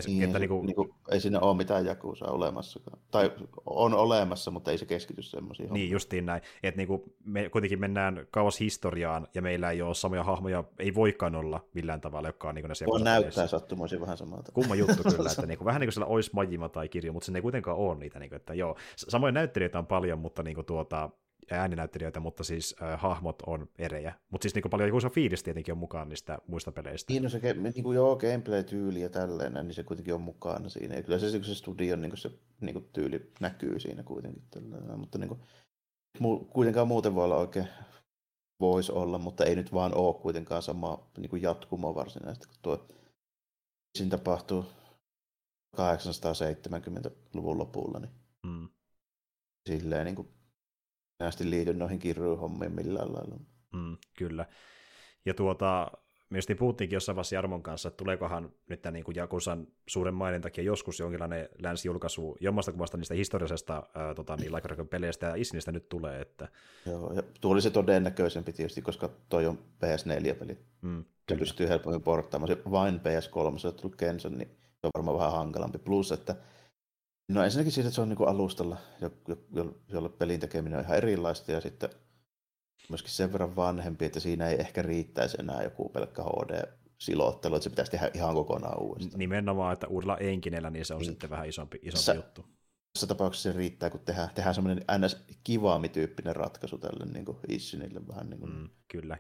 Ei siinä ole mitään Yakuzaa olemassakaan. Tai on olemassa, mutta ei se keskity semmoisiin. Niin, justiin näin. Että niin kuin me kuitenkin mennään kauas historiaan, ja meillä ei ole samoja hahmoja, ei voikaan olla millään tavalla, jotka on niin kuin näissä Yakuzaa. Näyttää sattumoisin vähän samalta. Kumma juttu kyllä, että niin kuin, vähän niin kuin siellä olisi Majima tai Kirju, mutta se ei kuitenkaan ole niitä. Niin kuin, että joo, samoja näyttelijöitä on paljon, mutta niin kuin ääninäyttelijöitä, mutta siis hahmot on erejä. Mutta siis niin paljon joku fiilis tietenkin on mukaan niistä muista peleistä. Niin, no se niin gameplay-tyyli ja tälleen, niin se kuitenkin on mukana siinä. Ja kyllä se studion niin se niin tyyli näkyy siinä kuitenkin. Tällainen. Mutta niin kuin, kuitenkaan muuten voi olla oikein, voisi olla, mutta ei nyt vaan ole kuitenkaan sama niin jatkumo varsinaisesti, kun tuo siinä tapahtuu 1870-luvun lopulla, niin silleen niin kuin asti liityn noihin kirjuhommiin millään lailla. Kyllä. Ja myös puhuttiinkin jossain vaiheessa Jarmon kanssa, että tuleekohan nyt tämän niin Jakusan suuren maiden takia joskus jonkinlainen länsijulkaisu jommasta kummasta niistä historiallisesta Like a Dragon peleistä ja Isnistä nyt tulee. Että... Joo, ja tuo oli se todennäköisempi tietysti, koska toi on PS4-peli. Se pystyy helpommin porttaamaan. Se vain PS3, se on tullut Kenson, niin se on varmaan vähän hankalampi. Plus, että no ensinnäkin siitä, että se on niin kuin alustalla, jolle pelin tekeminen on ihan erilaista, ja sitten myöskin sen verran vanhempi, että siinä ei ehkä riittäisi enää joku pelkkä HD-silottelu, että se pitäisi tehdä ihan kokonaan uudestaan. Nimenomaan, että uudella enkinellä niin se on sitten vähän isompi juttu. Tässä tapauksessa se riittää, kun tehdään semmoinen NS-kivaami-tyyppinen ratkaisu tälle niin kuin Issinille. Vähän niin kuin, kyllä,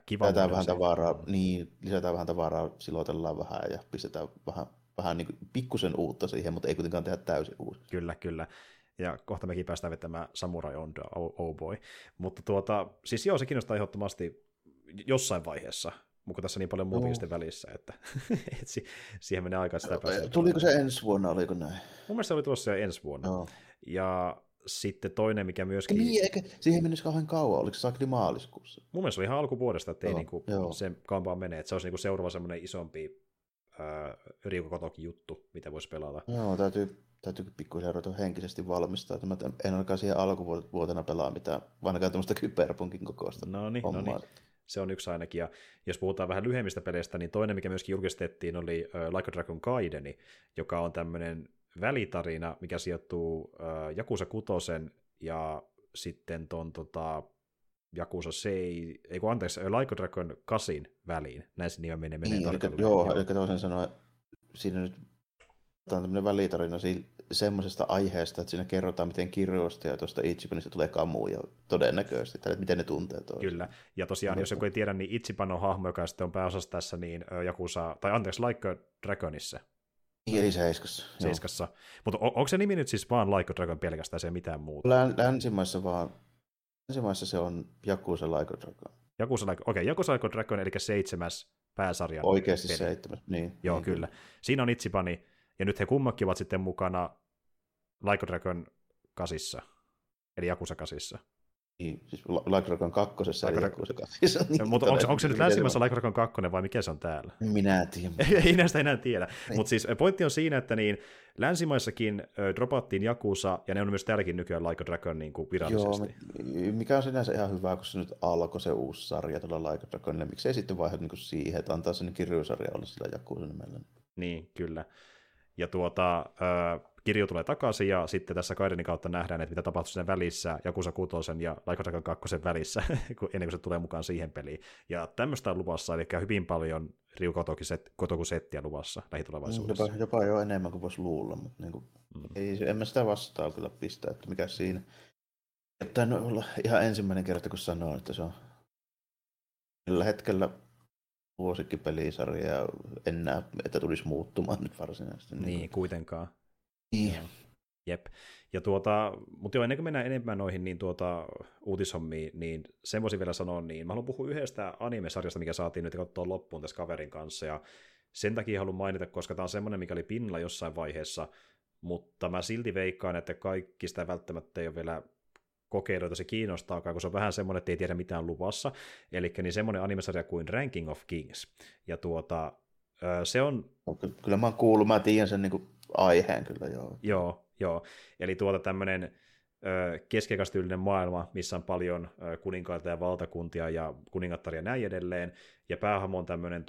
lisätään vähän tavaraa, silotellaan vähän ja pistetään vähän niin kuin pikkusen uutta siihen, mutta ei kuitenkaan tehdä täysin uusi. Kyllä. Ja kohta mekin päästään vetämään Samurai on the Oh Boy. Mutta siis joo, se kiinnostaa ehdottomasti jossain vaiheessa, mutta tässä niin paljon muutakin sitten välissä, että siihen menee aikaa sitä päästä. Tuliko se ensi vuonna, oliko näin? Mun mielestä se oli tuossa jo ensi vuonna. Joo. Ja sitten toinen, mikä myöskin... Niin, eikä siihen menisi kauhean kauan, oliko se saakeli maaliskuussa? Mun mielestä se oli ihan alkuvuodesta, että ei niinku sen kauempaan mene, että se olisi niinku seuraava semmoinen isompi Ryuko Kotokin juttu, mitä voisi pelata. Joo, täytyy pikkuisen ruveta henkisesti valmistaa. Mä en ainakaan siihen alkuvuotena pelaa mitään, ainakaan tämmöistä kyberpunkin kokoista. No niin. Se on yksi ainakin. Ja jos puhutaan vähän lyhyemmistä peleistä, niin toinen, mikä myöskin julkistettiin, oli Like a Dragon Gaiden, joka on tämmöinen välitarina, mikä sijoittuu Yakuza 6 ja sitten ton Yakuza Like a Dragon 8 väliin. Näin se nimi menee tarkalleen. Joo, eli toisin sanoen, siinä nyt on tämmöinen välitarina semmoisesta aiheesta, että siinä kerrotaan, miten Kiryusta ja tuosta Ichibanista tulee kamuja todennäköisesti, tai että miten ne tuntee toista. Kyllä, ja tosiaan, jos joku ei tiedä, niin Ichiban on hahmo, joka sitten on pääosassa tässä, niin Like a Dragonissa. Eli Seiskassa. Mutta onko se nimi nyt siis vaan Like a Dragon pelkästään, se ei mitään muuta? Länsimaissa se on Yakuza Like a Dragon. Yakuza Like a Dragon, eli 7. pääsarjan oikeasti peli. 7, niin. Joo, niin, kyllä. Siinä on Ichibani, ja nyt he kummakin ovat sitten mukana Like a Dragon 8, eli Yakuza 8. Niin, siis Like a Dragon 2 ja Yakuza 8. Niin, mutta onko se nyt länsimässä Like a Dragon 2 vai mikä se on täällä? Minä tiedän. Ei näistä enää tiedä. Mutta siis pointti on siinä, että niin länsimaissakin dropattiin Yakuza, ja ne on myös täälläkin nykyään Like a Dragon niin kuin virallisesti. Joo, mikä on sinänsä ihan hyvä, kun se nyt alkoi se uusi sarja tuolla Like a Dragonille. Miksei sitten vaihdu niin siihen, että antaa sen Kiryu-sarja olla sillä Yakuza nimellä. Niin, kyllä. Ja Kirju tulee takaisin, ja sitten tässä Gaidenin kautta nähdään, että mitä tapahtuu siinä välissä, Yakuza 6 ja Like a Dragon 2 välissä, ennen kuin se tulee mukaan siihen peliin. Ja tämmöistä on luvassa, eli hyvin paljon Ryu Kotoku-settiä luvassa lähitulevaisuudessa. Jopa jo enemmän kuin voisi luulla, mutta niin kuin, en mä sitä vastaa kyllä pistää, että mikä siinä. Tämä on olla ihan ensimmäinen kerta, kun sanoo, että se on tällä hetkellä vuosikkipelisarja ja en näe, että tulisi muuttumaan nyt varsinaisesti. Niin, kuitenkaan. Niin. Jep. Ja mutta jo ennen kuin mennään enemmän noihin niin uutishommiin, niin sen voisin vielä sanoa, niin mä haluan puhua yhdestä anime-sarjasta, mikä saatiin nyt katsoa loppuun tässä kaverin kanssa, ja sen takia haluan mainita, koska tämä on semmoinen, mikä oli pinnalla jossain vaiheessa, mutta mä silti veikkaan, että kaikki sitä välttämättä ei ole vielä kokeiluita se kiinnostaakaan, kun se on vähän semmoinen, että ei tiedä mitään luvassa, eli niin semmoinen animesarja kuin Ranking of Kings, ja se on... Kyllä mä oon kuullut, mä tiedän sen niin kuin aiheen kyllä, joo. Joo, eli tämmöinen keskiaikaistyylinen maailma, missä on paljon kuninkaita ja valtakuntia ja kuningattaria ja näin edelleen, ja päähahmo on tämmöinen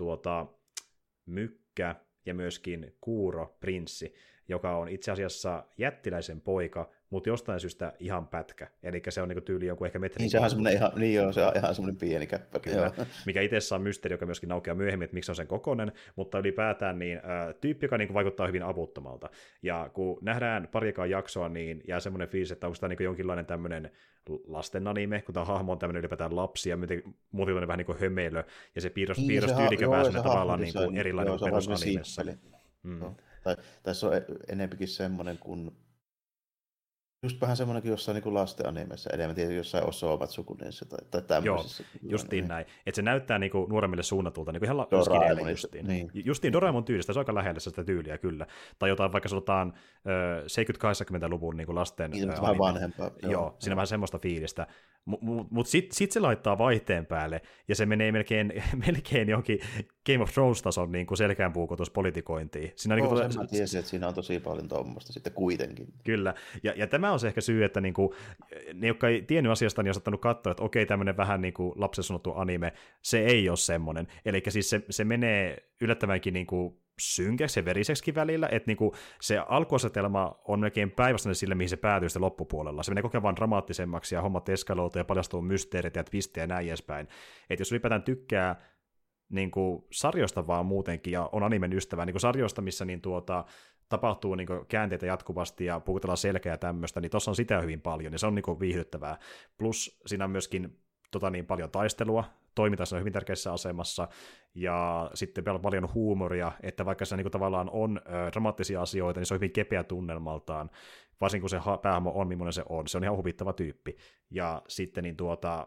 mykkä ja myöskin kuuro prinssi, joka on itse asiassa jättiläisen poika, mutta jostain syystä ihan pätkä. Eli se on niinku tyyli joku ehkä metrin. Niin, se on ihan semmoinen pieni käppä. Kyllä, mikä itsessä on mysteeri, joka myöskin aukeaa myöhemmin, että miksi on sen kokoinen, mutta ylipäätään niin, tyyppi, joka niinku vaikuttaa hyvin avuttomalta. Ja kun nähdään parikaan jaksoa, niin jää semmoinen fiilis, että onko tämä niinku jonkinlainen tämmöinen lasten anime, kun tämä hahmo on tämmöinen ylipäätään lapsi, ja muuten vähän niin kuin hömeilö, ja se piirrostyylikä pääsee tavallaan niin kuin erilainen kuin perusanimessa. Tai se on enempikin semmoinen kuin just vähän semmoinenkin jossain niin kuin lasten animessa enemmän, tietysti jossain Osomatsukunissa tai tämmöisissä. Joo, justiin näin. Että se näyttää niinku nuoremmille suunnatulta, niinku ihan skideille justiin. Niin. Justiin Doraemon tyylistä, se on aika lähellä sitä tyyliä kyllä. Tai jotain vaikka sanotaan 70-80-luvun niinku lasten niin, vähän vanhempaa. Joo, siinä on vähän semmoista fiilistä. Mutta sit se laittaa vaihteen päälle, ja se menee melkein johonkin Game of Thrones-tason niinku selkäänpuukotuspolitikointiin. Siinä niinku mä tiesin, että siinä on tosi paljon tuommoista sitten kuitenkin. Kyllä, ja tämä on se ehkä syy, että niinku, ne, jotka ei tiennyt asiasta, niin on saattanut katsoa, että okei, tämmöinen vähän niinku lapsen sanottu anime, se ei ole semmoinen. Eli siis se menee yllättävänkin niinku synkäksi ja veriseksi välillä, että niinku se alkuasetelma on melkein päinvastainen sille, mihin se päätyy sitten loppupuolella. Se menee koko ajan vaan dramaattisemmaksi ja hommat eskaloituu ja paljastuu mysteerit ja twistejä ja näin edespäin. Että jos ylipäätään tykkää niinku sarjoista vaan muutenkin ja on animen ystävä, niinku sarjoista, missä niin tapahtuu niinku käänteitä jatkuvasti ja puhutellaan selkeää tämmöistä, niin tuossa on sitä hyvin paljon ja se on niinku viihdyttävää. Plus siinä on myöskin niin paljon taistelua, toiminta on hyvin tärkeässä asemassa, ja sitten paljon huumoria, että vaikka se niin tavallaan on dramaattisia asioita, niin se on hyvin kepeä tunnelmaltaan, varsinkin kun se päähahmo on, millainen se on ihan huvittava tyyppi. Ja sitten niin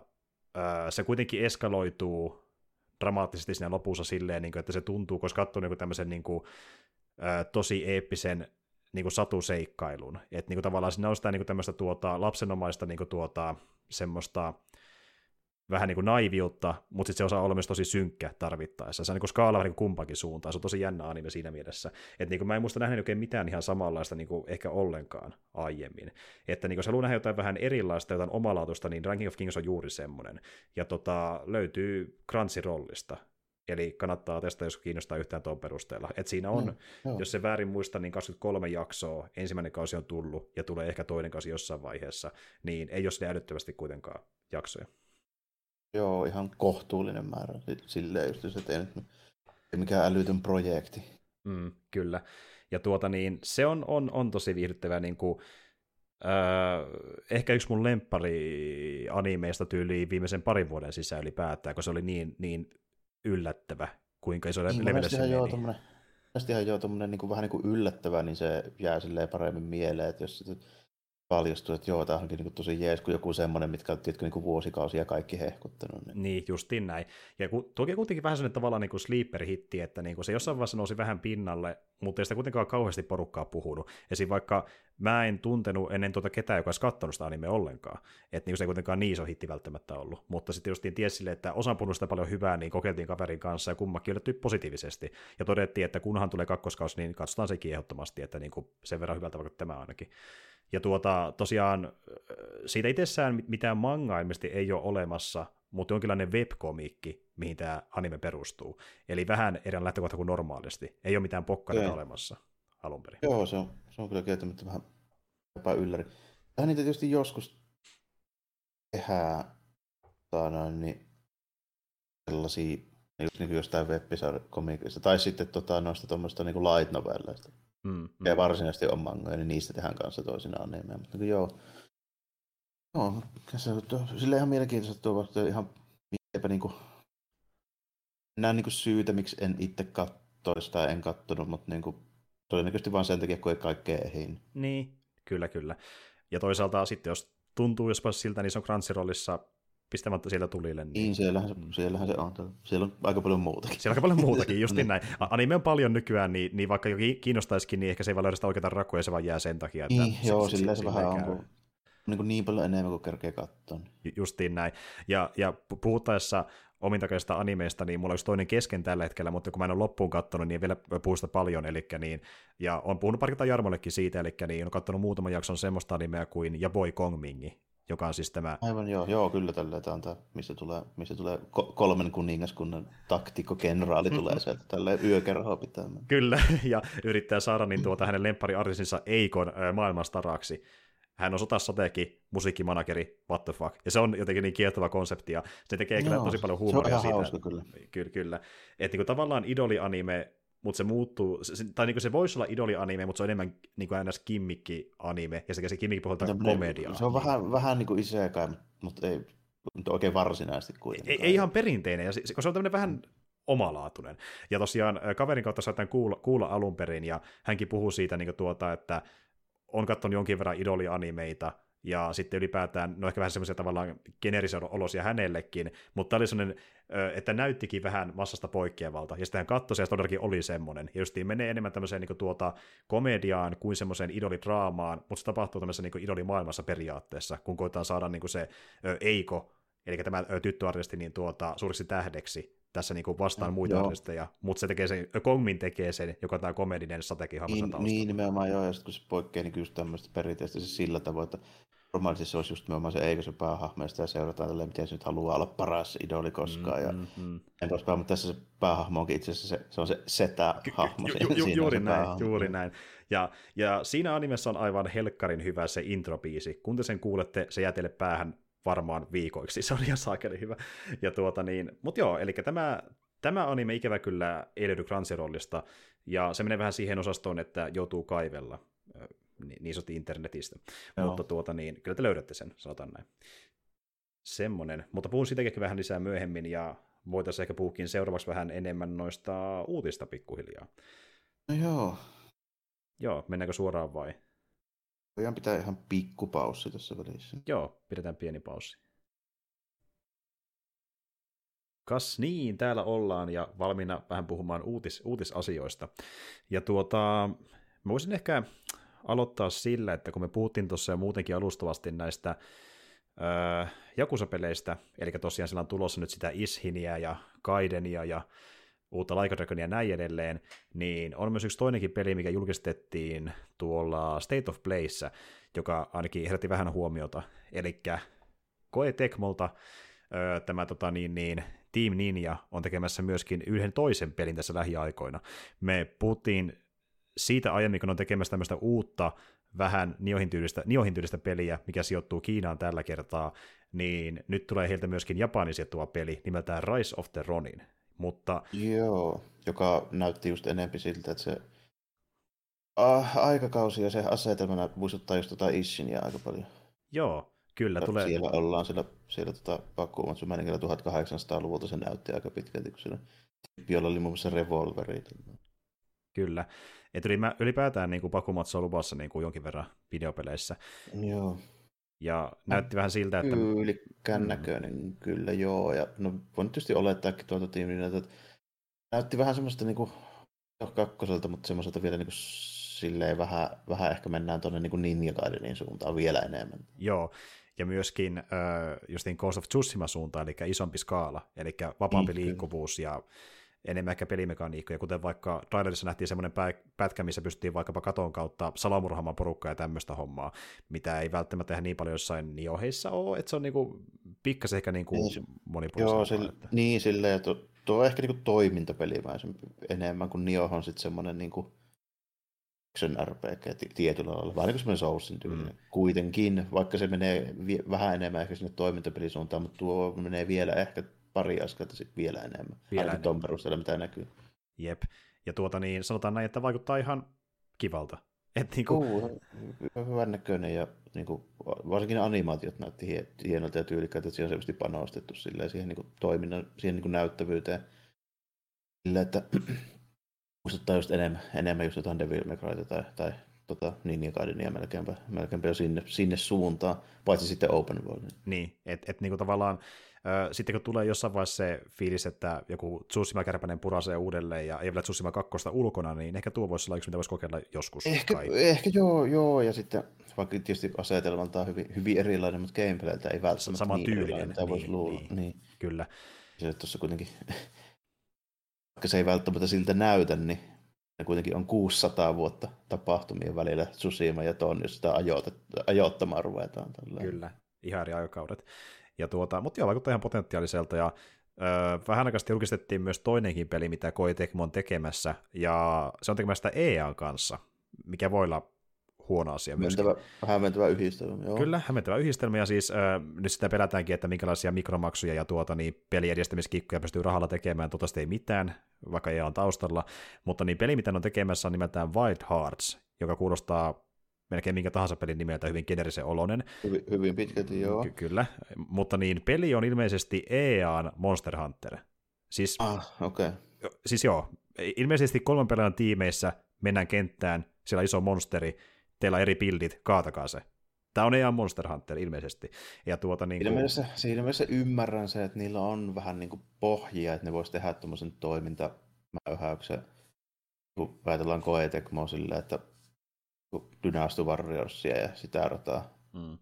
se kuitenkin eskaloituu dramaattisesti siinä lopussa silleen, niin kuin, että se tuntuu, koska katsoo niin tämmöisen niin kuin, tosi eeppisen niin kuin satuseikkailun. Että niin kuin, tavallaan siinä on sitä niin kuin, tämmöistä lapsenomaista niin kuin, semmoista vähän niin kuin naiviutta, mutta sitten se osaa olla myös tosi synkkä tarvittaessa. Se on niin kuin skaala vähän niin kuin kumpakin suuntaan. Se on tosi jännä anime siinä mielessä. Että niin kuin mä en muista nähnyt oikein mitään ihan samanlaista niin kuin ehkä ollenkaan aiemmin. Että niin kuin jos haluaa nähdä jotain vähän erilaista, jotain omalaatuista, niin Ranking of Kings on juuri semmoinen. Ja löytyy Crunchyrollista. Eli kannattaa testaa, jos kiinnostaa yhtään tuon perusteella. Että siinä on, jos se väärin muista, niin 23 jaksoa, ensimmäinen kausi on tullut, ja tulee ehkä toinen kausi jossain vaiheessa, niin ei ole sille älyttömästi kuitenkaan jaksoja. Joo, ihan kohtuullinen määrä. Silleen just, että ei mikään älytön projekti. Kyllä. Ja se on tosi viihdyttävää. Niin kuin, ehkä yksi mun lemppari animeista tyyliin viimeisen parin vuoden sisään ylipäätään, kun se oli niin yllättävä, kuinka iso levelle se meni. Monestihan tommonen niin vähän niin kuin yllättävä, niin se jää silleen paremmin mieleen, että jos paljastuu, että joo, tämä onkin niin tosi jees, kuin joku semmoinen, mitkä on niin vuosikausia kaikki hehkuttanut. Niin, justiin näin. Ja toki kuitenkin vähän sellainen tavallaan niin sleeper-hitti, että niin se jossain vaiheessa nousi vähän pinnalle, mutta ei sitä kuitenkaan kauheasti porukkaa puhunut. Esim. Vaikka mä en tuntenut ennen ketään, joka olisi katsonut sitä animea ollenkaan. Että niin se ei kuitenkaan niin iso hitti välttämättä ollut. Mutta sitten justiin tiesi sille, että osan puhunut sitä paljon hyvää, niin kokeiltiin kaverin kanssa ja kummakin yllättyi positiivisesti. Ja todettiin, että kunhan tulee kakkoskaus, niin katsotaan sekin ehdottomasti, että niin sen verran hyvältä vaikka tämä ainakin. Ja tosiaan siitä itsessään mitään mangaa ilmeisesti ei ole olemassa, mutta jonkinlainen webkomikki, mihin tämä anime perustuu. Eli vähän eri lähtökohta kuin normaalisti. Ei ole mitään pokkareita olemassa alun perin. Joo, se on kyllä kieltämättä vähän epäylläri. Tähän niitä tietysti joskus tehdään niin sellaisia niin jostain web-komikista, tai sitten noista tuommoista niin light novelleista. Ja varsinaisesti on mangoja, niin niistä tehdään kanssa toisinaan animea. Mutta joo, sillä ihan mielenkiintoista tuo ihan miepä niinku näen niinku syytä, miksi en itse katsoisi tai en kattonut, mutta niinku todennäköisesti vaan sen takia, kun ei kaikkea ehdi. Niin, kyllä. Ja toisaalta sitten, jos tuntuu jospa siltä, niin se on Crunchyrollissa pistämättä siellä tulille. Niin siellähän se on. Siellä on aika paljon muutakin. Siellä on aika paljon muutakin, justiin näin. Anime on paljon nykyään, niin vaikka jokin kiinnostaisikin, niin ehkä se ei vaan löydä sitä oikeaa rakkoa, ja se vaan jää sen takia. Että silleen se vähän on. Niin paljon enemmän kuin kerkee katsoa. Justiin näin. Ja puhuttaessa omintakeista animeista, niin mulla on yksi toinen kesken tällä hetkellä, mutta kun mä en ole loppuun katsonut, niin en vielä puhu sitä paljon, ja on puhunut parikymmentä Jarmollekin siitä, on katsonut muutaman jakson semmoista animea kuin Ja Boy Kongmingi, joka on siis tämä... Aivan joo, kyllä tällä, tämä on tämä, missä tulee kolmen kuningaskunnan taktikko-kenraali tulee sieltä, tälleen yökerhoa pitämään. Kyllä, ja yrittää saada hänen lemppariartistinsa Eikon maailmanstaraksi. Hän on sotasateki, musiikkimanageri, what the fuck. Ja se on jotenkin niin kiehtova konsepti, ja se tekee kyllä tosi paljon huumoria siitä. Se on ihan hauska, kyllä. Kyllä. Että niin tavallaan idolianime, mutta se muuttuu, tai niin se voisi olla idolianime, mutta se on enemmän niin kuin ns. Kimmikki-anime, ja se kimmikki puolelta komediaa. Se on vähän niin kuin isekai, mutta ei oikein varsinaisesti kuitenkaan. Ei ihan perinteinen, koska se on tämmöinen vähän omalaatuinen. Ja tosiaan kaverin kautta saataan kuulla alun perin, ja hänkin puhuu siitä, niin kuin että on katsonut jonkin verran idolianimeita, ja sitten ylipäätään, no ehkä vähän semmoisia tavallaan geneerisen olosia hänellekin, mutta tämä oli semmoinen, että näyttikin vähän massasta poikkeavalta, ja sitten hän katsoi, ja se todellakin oli semmoinen, ja justiin menee enemmän tämmöiseen niin komediaan kuin semmoiseen idolidraamaan, mutta se tapahtuu tämmöisessä niin idolimaailmassa periaatteessa, kun koetaan saada niin se Eiko, eli tämä tyttöartisti niin suuriksi tähdeksi, tässä niin vastaan muita artisteja, mutta se tekee sen, Kongmin tekee sen, joka on tämä komedinen strategiahahmo taustalla. Niin, nimenomaan joo, ja sitten kun se poikkeaa niin just tämmöistä perinteistä se sillä tavoin, että normaalisesti se olisi just nimenomaan se Eiko se päähahmo, ja sitä seurataan tälleen, miten se nyt haluaa olla paras idoli koskaan, ja en poispäin, mutta tässä se päähahmo onkin itse asiassa se on se setä-hahmo. Juuri näin. Ja siinä animessa on aivan helkkarin hyvä se introbiisi. Kun te sen kuulette, se jää teille päähän varmaan viikoiksi, se on ihan saakeli hyvä. Ja mutta joo, eli tämä anime ikävä kyllä ei löydy Crunchyrollista, ja se menee vähän siihen osastoon, että joutuu kaivella niin sanotusti internetistä. Joo. Mutta kyllä te löydätte sen, sanotaan näin. Semmonen, mutta puhun siitäkin vähän lisää myöhemmin, ja voitaisiin ehkä puhukin seuraavaksi vähän enemmän noista uutista pikkuhiljaa. No joo. Joo, mennäänkö suoraan vai? Voidaan pitää ihan pikkupaussi tässä välissä. Joo, pidetään pieni paussi. Kas niin, täällä ollaan ja valmiina vähän puhumaan uutisasioista. Ja mä voisin ehkä aloittaa sillä, että kun me puhuttiin tuossa jo muutenkin alustavasti näistä Yakuza-peleistä, eli tosiaan sillä on tulossa nyt sitä Ishiniä ja Gaidenia ja uutta Like a Dragonia ja näin edelleen, niin on myös yksi toinenkin peli, mikä julkistettiin tuolla State of Playssä, joka ainakin herätti vähän huomiota, eli Koei Tecmolta tämä Team Ninja on tekemässä myöskin yhden toisen pelin tässä lähiaikoina. Me puhuttiin siitä aiemmin, kun on tekemässä tämmöistä uutta, vähän Niohin tyylistä peliä, mikä sijoittuu Kiinaan tällä kertaa, niin nyt tulee heiltä myöskin Japaniin sijoittuva peli nimeltään Rise of the Ronin. Mutta joo, joka näytti just enemmän siltä, että se aikakausi ja se asetelmana muistuttaa just Ishinia aika paljon. Joo, kyllä. Siellä ollaan siellä Bakumatsu meininkällä 1800-luvulta se näytti aika pitkälti, kun siellä tyyppi oli muun muassa revolveri. Kyllä. Et ylipäätään niin Bakumatsu on luvassa niin kuin jonkin verran videopeleissä. Joo. Ja näytti vähän siltä, että Tyylikkään näköinen, kyllä joo. Ja no voin tietysti olettaakin tuolta tiiminä, että näytti vähän semmoista niinku kakkoselta, mutta semmoiselta vielä niinku silleen vähän ehkä mennään tuonne niinku Ninja Gaidenin suuntaan vielä enemmän. Joo, ja myöskin justiin Ghost of Tsushima suuntaan, eli isompi skaala, eli vapaampi liikkuvuus ja enemmän ehkä pelimekaniikkoja, kuten vaikka trailerissa nähtiin semmoinen pätkä, missä pystyttiin vaikkapa katon kautta salamurhaamaan porukkaa ja tämmöistä hommaa, mitä ei välttämättä tehdä niin paljon jossain Nioheissa ole, että se on niinku pikkasen ehkä niinku monipuolisempaa. Joo, niin silleen, että tuo on ehkä niinku toimintapelimäisen enemmän kuin Nioh on sitten semmoinen niinku action RPG tietyllä lailla, vähän niin kuin semmoinen Soulsin tyylinen. Kuitenkin, vaikka se menee vähän enemmän ehkä sinne toimintapelisuuntaan, mutta tuo menee vielä ehkä pari askelta sitten vielä enemmän. Ainakin tuon perusteella, mitä näkyy. Jep. Ja sanotaan näin, että vaikuttaa ihan kivalta. Hyvän näköinen ja niinku, varsinkin animaatiot näytti hienolta ja tyylikkäältä, että siihen on selvästi panostettu siihen niinku, toiminnan, siihen niinku, näyttävyyteen. Sillä, että muistuttaa just enemmän just jotain Devil May Cryta tai Ninja Gaidenia melkeinpä jo sinne suuntaan, paitsi sitten Open World. Niin, että niinku tavallaan sitten kun tulee jossain vaiheessa se fiilis, että joku Tsushima-kärpänen purasee uudelleen ja ei vielä Tsushima 2 ulkona, niin ehkä tuo voisi olla yksi, mitä voisi kokeilla joskus. Ehkä joo, ja sitten vaikka tietysti asetelmalta on hyvin erilainen, mutta gameplayltä ei välttämättä sama niin tyylinen, mitä voisi luulla. Niin. Kyllä. Se tuossa kuitenkin, vaikka se ei välttämättä siltä näytä, niin ne kuitenkin on 600 vuotta tapahtumien välillä Tsushima ja ton, jos sitä ajoittamaan ruvetaan. Tälleen. Kyllä, ihan eri aikakaudet. Mutta joo, vaikuttaa ihan potentiaaliselta, ja vähän aikaa julkistettiin myös toinenkin peli, mitä Koei Tecmo on tekemässä, ja se on tekemässä sitä EA:n kanssa, mikä voi olla huono asia myöskin. Hämmentävä yhdistelmä, joo. Kyllä, hämmentävä yhdistelmä, ja siis nyt sitä pelätäänkin, että minkälaisia mikromaksuja ja peliedistämiskikkoja pystyy rahalla tekemään, toivottavasti ei mitään, vaikka EA on taustalla, mutta niin peli, mitä on tekemässä, on nimeltään Wild Hearts, joka kuulostaa melkein minkä tahansa pelin nimeltä hyvin generisen oloinen. Hyvin pitkälti, joo. Kyllä, mutta niin peli on ilmeisesti EA:n Monster Hunter. Siis, okei. Siis joo, ilmeisesti 3 pelaajan tiimeissä mennään kenttään, siellä on iso monsteri, teillä on eri buildit, kaatakaa se. Tämä on ihan Monster Hunter ilmeisesti. Ja Siinä mielessä ymmärrän se, että niillä on vähän niin kuin pohjia, että ne voisi tehdä tuommoisen toimintamäyhäyksen, kun ajatellaan Koei Tecmo silleen, että Dynasty Warriorsia ja sitä rataa.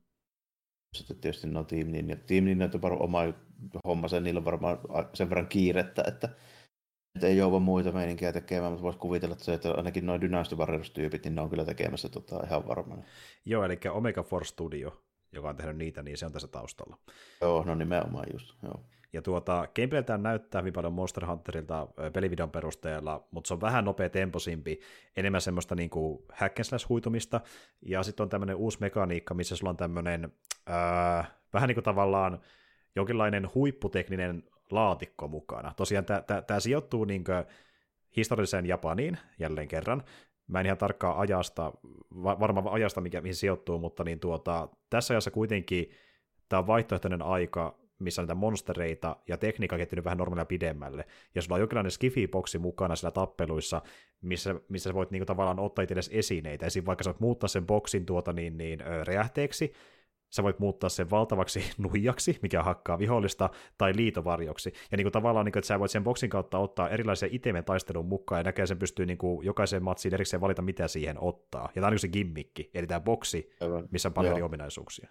Sitten tietysti no Team Ninja on varmaan oma homma, niillä on varmaan sen verran kiirettä, että ei jouva muita meininkiä tekemään, mutta voisi kuvitella, että ainakin noin Dynasty Warriors-tyypit, niin ne on kyllä tekemässä ihan varmaan. Joo, eli Omega Force Studio, joka on tehnyt niitä, niin se on tässä taustalla. Joo, no nimenomaan just, joo. Ja gameplayltään näyttää hyvin paljon Monster Hunterilta pelivideon perusteella, mutta se on vähän nopea temposimpi, enemmän semmoista niinku hack and slash -huitumista, ja sitten on tämmöinen uusi mekaniikka, missä sulla on tämmöinen vähän niin kuin tavallaan jonkinlainen huipputekninen laatikko mukana. Tosiaan tämä sijoittuu niinkö historialliseen Japaniin jälleen kerran. Mä en ihan tarkkaan varmaan ajasta, mihin sijoittuu, mutta niin tässä ajassa kuitenkin tämä on vaihtoehtoinen aika, missä on niitä monstereita, ja tekniikka on kehittynyt vähän normaalia pidemmälle. Ja sulla on jonkinlainen skifi-boksi mukana siellä tappeluissa, missä sä voit niinku tavallaan ottaa itsellesi esineitä. Esimerkiksi vaikka sä voit muuttaa sen boksin räjähteeksi, sä voit muuttaa sen valtavaksi nuijaksi, mikä hakkaa vihollista, tai liitovarjoksi. Ja niinku tavallaan, niinku, että sä voit sen boksin kautta ottaa erilaisia itemen taistelun mukaan, ja näkee sen pystyy niinku jokaiseen matsiin erikseen valita, mitä siihen ottaa. Ja tämä on niinku se gimmikki, eli tämä boksi, missä on paljon eri ominaisuuksia.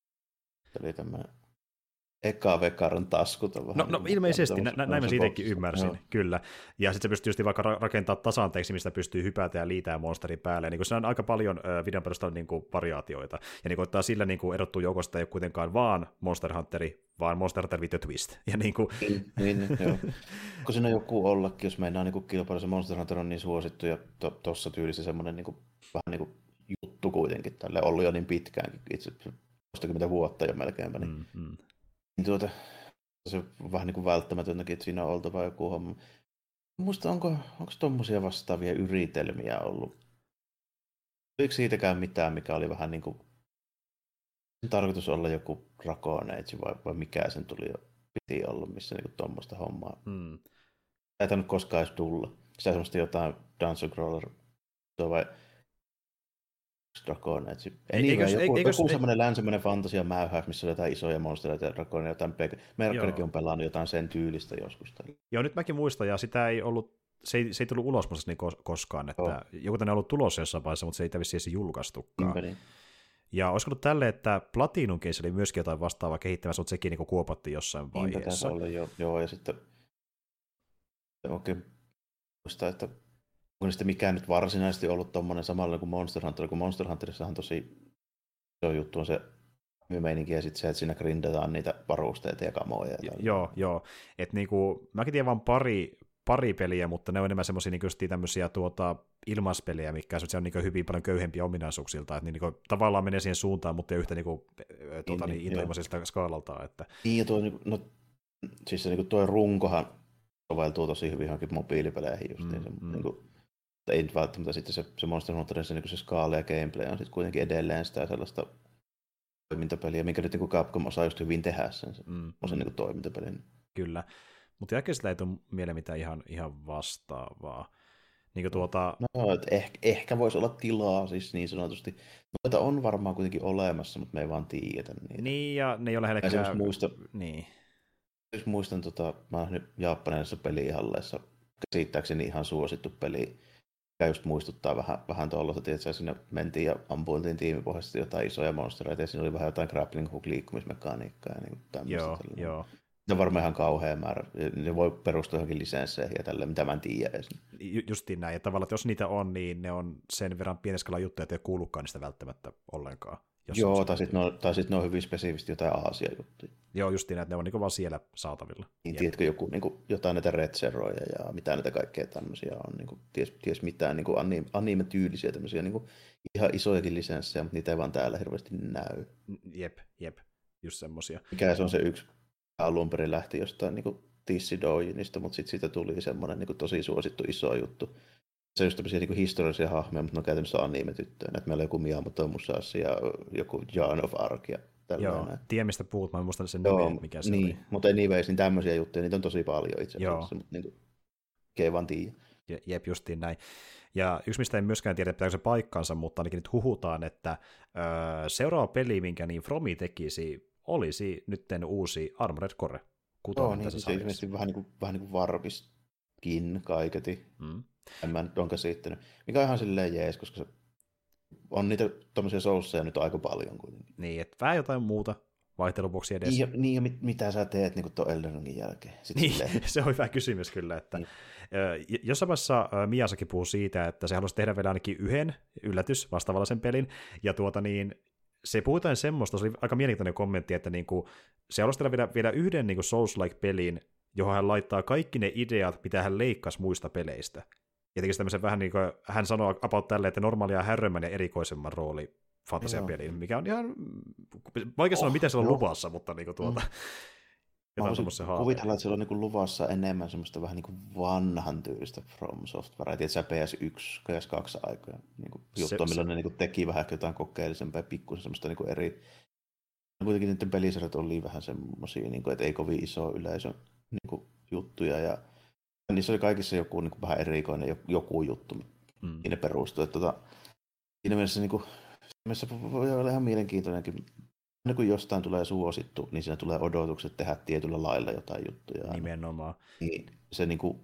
Eli tämä eka vekaran tasku. No ilmeisesti, näin mä siitäkin ymmärsin, kyllä. Ja sitten se pystyy just vaikka rakentamaan tasanteeksi, mistä pystyy hypätä ja liitää monsterin päälle. Niin siinä on aika paljon videon perusteella niin variaatioita. Ja niin ottaa sillä niin erottuu joukosta ei ole kuitenkaan vaan Monster Hunteri, vaan Monster Hunter with a twist. Ja niin, joo. Kun siinä on joku ollakin, jos meinaa niin kilpailu, se Monster Hunter on niin suosittu ja tuossa tyylissä semmoinen niin vähän niin kuin juttu kuitenkin. Tälle ollut jo niin pitkäänkin, itse 20 vuotta jo melkeinpä. Niin. Se on vähän niin kuin välttämätöntäkin, että siinä on oltava joku homma. Muista, onko tommosia vastaavia yritelmiä ollut? Oliko siitäkään mitään, mikä oli vähän niin kuin tarkoitus olla joku Dragon Age vai mikä sen piti olla, missä niin kuin tommoista hommaa? Ei tainnut koskaan edes tulla. Sitä semmoista jotain Dungeon Crawler vai Dragon Age. Joku semmoinen länsimäinen fantasia-mäyhäys, missä on jotain isoja monstereita ja dragonia, jotain Merkkarikin on pelannut jotain sen tyylistä joskus. Joo, nyt mäkin muistan, ja sitä ei ollut, se ei tullut ulos niin koskaan, että joku tänne on ollut tulossa jossain vaiheessa, mutta se ei vissiin julkaistukaan. Niin. Ja olisiko ollut tälleen, että Platinum Games oli myöskin jotain vastaavaa kehittämässä, mutta sekin niin kuopattiin jossain vaiheessa. Joo, ja sitten oikein muistaa, että onko sitten mikään nyt varsinaisesti ollut tommoinen samalla kuin Monster Hunter, kun Monster Hunterissahan tosi iso juttu on se meininki ja sitten se, että siinä grindataan niitä varusteita ja kamoja. Joo. Että niinku, mäkin tiedän vaan pari peliä, mutta ne on enemmän semmoisia niinku tämmöisiä ilmaispelejä, mikä on niinku hyvin paljon köyhempiä ominaisuuksilta, että niinku, tavallaan menee siihen suuntaan, mutta ei yhtä niinku, intohimoisesta skaalaltaan. Että. Niin, ja tuo, siis se, niinku, tuo runkohan soveltuu tosi hyvin johonkin mobiilipeleihin justiin. Niinku, ei nyt välttämättä sitten se Monster Hunterissa niin se skaala ja gameplay on sitten kuitenkin edelleen sitä sellaista toimintapeliä, minkä nyt niin Capcom osaa just hyvin tehdä sen niin toimintapelin. Kyllä, mutta jälkeen ei tule mieleen mitään ihan vastaavaa. Niin ehkä voisi olla tilaa siis niin sanotusti. Noita on varmaan kuitenkin olemassa, mutta me ei vaan tiedetä niitä. Niin, ja ne ei ole lähellekään. Niin. Jos muistan, mä oon nyt japanilaisessa pelihalleissa käsittääkseni ihan suosittu peli, mikä just muistuttaa vähän tuollaista, että sinne mentiin ja ampuiltiin tiimipohjaisesti jotain isoja monstereita, ja siinä oli vähän jotain grappling hook -liikkumismekaniikkaa ja niin tämmöistä. Joo. Ne on varmaan ihan kauhea määrä. Ne voi perustua johonkin lisensseihin ja tälleen, mitä mä en tiedä edes. Justiin näin, että tavallaan, että jos niitä on, niin ne on sen verran pieneskala juttuja, että ei kuulukaan niistä välttämättä ollenkaan. Joo, tai sitten ne on hyvin spesifisti jotain Aasia-juttuja. Joo, justiin, että ne on niin vaan siellä saatavilla. Niin, tiedätkö, joku, niin kuin, jotain näitä retseroja ja mitä näitä kaikkea tämmöisiä on, niin kuin, ties mitään niin anime-tyylisiä tämmöisiä niin kuin, ihan isojakin lisenssejä, mutta niitä ei vaan täällä hirveästi näy. Jep, just semmosia. Mikä se on se yksi, alun perin lähti jostain niin Tissi-Doujinista, mutta sitten siitä tuli semmoinen niin tosi suosittu iso juttu. Se on just tämmöisiä niin historiallisia hahmoja, mutta ne on käytännössä anime-tyttöjä. Että meillä on joku Miyamoto Musashi ja joku Joan of Arc ja tällainen. Joo, tiedä mistä puhut, mä en muista sen nimen, mikä se niin, oli. Mutta anyways, niin tämmöisiä juttuja, niitä on tosi paljon itse asiassa, mutta niin ei vaan tiedä. Jep, justiin näin. Ja yksi, mistä en myöskään tiedä, pitääkö se paikkansa, mutta ainakin nyt huhutaan, että seuraava peli, minkä niin Fromi tekisi, olisi nytten uusi Armored Core 6 Joo, niin tässä se sarjassa. ilmeisesti vähän niin kuin varmiskin kaiketi. En mä nyt ole käsittänyt. Mikä on ihan silleen jees, koska se on niitä tommosia sousseja nyt aika paljon kuitenkin. Niin, että vähän jotain muuta vaihteluvuoksi edes. Ja mitä sä teet niin tuon Elden Ringin jälkeen? Niin, se on hyvä kysymys kyllä, että jossain vaiheessa Miyazaki puhuu siitä, että se haluaisi tehdä vielä ainakin yhden vastaavallaisen pelin, ja se puhutaan semmoista, se oli aika mielenkiintoinen kommentti, että niinku, se haluaisi tehdä vielä yhden niinku Souls-like-pelin, johon hän laittaa kaikki ne ideat, mitä hän leikkasi muista peleistä. Ja tekisi tämmöisen vähän niin kuin, hän sanoo about tälleen, että normaalia härrömmän ja erikoisemman rooli fantasiapeliin, mikä on ihan vaikea sanoa, miten se on luvassa, mutta niinku jotain semmoisen haaveen. Kuvitella, että siellä on niinku luvassa enemmän semmoista vähän niinku vanhan tyylistä From Softwarea, tiedätkö PS1, PS2 aikoja niinku juttua, milloin ne niinku teki vähän jotain kokeellisempaa ja pikkusen semmoista niinku eri. Kuitenkin niiden pelisarjat oli vähän semmoisia, niinku, että ei kovin iso yleisö niinku, juttuja ja niissä oli kaikissa joku niinku, vähän erikoinen joku juttu, mihin ne perustui. Siinä mielessä niinku, voi olla ihan mielenkiintoinenkin. Aina kun jostain tulee suosittu, niin siinä tulee odotukset tehdä tietyllä lailla jotain juttuja. Nimenomaan. Niin se niinku,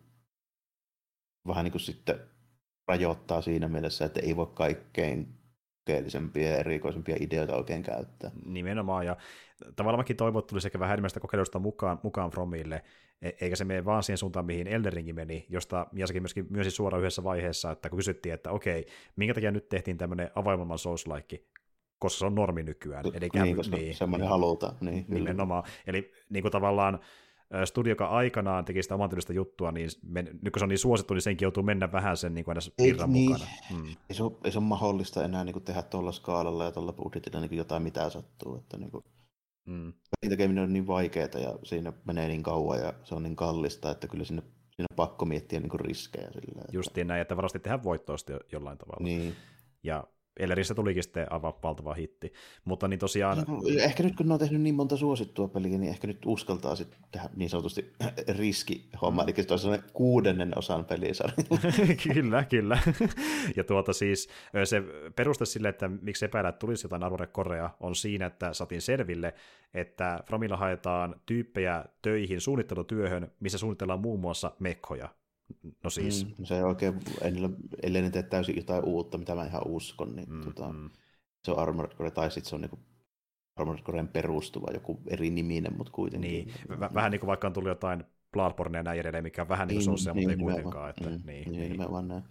vähän niin kuin sitten rajoittaa siinä mielessä, että ei voi kaikkein kokeellisempia ja erikoisempia ideoita oikein käyttää. Nimenomaan, ja tavallaan mäkin toivon, että tulisi ehkä vähän enemmän sitä kokeilusta mukaan Fromille, eikä se mene vaan siihen suuntaan, mihin Elden Ring meni, josta Miyazakin myöskin myönsi suoraan yhdessä vaiheessa, että kun kysyttiin, että okei, minkä takia nyt tehtiin tämmöinen avoimemman Souls-like, koska se on normi nykyään. Niin, koska semmoinen halutaan. Niin, nimenomaan. Eli niin kuin tavallaan studio, joka aikanaan teki sitä omantyylistä juttua, niin nyt kun se on niin suosittu, niin senkin joutuu mennä vähän sen niin virran mukana. Ei se ole mahdollista enää niin kuin tehdä tuolla skaalalla ja tuolla budjetilla niin jotain mitä sattuu. Että niin kuin, tekeminen on niin vaikeaa ja siinä menee niin kauan ja se on niin kallista, että kyllä siinä on pakko miettiä niin kuin riskejä. Sillä, justiin näin, että varmasti tehdään voittoa jollain tavalla. Niin. Ja Ellerissä tulikin sitten aivan valtava hitti. Mutta niin tosiaan... Ehkä nyt kun ne on tehnyt niin monta suosittua peliä, niin ehkä nyt uskaltaa sitten tehdä niin sanotusti riskihomma, eli se on sellainen 6. osan pelisarja. Kyllä. Ja siis se peruste sille, että miksi epäillä, että tulisi jotain Armored Corea, on siinä, että saatiin selville, että Fromilla haetaan tyyppejä töihin suunnittelutyöhön, missä suunnitellaan muun muassa mekkoja. No siis. Se ei oikein, ellei ne tee täysin jotain uutta, mitä mä ihan uskon, niin se on Armored Core, tai sitten se on niinku Armored Coreen perustuva, joku eri niminen, mutta kuitenkin. Niin, vähän niin kuin vaikka on tullut jotain Bloodborne ja näin edelleen, mikä on vähän niin kuin se, mutta ei kuitenkaan. Että, nimenomaan näin.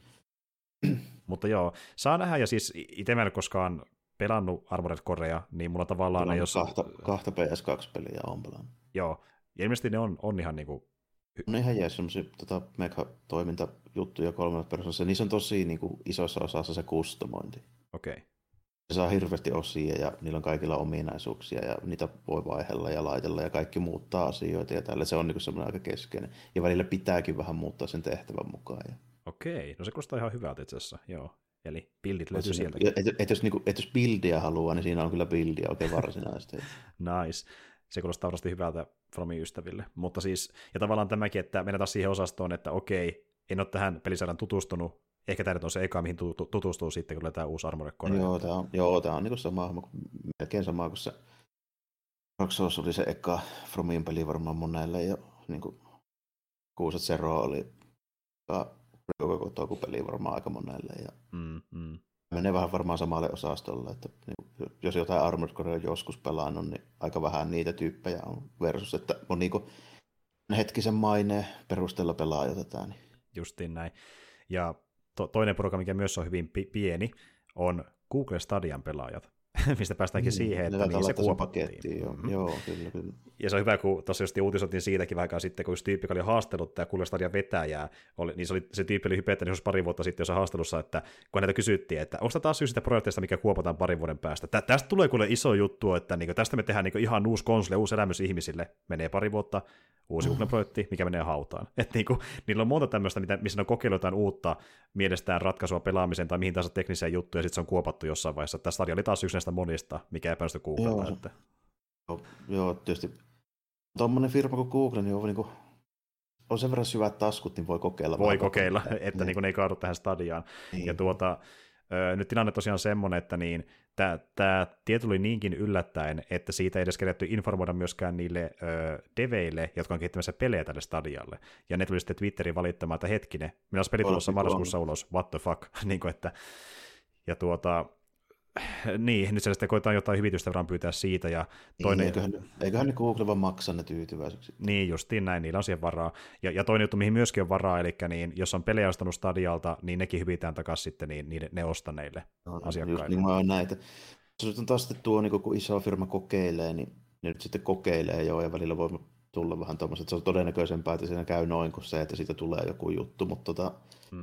Mutta joo, saa nähdä, ja siis itse mä en ole koskaan pelannut Armored Corea, niin mulla tavallaan ei ole... Kahta PS2-peliä on pelannut. Joo, ja ilmeisesti ne on ihan niinku... On ihan jees semmoisia mega-toimintajuttuja 3 persoonassa. Niissä on tosi niin kuin, isossa osassa se kustomointi. Okei. Se saa hirveästi osia ja niillä on kaikilla ominaisuuksia ja niitä voi vaihella ja laitella ja kaikki muuttaa asioita ja tällä. Se on niin kuin, semmoinen aika keskeinen. Ja välillä pitääkin vähän muuttaa sen tehtävän mukaan. Ja... Okei, no se kuulostaa ihan hyvältä itse asiassa, joo. Eli buildit löytyy sieltä. Jos buildia haluaa, niin siinä on kyllä buildia oikein varsinaisesti. Nice. Se kuulostaa varmasti hyvältä Fromin ystäville. Mutta siis, ja tavallaan tämäkin, että mennään taas siihen osastoon, että okei, en ole tähän pelisarjaan tutustunut. Ehkä tämä on se eka, mihin tutustuu sitten, kun tämä uusi Armored Core. Tämä on niin melkein sama kuin se Dark Souls oli se eka Fromin peli varmaan monelle. Ja niin kuin Kuuset Zero oli koko peli varmaan aika monelle. Ja menee vähän varmaan samalle osastolle, että jos jotain Armored Core on joskus pelannut, niin aika vähän niitä tyyppejä on versus, että on niinku hetkisen maineen perusteella pelaa tätä. Niin. Justiin näin. Ja toinen porukka, mikä myös on hyvin pieni, on Google Stadian pelaajat, mistä päästäänkin siihen, että niin se kuopattiin. Joo, kyllä. Ja se on hyvä, kun tuossa just uutisoitiin siitäkin vähän aikaa sitten, kun tyyppi oli haastellut tämä Google Stadian vetäjää, niin se tyyppi oli hypettänyt jos pari vuotta sitten jossain haastelussa, että kun häneltä kysyttiin, että onko tämä taas syy sitä projektista, mikä kuopataan parin vuoden päästä. Tästä tulee kuule iso juttu, että niin tästä me tehdään niin ihan uusi konsoli, uusi elämys ihmisille. Menee pari vuotta, uusi Google-projekti, mikä menee hautaan. Että niin niillä on monta tämmöistä, missä ne on kokeillut jotain uutta mielestään ratkaisua pelaamiseen tai mihin tahansa tekniseen juttuun, ja sitten se on kuopattu jossain vaiheessa. Tämä Stadia oli taas yksi näistä monista, mikä epäonnistu Googlella. Joo, tietysti. Tuommoinen firma kuin Google niin on on sen verran syvät taskut, niin voi kokeilla. Voi kokeilla, että niin ne ei kaadu tähän stadiaan. Niin. Ja nyt tilanne tosiaan semmoinen, että niin, tämä tieto tuli niinkin yllättäen, että siitä ei edes kerätty informoida myöskään niille deveille, jotka on kehittämässä pelejä tälle stadialle. Ja ne tuli sitten Twitteriin valittamaan, että hetkinen, minä olisi peli tulossa marraskuussa ulos, what the fuck. niin kuin, että, ja niin, nyt sitten koetaan jotain hyvitystä verran pyytää siitä. Ja toinen... eiköhän ne Google vaan maksaa ne tyytyväiseksi. Niin, justiin näin, niillä on siihen varaa. Ja toinen juttu, mihin myöskin on varaa, eli niin, jos on pelejä ostanut stadialta, niin nekin hyvitään takaisin sitten niin ne ostaneille asiakkaille. Just niin mä oon näitä. Se on taas sitten tuo, niin kun iso firma kokeilee, niin ne nyt sitten kokeilee jo, ja välillä voi tulla vähän tuommoista, että se on todennäköisempää, että siinä käy noin kuin se, että siitä tulee joku juttu, mutta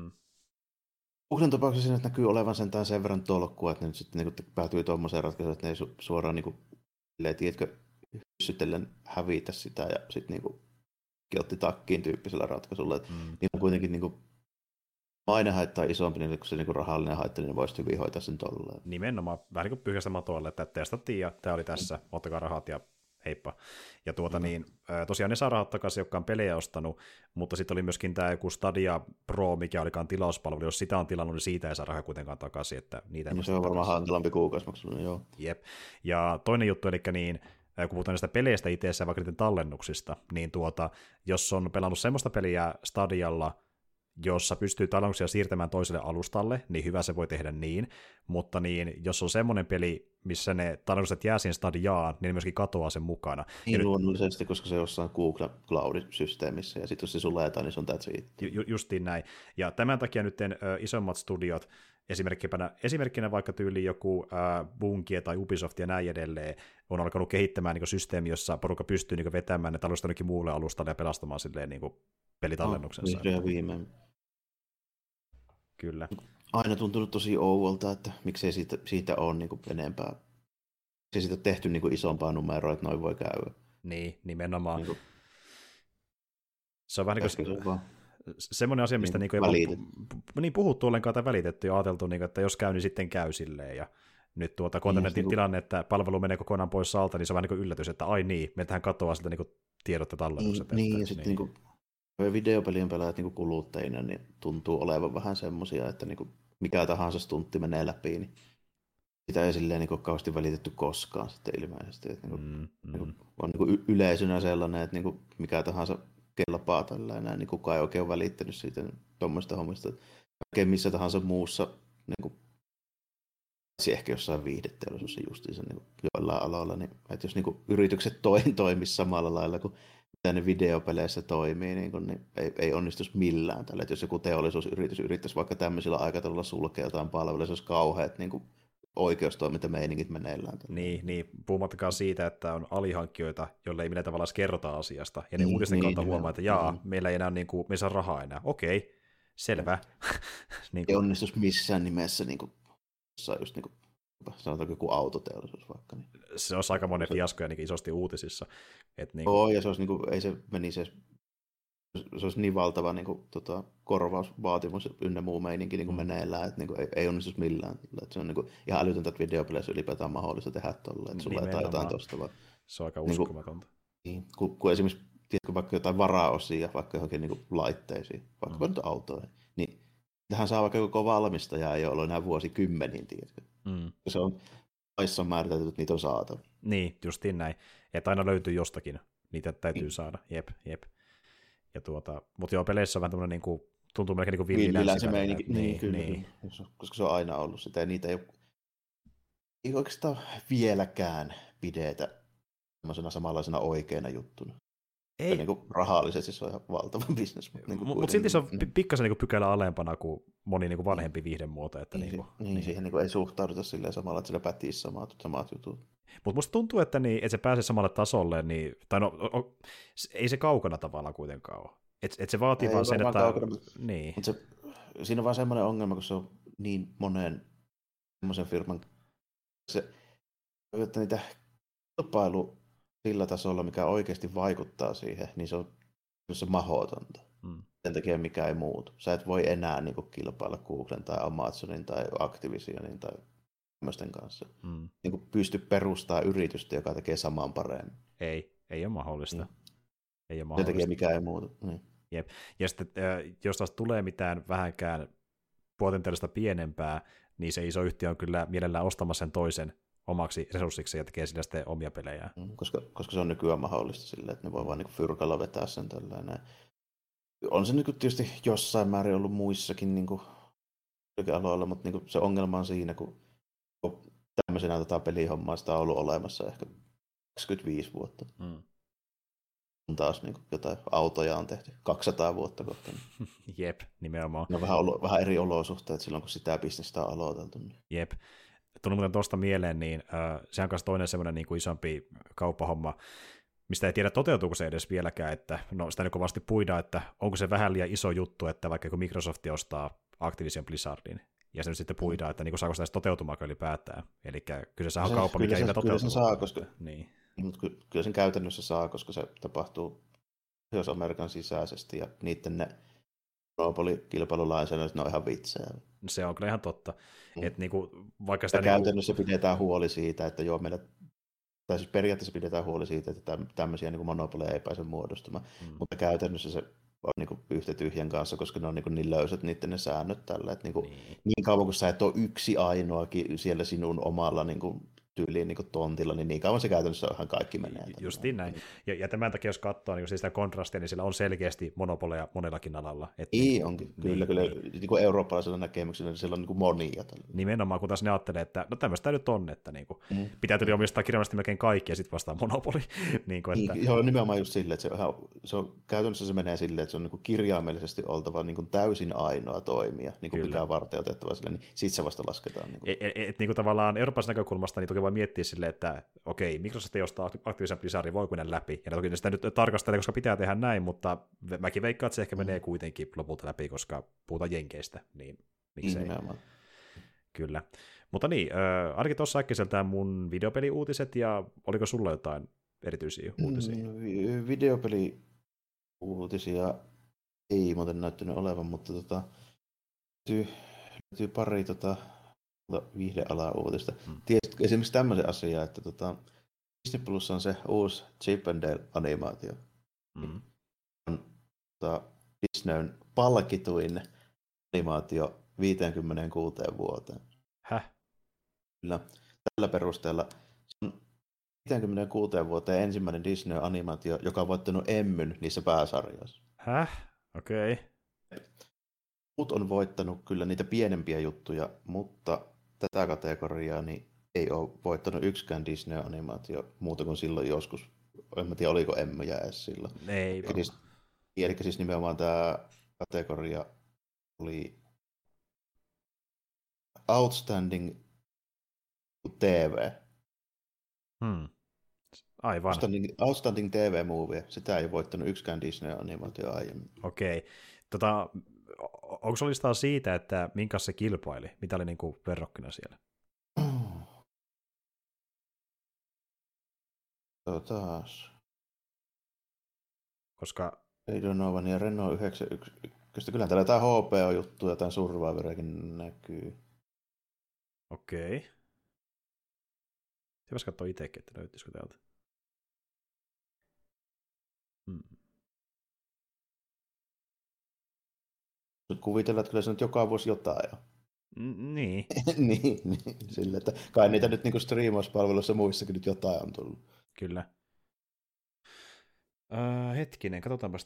Googlen tapauksessa siinä näkyy olevan sen verran tolkkua, että ne nyt sitten niin päätyy tuommoiseen ratkaisuun, että ne ei suoraan niin kuin, tiedätkö, hyssytellen hävitä sitä ja sitten niin otti takkiin tyyppisellä ratkaisulla. Niin on kuitenkin niin kuin, maine haittaa isompi, niin kun se niin rahallinen haitta, niin ne voisi hyvin hoitaa sen tolleen. Nimenomaan, vähän niin kuin pyyhkästä matoille, että testattiin ja tämä oli tässä, ottakaa rahat ja heippa. Ja tosiaan ne saa rahat takaisin, jotka on pelejä ostanut, mutta sitten oli myöskin tämä joku Stadia Pro, mikä olikaan tilauspalvelu, jos sitä on tilannut, niin siitä ei saa rahaa kuitenkaan takaisin, että niitä se on varmaan hankalampi kuukausimaksu, niin joo. Jep. Ja toinen juttu, eli niin, kun puhutaan näistä peleistä itseessä, vaikka niiden tallennuksista, niin jos on pelannut semmoista peliä Stadialla, jossa pystyy tallennuksia siirtämään toiselle alustalle, niin hyvä se voi tehdä niin, mutta niin, jos on semmoinen peli, missä ne tallennukset jää siihen Stadiaan, niin ne myöskin katoaa sen mukana. Niin luonnollisesti, koska se on jossain Google Cloud-systeemissä, ja sitten jos se sulla jätään, niin se on that's it. Justiin näin. Ja tämän takia nyt isommat studiot, esimerkkinä vaikka tyyli joku Bungie tai Ubisoft ja näin edelleen, on alkanut kehittämään niin systeemi, jossa porukka pystyy niin vetämään ne tallennukset jonnekin muulle alustalle ja pelastamaan silleen niin pelitallennuksensa. Viimein. Kyllä. Aina tuntunut tosi ouvolta, että miksei siitä ole niin kuin enempää. Miksei siitä ole tehty niin kuin isompaa numeroa, että noin voi käydä. Niin, nimenomaan. Niin kuin... Se on vähän niin kuin semmoinen asia, mistä niin ei puhuttu ollenkaan tai välitetty ja ajateltu, niin kuin, että jos käy, niin sitten käy silleen. Ja nyt kun on tilanne, että palvelu menee kokonaan pois alta, niin se on vähän niin kuin yllätys, että ai niin, meiltähän katoaa siltä niin tiedot ja tallennukset. Niin, ja sitten niin videopelien pelaajat niin kuluttajina niin tuntuu olevan vähän semmoisia, että niin mikä tahansa stuntti menee läpi, niin sitä ei silleen niin kauheasti välitetty koskaan sitten ilmeisesti. Että on niin yleisönä sellainen, että niin mikä tahansa kelpaa tällainen, niin kukaan ei oikein ole välittänyt siitä tuommoista hommista. Oikein missä tahansa muussa, niin ehkä jossain viihdeteollisuudessa justiinsa niin joillain aloilla, niin että jos niin yritykset toimisi samalla lailla kuin mitä ne videopeleissä toimii, niin ei onnistuisi millään tällä. Että jos joku teollisuusyritys yrittäisi vaikka tämmöisillä aikataululla sulkea jotain palveluja, se olisi kauheat niin oikeustoimintameiningit meneillään. Niin, puhumattakaan siitä, että on alihankkijoita, joille ei millään tavalla kerrota asiasta, ja ne uudisten kautta huomaa, että meillä ei enää me ei saa rahaa enää. Okei, selvä. Ei onnistuisi missään nimessä, just sanotaanko joku autoteollisuus vaikka. Niin. Se olisi aika monen fiasko ja isosti uutisissa. Ja se olisi, ei se menisi se olisi niin valtava korvausvaatimus ynnä muu meininki meneillään, että ei onnistuisi millään. Että se on ihan älytöntä, että videopeleissä ylipäätään mahdollista tehdä tuolla, että sulla ei jotain tuosta. Vaan, se on aika uskomatonta. Kun esimerkiksi tiedätkö, vaikka jotain varaosia, vaikka johonkin laitteisiin, vaikka nyt autoihin, niin tähän saa vaikka koko valmistaja ei ole enää vuosikymmeniin, tiedätkö. Se on laissa määritelty, että niitä on saatava. Niin, justiin näin. Että aina löytyy jostakin, niitä täytyy saada. Jep. Ja mutta joo, peleissä on vähän tämmöinen tuntuu melkein villilänsi. Niin. Koska se on aina ollut sitä, ja niitä ei oikeastaan vieläkään pidetä samanlaisena oikeana juttuna. Ei. Rahallisesti se on ihan valtava bisnes. Mutta silti se on pikkasen pykälä alempana kuin moni vanhempi viihdemuoto. Että siihen ei suhtauduta silleen samalla, että sillä pätisi samat jutut. Mutta musta tuntuu, että se pääsee samalle tasolle, ei se kaukana tavallaan kuitenkaan ole. Et se vaatii vaan sen, että... Kaukana, niin. Siinä on vaan semmoinen ongelma, kun se on niin monen semmoisen firman... että niitä kilpailu sillä tasolla, mikä oikeasti vaikuttaa siihen, niin se on mahdotonta. Sen takia mikä ei muutu. Sä et voi enää kilpailla Googlen tai Amazonin tai Activisionin tai tämmöisten kanssa. Pysty perustamaan yritystä, joka tekee saman paremmin. Ei ole mahdollista. Sen takia mikä ei muutu. Niin. Jep. Ja sitten jos taas tulee mitään vähänkään potentiaalista pienempää, niin se iso yhtiö on kyllä mielellään ostamassa sen toisen omaksi resurssiksi ja tekee sillä sitten omia pelejä. Koska se on nykyään mahdollista silleen, että ne voi vaan niin fyrkalla vetää sen tällainen. On se niin tietysti jossain määrin ollut muissakin niin aloilla, mutta niin se ongelma on siinä, kun tämmöisenä pelihommaa sitä on ollut olemassa ehkä 25 vuotta. Taas niin jotain autoja on tehty 200 vuotta kohta. Jep, nimenomaan. Ne on vähän eri olosuhteet silloin, kun sitä bisnestä on aloiteltu. Jep. Tuli muuten tuosta mieleen, niin sehän on myös toinen semmoinen niin kuin isompi kauppahomma, mistä ei tiedä toteutuuko se edes vieläkään, että no sitä niin kovasti puidaan, että onko se vähän liian iso juttu, että vaikka kun Microsoft ostaa Activision Blizzardin, ja se nyt sitten puidaan, että niin saako sitä edes toteutumaan ylipäätään. Eli kyseessä on kauppa, mikä ei vielä toteutuu. Kyllä sen saa, koska, niin. Mutta kyllä sen käytännössä saa, koska se tapahtuu Amerikan sisäisesti, ja niiden ne monopolikilpailulainsäädännöt, ne on ihan vitsejä. Se on kyllä ihan totta. Että niinku, vaikka sitä käytännössä pidetään huoli siitä, että joo, meillä, tai siis periaatteessa pidetään huoli siitä, että tämmöisiä niin monopoleja ei pääse muodostumaan, mutta käytännössä se on niin yhtä tyhjän kanssa, koska ne on niin löysät niiden ne säännöt tällä. Että niin kauan kun sä et ole yksi ainoakin siellä sinun omalla niin tyyliin niin tontilla, niin kauan se käytännössä ihan kaikki menee. Justiin näin. Ja tämän takia, jos katsoo niin sitä kontrastia, niin sillä on selkeästi monopoleja monellakin alalla. Onkin. Kyllä. Niin kuin eurooppalaisella näkemyksellä, niin siellä on niin monia. Nimenomaan, kun taas ne ajattelee, että no tämmöistä nyt on, että niin kuin, pitää tuli omistaa kirjallisesti melkein kaikki, ja sitten vastaa monopoli. niin kuin, että... Joo, nimenomaan just silleen, että se on, käytännössä se menee silleen, että se on niin kuin kirjaimellisesti oltava niin kuin täysin ainoa toimija, niin kuin pitää varten otettava silleen, niin sitten se vasta lasketaan. Niin kuin. Niin kuin tavallaan eurooppalaisen näkökulmasta, niin toki voi miettiä silleen, että okei, Microsoft ei ostaa Activision Blizzardin, voi mennä läpi. Ja toki sitä nyt tarkastelee, koska pitää tehdä näin, mutta mäkin veikkaan, että se ehkä menee kuitenkin lopulta läpi, koska puhutaan jenkeistä, niin miksei. Kyllä. Mutta niin, ainakin tuossa äkkiseltään mun videopeliuutiset, ja oliko sulla jotain erityisiä uutisia? Videopeliuutisia ei muuten näyttänyt olevan, mutta löytyy pari viihdealan uutista. Tiesitkö esimerkiksi tämmöisen asian, että Disney Plus on se uusi Chip and Dale-animaatio. Disneyn palkituin animaatio 56 vuoteen. Häh? Kyllä. Tällä perusteella se on 56 vuoteen ensimmäinen Disney-animaatio, joka on voittanut Emmyn niissä pääsarjoissa. Häh? Okei. Okay. Muut on voittanut kyllä niitä pienempiä juttuja, mutta tätä kategoriaa niin ei ole voittanut yksikään Disney-animaatio muuta kuin silloin joskus. En tiedä, oliko Emmyjä edes silloin. Ei. Eli siis nimenomaan tämä kategoria oli Outstanding TV. Aivan. Outstanding TV-movie. Sitä ei voittanut yksikään Disney-animaatio aiemmin. Okei. Onko se listaa siitä, että minkä se kilpaili? Mitä oli niin kuin verrokkina siellä? Taas. Koska... Ei Donovan ja Renault 91. Kyllä täällä jotain HBO-juttuja, jotain Survivoriakin näkyy. Okei. Pitäisi katsoa itsekin, että löytyisikö täältä. Kuvitellaan, että kyllä se nyt joka vuosi jotain on. Niin. niin. Sillä, että kai niitä nyt niin striimauspalveluissa muissakin nyt jotain on tullut. Kyllä. Hetkinen, katsotaanpas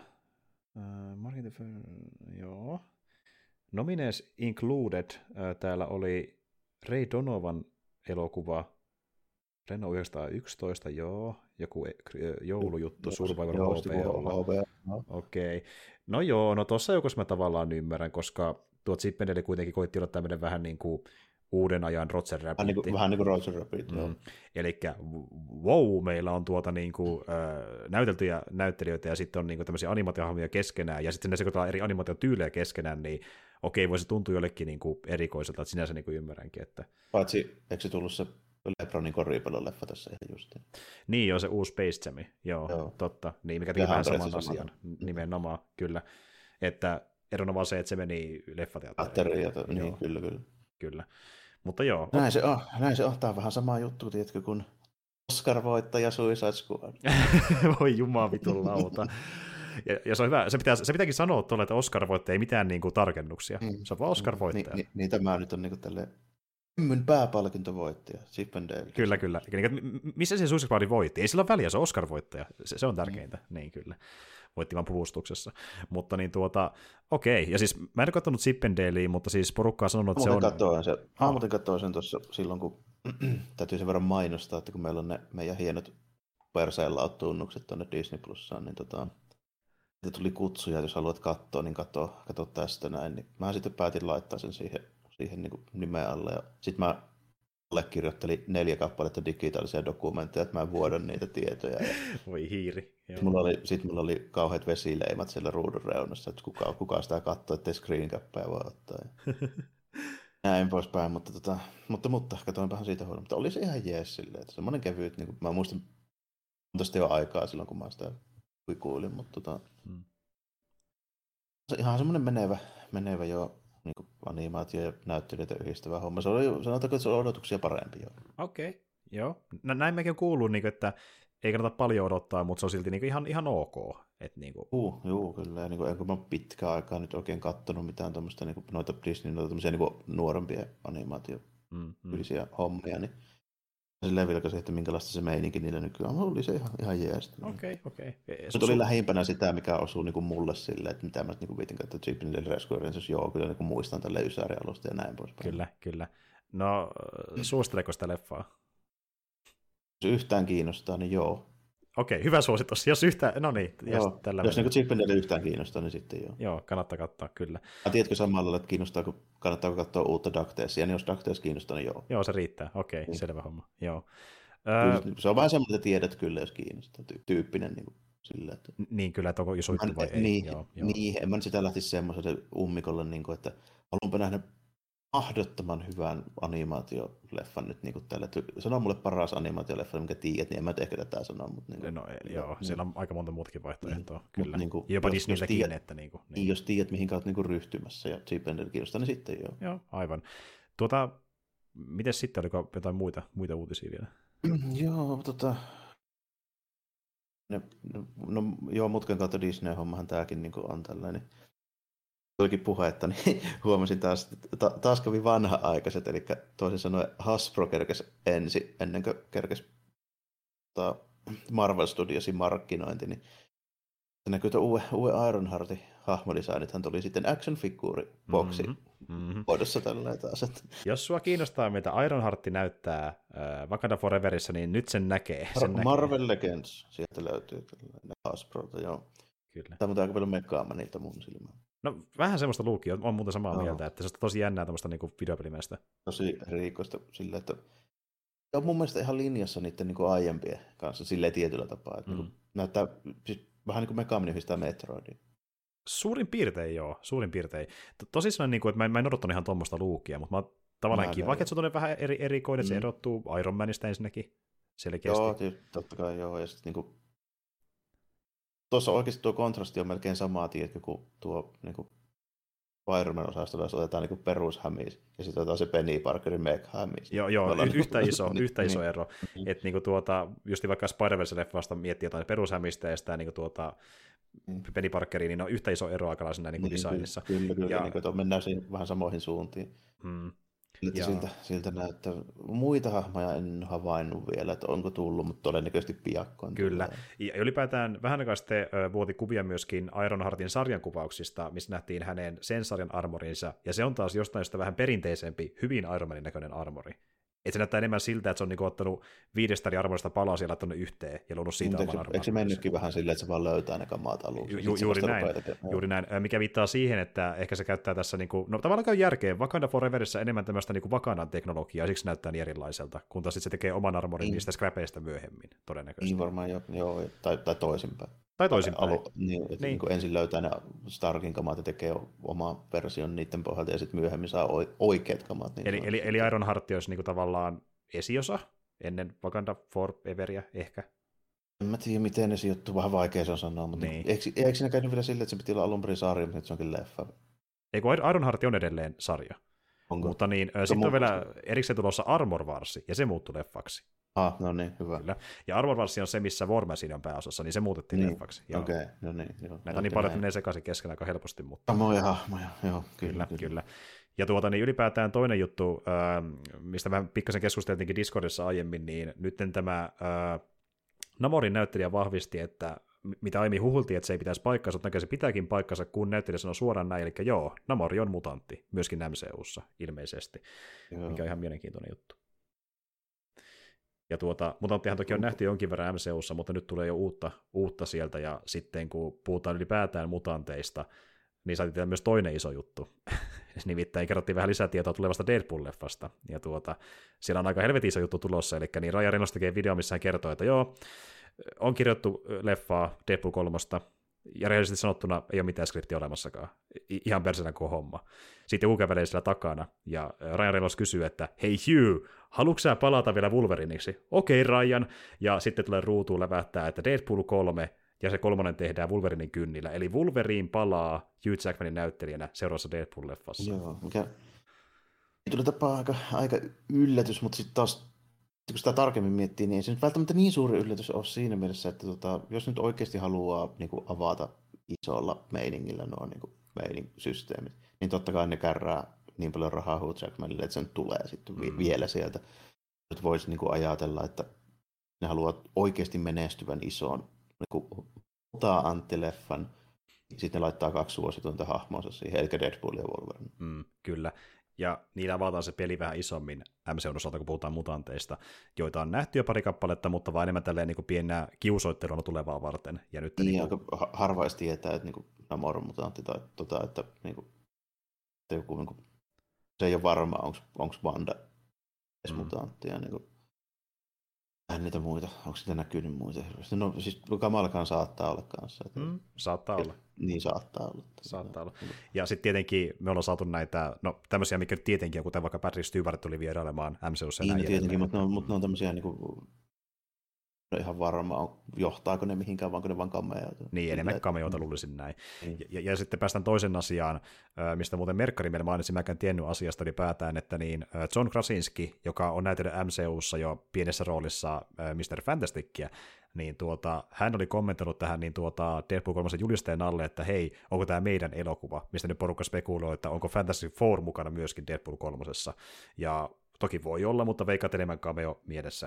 joo. Nominees included, täällä oli Ray Donovan elokuva, Renault 911, joo, joku joulujuttu, Survivor HBOlla. Okei. No joo, no tuossa joukossa mä tavallaan ymmärrän, koska tuo Chip and Dale kuitenkin koitti olla tämmöinen vähän niin kuin uuden ajan Roger Rabbit. Vähän niin kuin Roger Rabbit, joo. Elikkä wow, meillä on niin kuin, näyteltyjä näyttelijöitä ja sitten on niin kuin tämmöisiä animaatiohahmoja keskenään ja sitten ne sekoitetaan eri animaatiotyylejä keskenään, niin okei, voisi tuntua jollekin niin kuin erikoiselta, että sinänsä niin kuin ymmärränkin. Että... Paitsi, eikö se tullut se LeBronin koripallon-leffa tässä ihan justiin? Niin, joo, se uusi Space Jam, joo. Totta, niin, mikä teki vähän saman asian, nimenomaan, kyllä. Että erona vaan se, että se meni leffateatteriin. Niin, kyllä. Mutta joo. Näin se on. Tämä on vähän sama juttu, tiedätkö, kun Oscar-voittaja Suicide Squad. Voi jumaa vitun lauta. Ja se on hyvä, se pitääkin sanoa tuolle, että Oscar-voittaja ei mitään niin kuin tarkennuksia. Se on vaan Oscar-voittaja. Niin tämä nyt on niin kuin tälleen pääpalkintovoittaja, Chip and Dale. Kyllä. Missä se Suicide Squad voitti? Ei sillä ole väliä, se on Oscar-voittaja. Se on tärkeintä, niin kyllä. Voitti vaan puvustuksessa. Mutta niin okei. Ja siis mä en ole katsonut Chip and Dalea, mutta siis porukkaa on sanonut, että se on... Mä muuten katsoin sen tuossa silloin, kun täytyy sen verran mainostaa, että kun meillä on ne meidän hienot perseellä-tunnukset tuonne Disney Plussaan, niin että tuli kutsuja, jos haluat katsoa, niin katso tästä näin. Niin mä sitten päätin laittaa sen siihen niin kuin nimen alle. Ja sitten mä allekirjoittelin 4 kappaletta digitaalisia dokumentteja, että mä vuodan niitä tietoja. Ja voi hiiri. Sitten mulla oli kauheat vesileimat siellä ruudun reunassa, että kuka sitä katsoo, ettei screencappeja voi ottaa. Näin poispäin, mutta katoinpahan siitä huolimatta. Mutta oli se ihan jees silleen, että semmoinen kevyt, niin kuin, mä muistan tosta jo aikaa silloin, kun mä sitä kuikuilin, mutta se ihan semmoinen menevä jo niin kuin animaatio ja näyttelijöitä yhdistävä homma. Se oli, sanotaanko, että se on odotuksia parempi jo. Okei, joo. Näin mekin on kuullut, niin kuin, että ei kannata paljon odottaa, mutta se on silti niin kuin ihan ok. Että, niin kuin... Joo, kyllä. Ja, niin kuin, enkä mä pitkään aikaa nyt oikein katsonut mitään tuommoista, niin kuin, noita Disney, noita niin kuin nuorempia animaatiotyylisiä hommia, niin silleen vilkasin, että minkälaista se meininki niillä nykyään oli se ihan jees. Okei. Se tuli lähimpänä sitä, mikä osuu niin kuin mulle silleen, että mitä mä niin viitin katsoa Chip and Dale Rescue Rangers, joo, kyllä niin kuin muistan tälle Ysäri-alusta ja näin poispäin. Kyllä. No, suositteleko sitä leffaa? Jos yhtään kiinnostaa, niin joo. Okei, hyvä suositus. Jos yhtään, no niin. Jos niin Chip and Dale yhtään kiinnostaa, niin sitten joo. Joo, kannattaa katsoa, kyllä. Tiedätkö samalla, että kannattaako katsoa uutta DuckTalesia, niin jos DuckTales kiinnostaa, niin joo. Joo, se riittää. Okei, selvä homma. Joo. Se on vähän semmoinen, että tiedät kyllä, jos kiinnostaa. Tyyppinen niin kuin sillä, että... Niin kyllä, että onko iso juttu vai ei. Niin, en mä nyt sitä lähtisi semmoiselle ummikolle, niin kuin, että haluanpa nähdä mahdottoman hyvän animaatioleffan nyt niin kuin tällä. Sano mulle paras animaatioleffa, minkä tiedät, niin en mä ehkä tätä sanoa. Mutta, niin kuin, joo, siellä on aika monta muutakin vaihtoehtoa, kyllä. Niin kuin, jopa Disneyltäkin, että niin kuin. Niin. Jos tiedät, mihin olet niin kuin ryhtymässä ja Chip and Dale kiinnostaa, niin sitten joo. Joo, aivan. Miten sitten, oliko jotain muita uutisia vielä? Joo, joo, mutken kautta Disney-hommahan tämäkin niin kuin on tällainen. Tuokin puhetta, niin huomasin taas kävi vanha-aikaiset, eli toisin sanoen Hasbro kerkesi ennen kuin kerkesi Marvel Studiosin markkinointi, niin se näkyy uuden Ironheartin hahmodesignithan tuli sitten action-figuuri-boksi muodossa tällä taas. Jos sua kiinnostaa, mitä Ironheart näyttää Wakanda Foreverissa, niin nyt sen näkee. Marvel Legends, sieltä löytyy tällainen Hasbrolta, joo. Kyllä. Tämä on aika paljon mekkaama niiltä mun silmään. No vähän semmoista luukia, on muuten samaa mieltä, että se on tosi jännää tämmöistä niin videopelimäistä. Tosi riikoista sillä, että on mun mielestä ihan linjassa niiden niin kuin aiempien kanssa silleen tietyllä tapaa, että niin näyttää siis vähän niin kuin Megami yhdistää Metroidia. Suurin piirtein. Tosissaan, niin kuin, että mä en odottanut ihan tuommoista luukia, mutta mä tavallaan kiva, että se on vähän erikoinen, että se erottuu Iron Manista ensinnäkin selkeästi. Joo, totta kai joo, ja sitten niin kuin tuossa oikeasti tuo kontrasti on melkein samaa, tiedätkö, kuin tuo niin kuin Iron Man-osastolla, jos otetaan niin perushämis, ja sitten otetaan se Penny Parkerin Meg-hämis. Joo, yhtä iso ero. Että niin just vaikka Spider-Verse-leffasta miettii jotain perushämistä ja sitä niin Penny Parkeria, niin on yhtä iso ero aikalaisena niin designissa. Kyllä, ja niin kuin, mennään siinä vähän samoihin suuntiin. Siltä näyttää. Muita hahmoja en havainnut vielä, että onko tullut, mutta todennäköisesti piakkoon. Kyllä. Ja ylipäätään vähän aikaa sitten vuoti kuvia myöskin Ironheartin sarjan kuvauksista, missä nähtiin hänen sen sarjan armorinsa, ja se on taas jostain sitä vähän perinteisempi, hyvin Iron Manin näköinen armori. Että se näyttää enemmän siltä, että se on niinku ottanut 5 eri armorista palaa siellä tuonne yhteen ja luonut siitä oman armorin. Eikö se mennytkin vähän silleen, että se vaan löytää ne kamaat aluksi? Juuri näin, mikä viittaa siihen, että ehkä se käyttää tässä, niinku, no tavallaan käy järkeen, Wakanda Foreverissä enemmän tämmöistä niinku Wakandan teknologiaa, siksi näyttää niin erilaiselta, kun taas se tekee oman armorin niistä scrapeista myöhemmin, todennäköisesti. Niin varmaan joo, tai toisinpäin. Tai toisinpäin. Niin kuin ensin löytää ne Starkin kamat ja tekee oma version niiden pohjalta, ja sitten myöhemmin saa oikeat kamat. Niin eli Ironheart olisi niinku tavallaan esiosa ennen Wakanda Foreveria ehkä. En mä tiedä, miten ne sijoittuu, vähän vaikea se on sanoa, mutta niin. Eikö siinä käynyt vielä silleen, että se piti olla alun perin sarja, mutta nyt se onkin leffa? Eikö Ironheart on edelleen sarja? Onko? Mutta niin, sitten on vielä erikseen tulossa Armor Wars, ja se muuttui leffaksi. No niin, hyvä. Kyllä. Ja Armor Wars on se, missä War Machine on pääosassa, niin se muutettiin niin, leffaksi. Okei, no niin. Joo, näitä on niin paljon, että menee sekaisin kesken aika helposti. Mutta... Samoja hahmoja, joo, kyllä. Ja niin ylipäätään toinen juttu, mistä vähän pikkasen keskusteltiinkin Discordissa aiemmin, niin nyt tämä Namorin näyttelijä vahvisti, että mitä aiemmin huhultiin, että se ei pitäisi paikkansa, mutta se pitääkin paikkansa, kun näyttelijä sanoo suoraan näin, eli joo, Namori on mutantti, myöskin MCU:ssa ilmeisesti, mikä on ihan mielenkiintoinen juttu. Ja mutanttihan toki on nähty jonkin verran MCU:ssa, mutta nyt tulee jo uutta sieltä, ja sitten kun puhutaan ylipäätään mutanteista, niin saatiin tehdä myös toinen iso juttu. Nimittäin kerrottiin vähän lisätietoa tulevasta Deadpool-leffasta, ja siellä on aika helvetin iso juttu tulossa, eli niin Ryan Reynolds tekee video, missä hän kertoo, että joo, on kirjoittu leffaa Deadpool 3, ja rehellisesti sanottuna ei ole mitään skriptiä olemassakaan. Ihan persenä kuin homma. Sitten joku kävelee siellä takana, ja Ryan Reynolds kysyy, että hei Hugh, haluatko sä palata vielä Wolverineiksi? Okei, Ryan. Ja sitten tulee ruutuun lävähtää, että Deadpool 3, ja se 3 tehdään Wolverinin kynnillä. Eli Wolverine palaa Hugh Jackmanin näyttelijänä seuraavassa Deadpool-leffassa. Joo, mikä tuli tapaa aika yllätys, mutta sitten taas kun sitä tarkemmin miettii, niin ei se nyt välttämättä niin suuri yllätys ole siinä mielessä, että jos nyt oikeasti haluaa niin kuin avata isolla meiningillä nuo niin meining-systeemit, niin totta kai ne kärrää niin paljon rahaa Hugh Jackmanille, että se nyt tulee sitten vielä sieltä. Nyt voisi niin kuin ajatella, että ne haluaa oikeasti menestyvän ison niin muta-antti-leffan, sitten ne laittaa 2 suosituinta hahmoansa siihen, eli Deadpool ja Wolverine. Kyllä. Ja niillä avataan se peli vähän isommin MCU:n osalta, kun puhutaan mutanteista, joita on nähty jo pari kappaletta, mutta vaan enemmän tälleen niin pienää kiusoittelua tulevaa varten. Ja nyt niin harva edes tietää, että niin Namor on mutantti tai että, niin kuin, että joku, niin kuin, se ei ole varma, onko Wanda edes mutantti. Ja, niin kuin, niitä muita, onko sitä näkynyt muita? No siis Kamalakaan saattaa olla kanssa. Että, saattaa olla. Niin saattaa olla. Saattaa olla. Ja sitten tietenkin me ollaan saatu näitä, tämmöisiä, mikä nyt tietenkin on, kuten vaikka Patrick Stewart tuli vierailemaan MCU:ssa. Niin, tietenkin, mutta ne on tämmöisiä niin kuin, ihan varma, johtaako ne mihinkään, vaan kun ne vaan cameoita. Niin, enemmän cameoita luulisin näin. Ja sitten päästään toisen asiaan, mistä muuten Merkkari meillä mainitsi, mä en tiennyt asiasta ylipäätään, että niin John Krasinski, joka on näytellyt MCU:ssa jo pienessä roolissa Mr. Fantasticia, niin hän oli kommentoinut tähän niin Deadpool 3 julisteen alle, että hei, onko tämä meidän elokuva, mistä nyt porukka spekuloi, että onko Fantastic Four mukana myöskin Deadpool 3. Ja toki voi olla, mutta veikkaat enemmän cameo mielessä.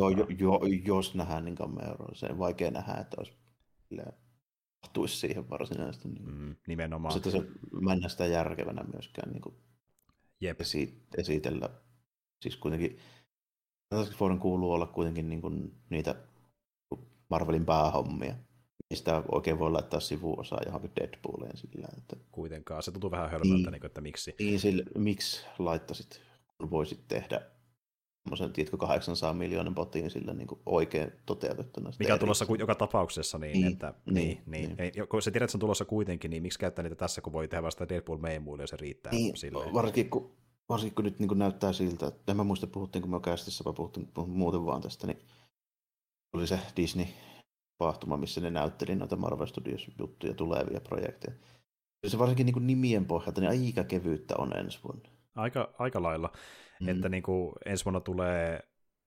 Jos nähdään niin cameo, se on vaikea nähdä, että olisi mahtuisi siihen varsinaisesti. Niin. Nimenomaan. Sitten se mennä sitä järkevänä myöskään niin kuin esitellä. Siis kuitenkin Fantastic Fourin kuuluu olla kuitenkin niin kuin niitä Marvelin päähommia. Sitä oikein voi laittaa sivuosaa johonkin Deadpooleen sillä. Että kuitenkaan. Se tuntuu vähän hölmöltä, niin, että miksi. Niin, miksi laittaisit, kun voisit tehdä semmoisen, tiedätkö, 800 miljoonan potin sillä niin oikein toteutettuna. Mikä on tulossa joka tapauksessa, niin. Kun se tiedät, että se on tulossa kuitenkin, niin miksi käyttää niitä tässä, kun voi tehdä vasta Deadpool-meimuille ja se riittää niin, silleen. Varsinkin kun nyt niin näyttää siltä, että en mä muista, puhuttiin, kun me kästissä puhuttiin muuten vaan tästä, niin oli se Disney-pahtuma, missä ne näytteli noita Marvel Studios-juttuja, tulevia projekteja. Se varsinkin niin nimien pohjalta, niin aika kevyyttä on ensi vuonna. Aika lailla. Että niin kuin ensi vuonna tulee,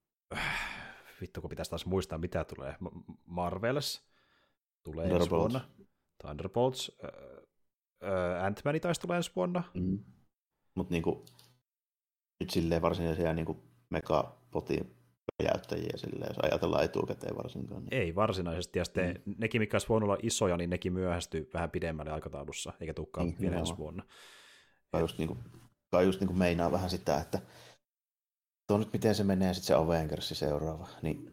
vittu kun pitäisi taas muistaa, mitä tulee. Marvels tulee ensi vuonna. Thunderbolts. Ant-Man taisi tulla ensi vuonna. Mutta niinku, nyt silleen varsinaisia niinku megapotin räjäyttäjiä silleen, jos ajatellaan etukäteen varsinkaan. Niin. Ei varsinaisesti, ja sitten nekin, mikä olisi voinut olla isoja, niin nekin myöhästyy vähän pidemmälle aikataulussa, eikä tulekaan vielä ensi vuonna. Kai just niinku meinaa vähän sitä, että tuo nyt miten se menee sitten se Avengers seuraava, niin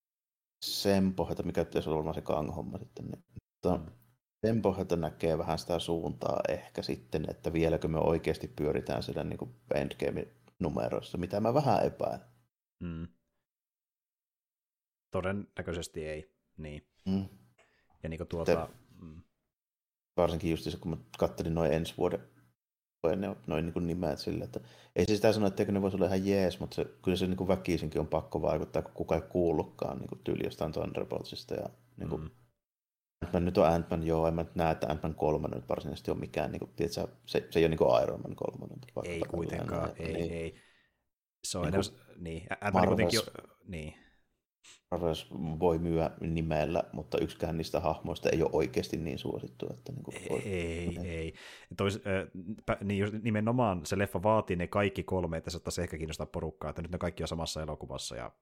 sen pohjalta, mikä pitäisi olla se Kang-homma sitten, niin sen pohjalta näkee vähän sitä suuntaa ehkä sitten, että vieläkö me oikeasti pyöritään siellä niin kuin Endgame-numeroissa, mitä mä vähän epäilen. Todennäköisesti ei, niin. Ja niin kuin varsinkin just se, kun mä katselin noin ensi vuoden noin niin nimet sille, että ei se sitä sano, etteikö ne voisi olla ihan jees, mutta kyllä se niin kuin väkisinkin on pakko vaikuttaa, kun kukaan ei kuullutkaan niin tyyli jostain Thunderboltsista ja niin kuin Ant-Man nyt on Ant-Man, joo, en mä näe, että Ant-Man 3 nyt varsinaisesti on mikään, niin kuin, tiedätkö, se ei ole niin kuin Iron Man 3. Ei kuitenkaan, ei. Se on niin enemmän, niin, Ant-Man kuitenkin, niin. Marvels voi myyä nimellä, mutta yksikään niistä hahmoista ei ole oikeasti niin suosittu. Että niin kuin ei. Niin nimenomaan se leffa vaatii ne kaikki 3, että se ottaisi ehkä kiinnostaa porukkaa, että nyt ne kaikki on samassa elokuvassa. Ja,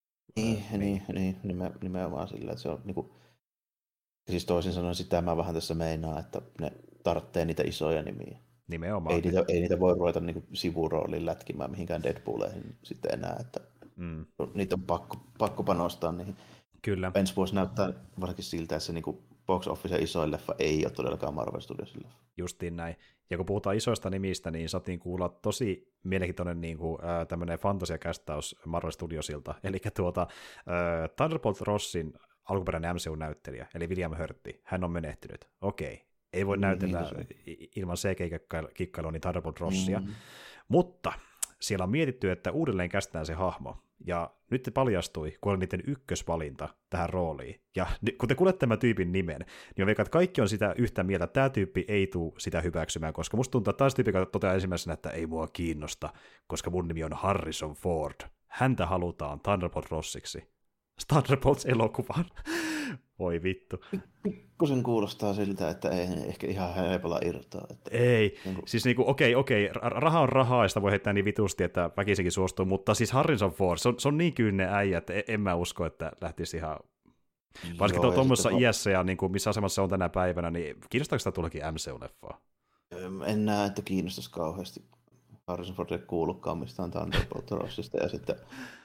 niin, nimenomaan sillä, että se on niin kuin, siis toisin sanoen sitä mä vähän tässä meinaan, että ne tarvitsee niitä isoja nimiä. Nimenomaan. Ei niitä voi ruveta niin kuin sivurooliin lätkimään mihinkään Deadpooleihin sitten enää, että niitä on pakko panostaa niihin. Kyllä. Ensi vuosi näyttää varsinkin siltä, että se niin kuin box office ja isoin leffa ei ole todellakaan Marvel Studiosin leffa. Justiin näin. Ja kun puhutaan isoista nimistä, niin saatiin kuulla tosi mielenkiintoinen niin kuin, tämmöinen fantasiakästäys Marvel Studiosilta. Eli Thunderbolt Rossin alkuperäinen MCU-näyttelijä, eli William Hurtti, hän on menehtynyt. Okei, ei voi näytellä ilman CG-kikkailua niin Thunderbolt Rossia, mutta siellä on mietitty, että uudelleen kästetään se hahmo, ja nyt se paljastui, kun oli niiden ykkösvalinta tähän rooliin, ja kun te kuulette tämän tyypin nimen, niin on veikkaan, että kaikki on sitä yhtä mieltä, että tämä tyyppi ei tule sitä hyväksymään, koska musta tuntuu, että taas tyyppi, joka toteaa ensimmäisenä, että ei mua kiinnosta, koska mun nimi on Harrison Ford. Häntä halutaan Thunderbolt Rossiksi. Thunderbolts-elokuvaan. Voi vittu. Pikkusen kuulostaa siltä, että ei ehkä ihan helpolla irtoa. Että ei, siis niinku, okei, raha on rahaa, ja sitä voi heittää niin vitusti, että väkisinkin suostuu, mutta siis Harrison Ford, se on niin kyyninen äijä, että en mä usko, että lähtisi ihan, varsinkin tuommoisessa iässä ja niin kuin missä asemassa se on tänä päivänä, niin kiinnostaako sitä tullakin MCU-leffaa? En näe, että kiinnostaisi kauheasti. Harrison Ford ei kuulukaan mistään Thunderbolt Rossista, ja sitten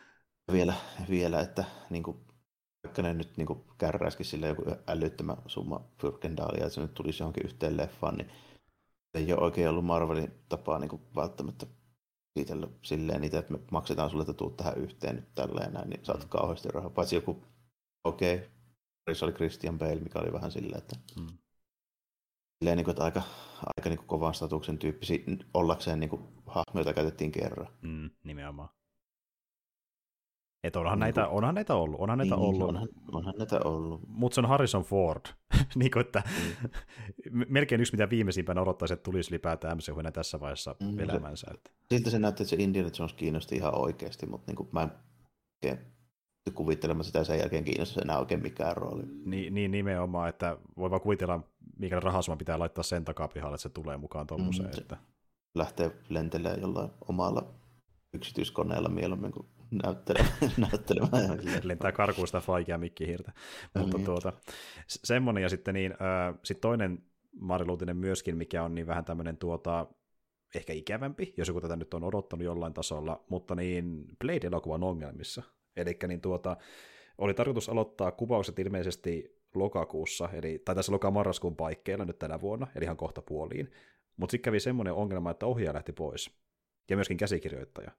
vielä että niin kuin, vaikka ne nyt niin kuin kärräisikin sille joku älyttömän summa Fyrkendaalia, että se nyt tulisi johonkin yhteen leffaan, niin ei ole oikein ollut Marvelin tapaa niin kuin välttämättä kiitellä silleen niitä, että me maksetaan sulle, että tuut tähän yhteen nyt tälleen näin, niin saat kauheasti rahaa. Paitsi joku, se oli Christian Bale, mikä oli vähän silleen, että silleen, niin kuin, että aika niin kuin kovan statuksen tyyppisiä ollakseen niin kuin hahmoja, joita käytettiin kerran. Nimenomaan. Että onhan näitä ollut. Onhan näitä ollut. Mutta se on Harrison Ford. niin kuin, että melkein yksi, mitä viimeisimpänä odottaisi, että tulisi ylipäätään MCU tässä vaiheessa elämänsä. Sitten se näytti, että se Indiana Jones kiinnosti ihan oikeasti, mutta niin mä en oikein kuvittelemaan sitä sen jälkeen kiinnostaisi enää oikein mikään rooli. Niin nimenomaan, että voi vaan kuvitella, mikä rahasuma pitää laittaa sen takapihalle, että se tulee mukaan tuommoiseen. Että lähtee lentelemään jollain omalla yksityiskoneella mieluummin kuin näyttelemään. Lentää karkuun sitä Faikia mikkihiirtä. Mutta semmoinen, ja sitten sit toinen Marvel-uutinen myöskin, mikä on niin vähän tämmöinen ehkä ikävämpi, jos joku tätä nyt on odottanut jollain tasolla, mutta niin Blade-elokuvan ongelmissa. Eli niin oli tarkoitus aloittaa kuvaukset ilmeisesti lokakuussa, tai tässä loka-marraskuun paikkeilla nyt tänä vuonna, eli ihan kohta puoliin. Mutta sitten kävi semmoinen ongelma, että ohjaaja lähti pois, ja myöskin käsikirjoittaja.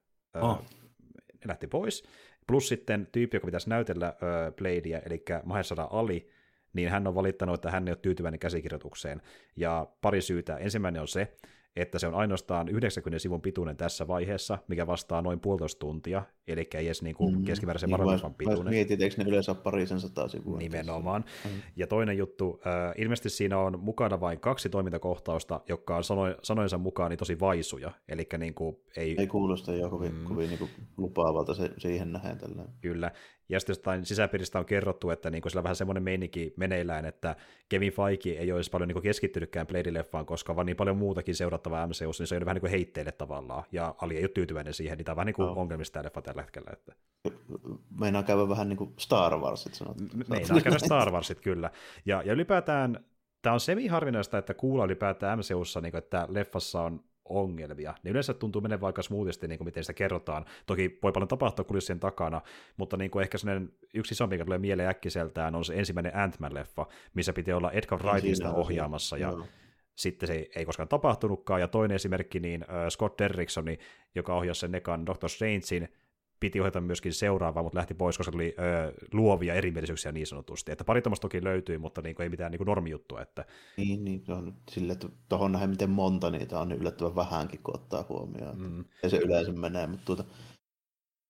Lähti pois, plus sitten tyyppi, joka pitäisi näytellä Bladea, eli Mahershala Ali, niin hän on valittanut, että hän ei ole tyytyväinen käsikirjoitukseen, ja pari syytä. Ensimmäinen on se, että se on ainoastaan 90 sivun pituinen tässä vaiheessa, mikä vastaa noin 1,5 tuntia, eli ei edes niin kuin keskimääräisen Marvel-leffan pituinen. Mietit, eikö ne yleensä ole parisen 100 sivua? Nimenomaan. Ja toinen juttu, ilmeisesti siinä on mukana vain 2 toimintakohtausta, jotka on sanojensa mukaan niin tosi vaisuja, eli niin kuin ei kuulosta jo kovin niin kuin lupaavalta siihen nähen tällä. Kyllä. Ja sitten jostain sisäpiiristä on kerrottu, että niin sillä on vähän semmoinen meininki meneillään, että Kevin Feige ei olisi paljon niin keskittynytkään Blade-leffaan, koska vaan niin paljon muutakin seurattavaa MCU:ssa, niin se on vähän niin heitteille tavallaan, ja Ali ei ole tyytyväinen siihen, niin tämä on vähän niin kuin ongelmista tämä leffa tällä hetkellä. Että meinaa käydä vähän niin kuin Star Warsit, sanottu. Meinaa käydä Star Warsit, kyllä. Ja ylipäätään tämä on semi-harvinaista, että kuulla ylipäätään MCU:ssa, niin kuin, että leffassa on ongelmia. Ne yleensä tuntuu menevän aika smoothisti, niin kuin miten sitä kerrotaan. Toki voi paljon tapahtua kulissien takana, mutta niin kuin ehkä sellainen yksi isompi, mikä tulee mieleen äkkiseltään, on se ensimmäinen Ant-Man-leffa, missä piti olla Edgar Wrightista ohjaamassa, ja sitten se ei koskaan tapahtunutkaan. Ja toinen esimerkki, niin Scott Derrickson, joka ohjasi sen ekan Doctor Strangein, piti ohjata myöskin seuraavaa, mutta lähti pois, koska tuli luovia erimielisyyksiä niin sanotusti. Että pari toki löytyi, mutta niin kuin ei mitään niin kuin normijuttua. Että Niin, se on silleen, että tuohon nähdään, miten monta niitä on, niin yllättävän vähänkin, kun ottaa huomioon. Ei se yleensä menee, mutta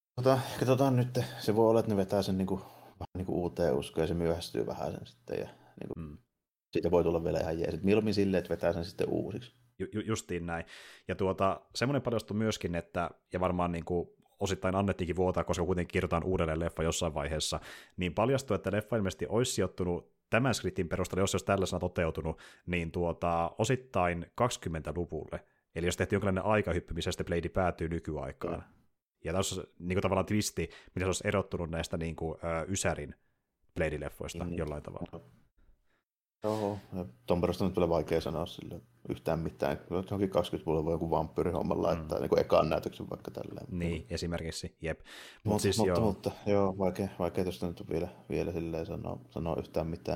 katsotaan nyt. Se voi olla, että ne vetää sen niin kuin, vähän niin kuin uuteen uskoon, ja se myöhästyy vähän sen sitten. Ja Niin kuin, siitä voi tulla vielä ihan jees. Mieluummin silleen, että vetää sen sitten uusiksi. Justiin näin. Ja semmoinen paljastui myöskin, että, ja varmaan niin kuin osittain annettiinkin vuotaa, koska kuitenkin kirjoitetaan uudelleen leffa jossain vaiheessa, niin paljastui, että leffa ilmeisesti olisi sijoittunut tämän skriptin perusteella, jos se olisi tällaisena toteutunut, niin osittain 20-luvulle. Eli jos tehtiin jonkinlainen aikahyppy, missä sitten Blade päätyy nykyaikaan. Ja tässä on niin kuin tavallaan twisti, miten se olisi erottunut näistä niin kuin, Ysärin Blade-leffoista jollain tavalla. Joo, tuon perusteella nyt tulee vaikea sanoa sille yhtään mitään. Johonkin 20-luvulla voi joku vampyyrihomman laittaa niin kuin ekan näytöksen vaikka tälleen. Niin, esimerkiksi, jep. Mutta joo, vaikea tuosta nyt vielä silleen sanoa yhtään mitään.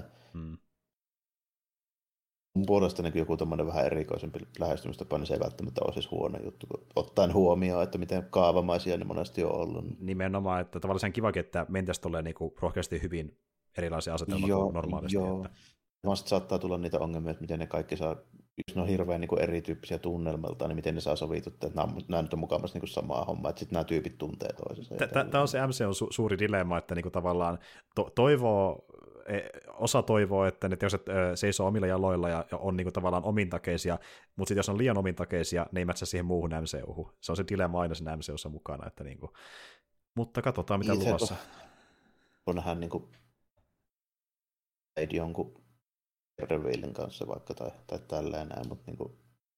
Mun puolesta niin joku tämmöinen vähän erikoisempi lähestymistapa, niin se ei välttämättä ole siis huono juttu, ottaen huomioon, että miten kaavamaisia ne monesti on ollut. Nimenomaan, että tavallaan se on kivakin, että mentäisiin tolleen niin rohkeasti hyvin erilaisia asetelmia kuin normaalisti. Joo. Että... Vaan saattaa tulla niitä ongelmia, että miten ne kaikki saa, jos ne on hirveän niin erityyppisiä tunnelmalta, niin miten ne saa sovituttaa, että nämä nyt on mukavasti niin samaa hommaa, että sitten nämä tyypit tuntee toisensa. Tämä on se MC:n suuri dilemma, että niin tavallaan osa toivoo, että ne teokset seisoo omilla jaloilla ja on niin tavallaan omintakeisia, mutta sitten jos on liian omintakeisia, ne ei mätsä siihen muuhun MCU:hun. Se on se dilemma aina siinä MCU:ssa mukana. Että niin kuin... Mutta katsotaan, mitä luvassa. On nähdä niin kuin jonkun Daredevilin kanssa vaikka tai tälleen näin, mutta niin kuin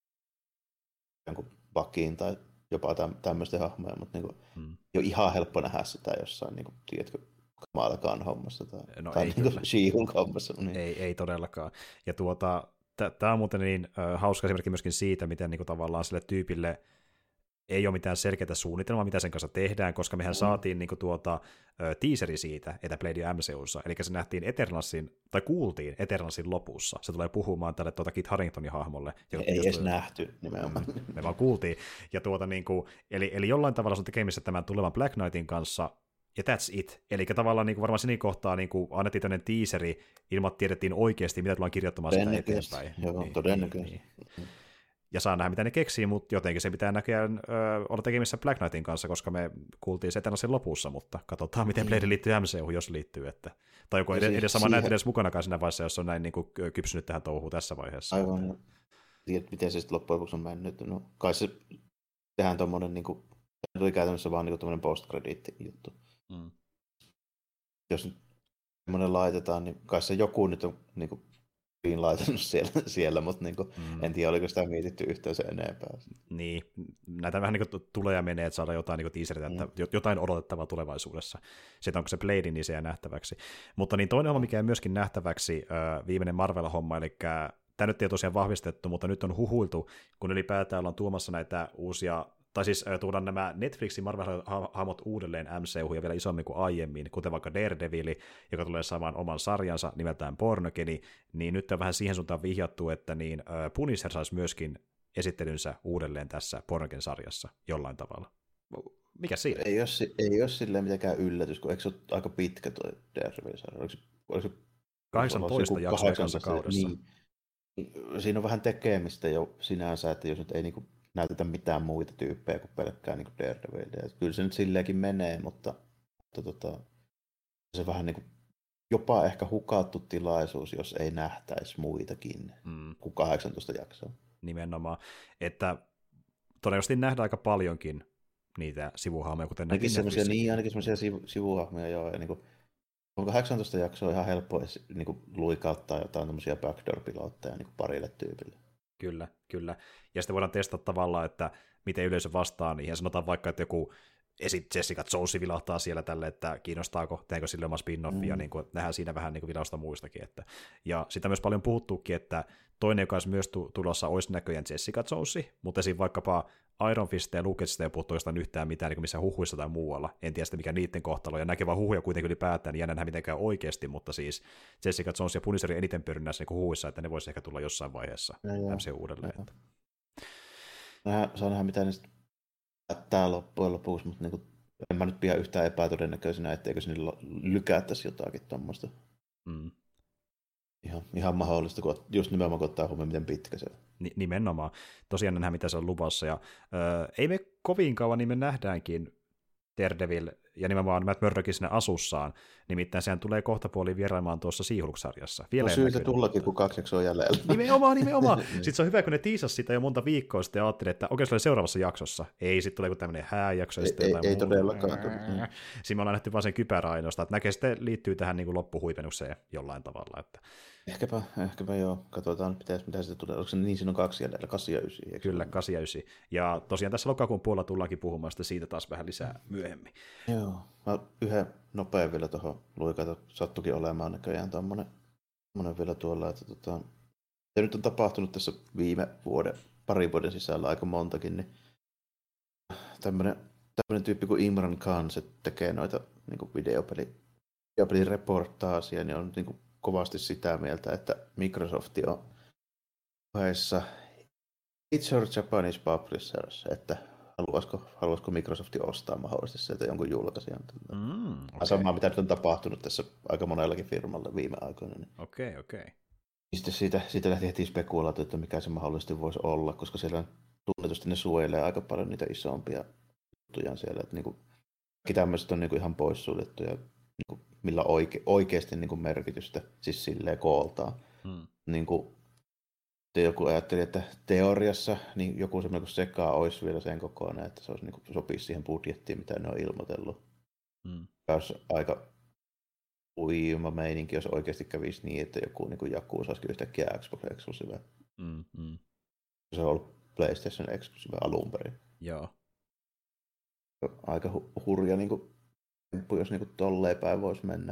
jonkun Buckyin tai jopa tämmöisten hahmoja, mutta niin kuin, ei ole ihan helppo nähdä sitä jossain, niin kuin, tiedätkö, Kamalakaan hommassa tai ei niin She-Hulk hommassa. Niin. Ei todellakaan. Ja tämä on muuten niin hauska esimerkki myöskin siitä, miten niin kuin, tavallaan sille tyypille ei ole mitään selkeää suunnitelmaa, mitä sen kanssa tehdään, koska mehän saatiin niin kuin, teaseri siitä, että Blade on MCU:ssa, eli se nähtiin kuultiin Eternalsin lopussa. Se tulee puhumaan tälle Kit Haringtonin hahmolle. Ei edes nähty nimenomaan. Me vaan kuultiin. Ja niin kuin, eli jollain tavalla se on tekemistä tämän tulevan Black Knightin kanssa, ja that's it. Eli tavallaan niin kuin varmaan siinä kohtaa niin kuin annettiin tämmöinen teaseri, ilman tiedettiin oikeasti, mitä tullaan kirjoittamaan sitä eteenpäin. Joo, todennäköisesti. Niin. Ja saa nähdä, mitä ne keksii, mutta jotenkin se pitää näköjään olla tekemissä Black Knightin kanssa, koska me kuultiin se Eternalsin lopussa, mutta katsotaan, miten Blade liittyy MCU:hun, jos liittyy. Tai joku edes sama näyttelijä edes mukanakaan siinä vaiheessa, jos on näin niin kuin kypsynyt tähän touhuun tässä vaiheessa. Aivan. Tiedät, miten se sitten loppujen lopuksi on mennyt. No, kai se tehdään tuommoinen, niin kuin, se tuli käytännössä vaan niin tuommoinen post-credit-juttu. Jos nyt semmoinen laitetaan, niin kai se joku nyt on niin kuin, laitannut siellä mutta niin kuin, en tiedä, oliko sitä mietitty yhtään se enempää. Niin, näitä vähän niin kuin tulee ja menee, että saadaan jotain niin teaseria, että jotain odotettavaa tulevaisuudessa. Sitten onko se Blade, niin se jää nähtäväksi. Mutta niin toinen homma, mikä ei myöskin nähtäväksi, viimeinen Marvel-homma, eli tämä nyt ei ole tosiaan vahvistettu, mutta nyt on huhuiltu, kun ylipäätään ollaan tuomassa näitä uusia, tai siis tuodaan nämä Netflixin Marvel-hahmot uudelleen MCU:hun ja vielä isommin kuin aiemmin, kuten vaikka Daredevil, joka tulee saamaan oman sarjansa nimeltään Born-Again, niin nyt on vähän siihen suuntaan vihjattu, että niin Punisher saisi myöskin esittelynsä uudelleen tässä Born-Again-sarjassa jollain tavalla. Mikä siinä? Ei ole silleen mitenkään yllätys, kun eikö se ole aika pitkä tuo Daredevil-sarja? Oliko se 18 jaksoa kanssa kaudessa? Niin. Siinä on vähän tekemistä jo sinänsä, että jos nyt ei niinku näytetä mitään muita tyyppejä kuin pelkkää niinku Daredevilia. Kyllä se nyt silleenkin menee, mutta se vähän niinku jopa ehkä hukattu tilaisuus, jos ei nähtäisi muitakin kuin 18 jaksoa. Nimenomaan, että todennäköisesti nähdään aika paljonkin niitä sivuhahmoja, kuten ainakin semmoisia sivuhahmoja, joo. Ja niinku, on 18 jaksoa ihan helppo niinku luikauttaa jotain tämmöisiä backdoor-pilotteja niinku parille tyypille. Kyllä. Ja sitten voidaan testata tavallaan, että miten yleisö vastaa niihin. Sanotaan vaikka, että joku Jessica Jones vilahtaa siellä tälle, että kiinnostaako, teekö sille oma spin-offia, niin kuin, nähdään siinä vähän niin kuin vilausta muistakin. Ja sitä myös paljon puhuttuukin, että toinen, joka olisi myös tulossa, olisi näköjään Jessica Jones, mutta esim. Vaikkapa Iron Fist ja Lucasista ei puhuttu jostain yhtään mitään niin missään huhuissa tai muualla. En tiedä sitten, mikä niiden kohtalo, ja näkee vaan huhuja kuitenkin ylipäätään, niin jännä nähdä mitenkään oikeasti, mutta siis Jessica Jones ja Punisher eniten pyrinnässä niin huhuissa, että ne voisi ehkä tulla jossain vaiheessa MCU uudelleen. Saa nähdä, mitä ne sitten päättää loppujen lopuksi, mutta niin en mä nyt pidä yhtään epätodennäköisenä, etteikö sinne lykättäisi jotakin tuommoista. Ihan mahdollista, kun just nimenomaan ottaa huomioon, miten pitkä se on. Nimenomaan. Tosiaan nähdään, mitä se on luvassa. Ja ei me kovin kauan, niin me nähdäänkin Daredevil ja nimenomaan Matt Murdockin sinne asussaan. Nimittäin sehän tulee kohtapuoliin vierailemaan tuossa She-Hulk-sarjassa. Vielä syytä tullakin, kun 2 jaksoa jäljellä. Nimenomaan. Sitten se on hyvä, kun ne tiisasi sitä jo monta viikkoa sitten ja ajattelin, että okei, se oli seuraavassa jaksossa. Ei, sitten tulee joku tämmöinen hääjakso. Ei todellakaan. Siinä me ollaan nähty vaan sen kypärä ainoastaan, että näkee sitten liittyy tähän niin kuin loppuhuipennukseen jollain tavalla. Että... Ehkäpä joo. Katsotaan, mitä siitä tulee. Onko se niin, siinä on 2 jäljellä, 8 ja 9? Kyllä, 8 ja 9. Ja tosiaan tässä lokakuun puolella tullaankin puhumaan siitä taas vähän lisää myöhemmin. Joo. Mä yhden nopean vielä tuohon luikata. Sattukin olemaan näköjään tommonen vielä tuolla, että se nyt on tapahtunut tässä viime parin vuoden sisällä aika montakin, niin tämmönen tyyppi kuin Imran Khan, se tekee noita niin videopelireportaasia, niin on niin kuin kovasti sitä mieltä, että Microsoft on puheessa It's your Japanese publishers, että haluaisiko Microsoft ostaa mahdollisesti sieltä jonkun julkaisijan. Okay. Samaa, mitä nyt on tapahtunut tässä aika monellakin firmalla viime aikoina. Niin. Okei. Sitten siitä lähti heti spekulaatio, että mikä se mahdollisesti voisi olla, koska siellä tunnetusti ne suojelee aika paljon niitä isompia juttuja siellä. Että niinku, kaikki tämmöiset on niinku ihan poissuljettuja, niinku, millä oikeasti niinku merkitystä, siis silleen kooltaan. Niinku, joku ajatteli, että teoriassa niin joku semmoinen kuin Sega olisi vielä sen kokoinen, että se olisi, niin kuin, sopisi siihen budjettiin, mitä ne on ilmoitellut. Olisi aika uima meininki, jos oikeasti kävisi niin, että joku niin kuin Yakuza saisikin yhtäkkiä Xbox-exclusive. Se on ollut PlayStation exclusive alun perin. Joo. Aika hurja niin kuin, jos niin kuin tolleen päin voisi mennä.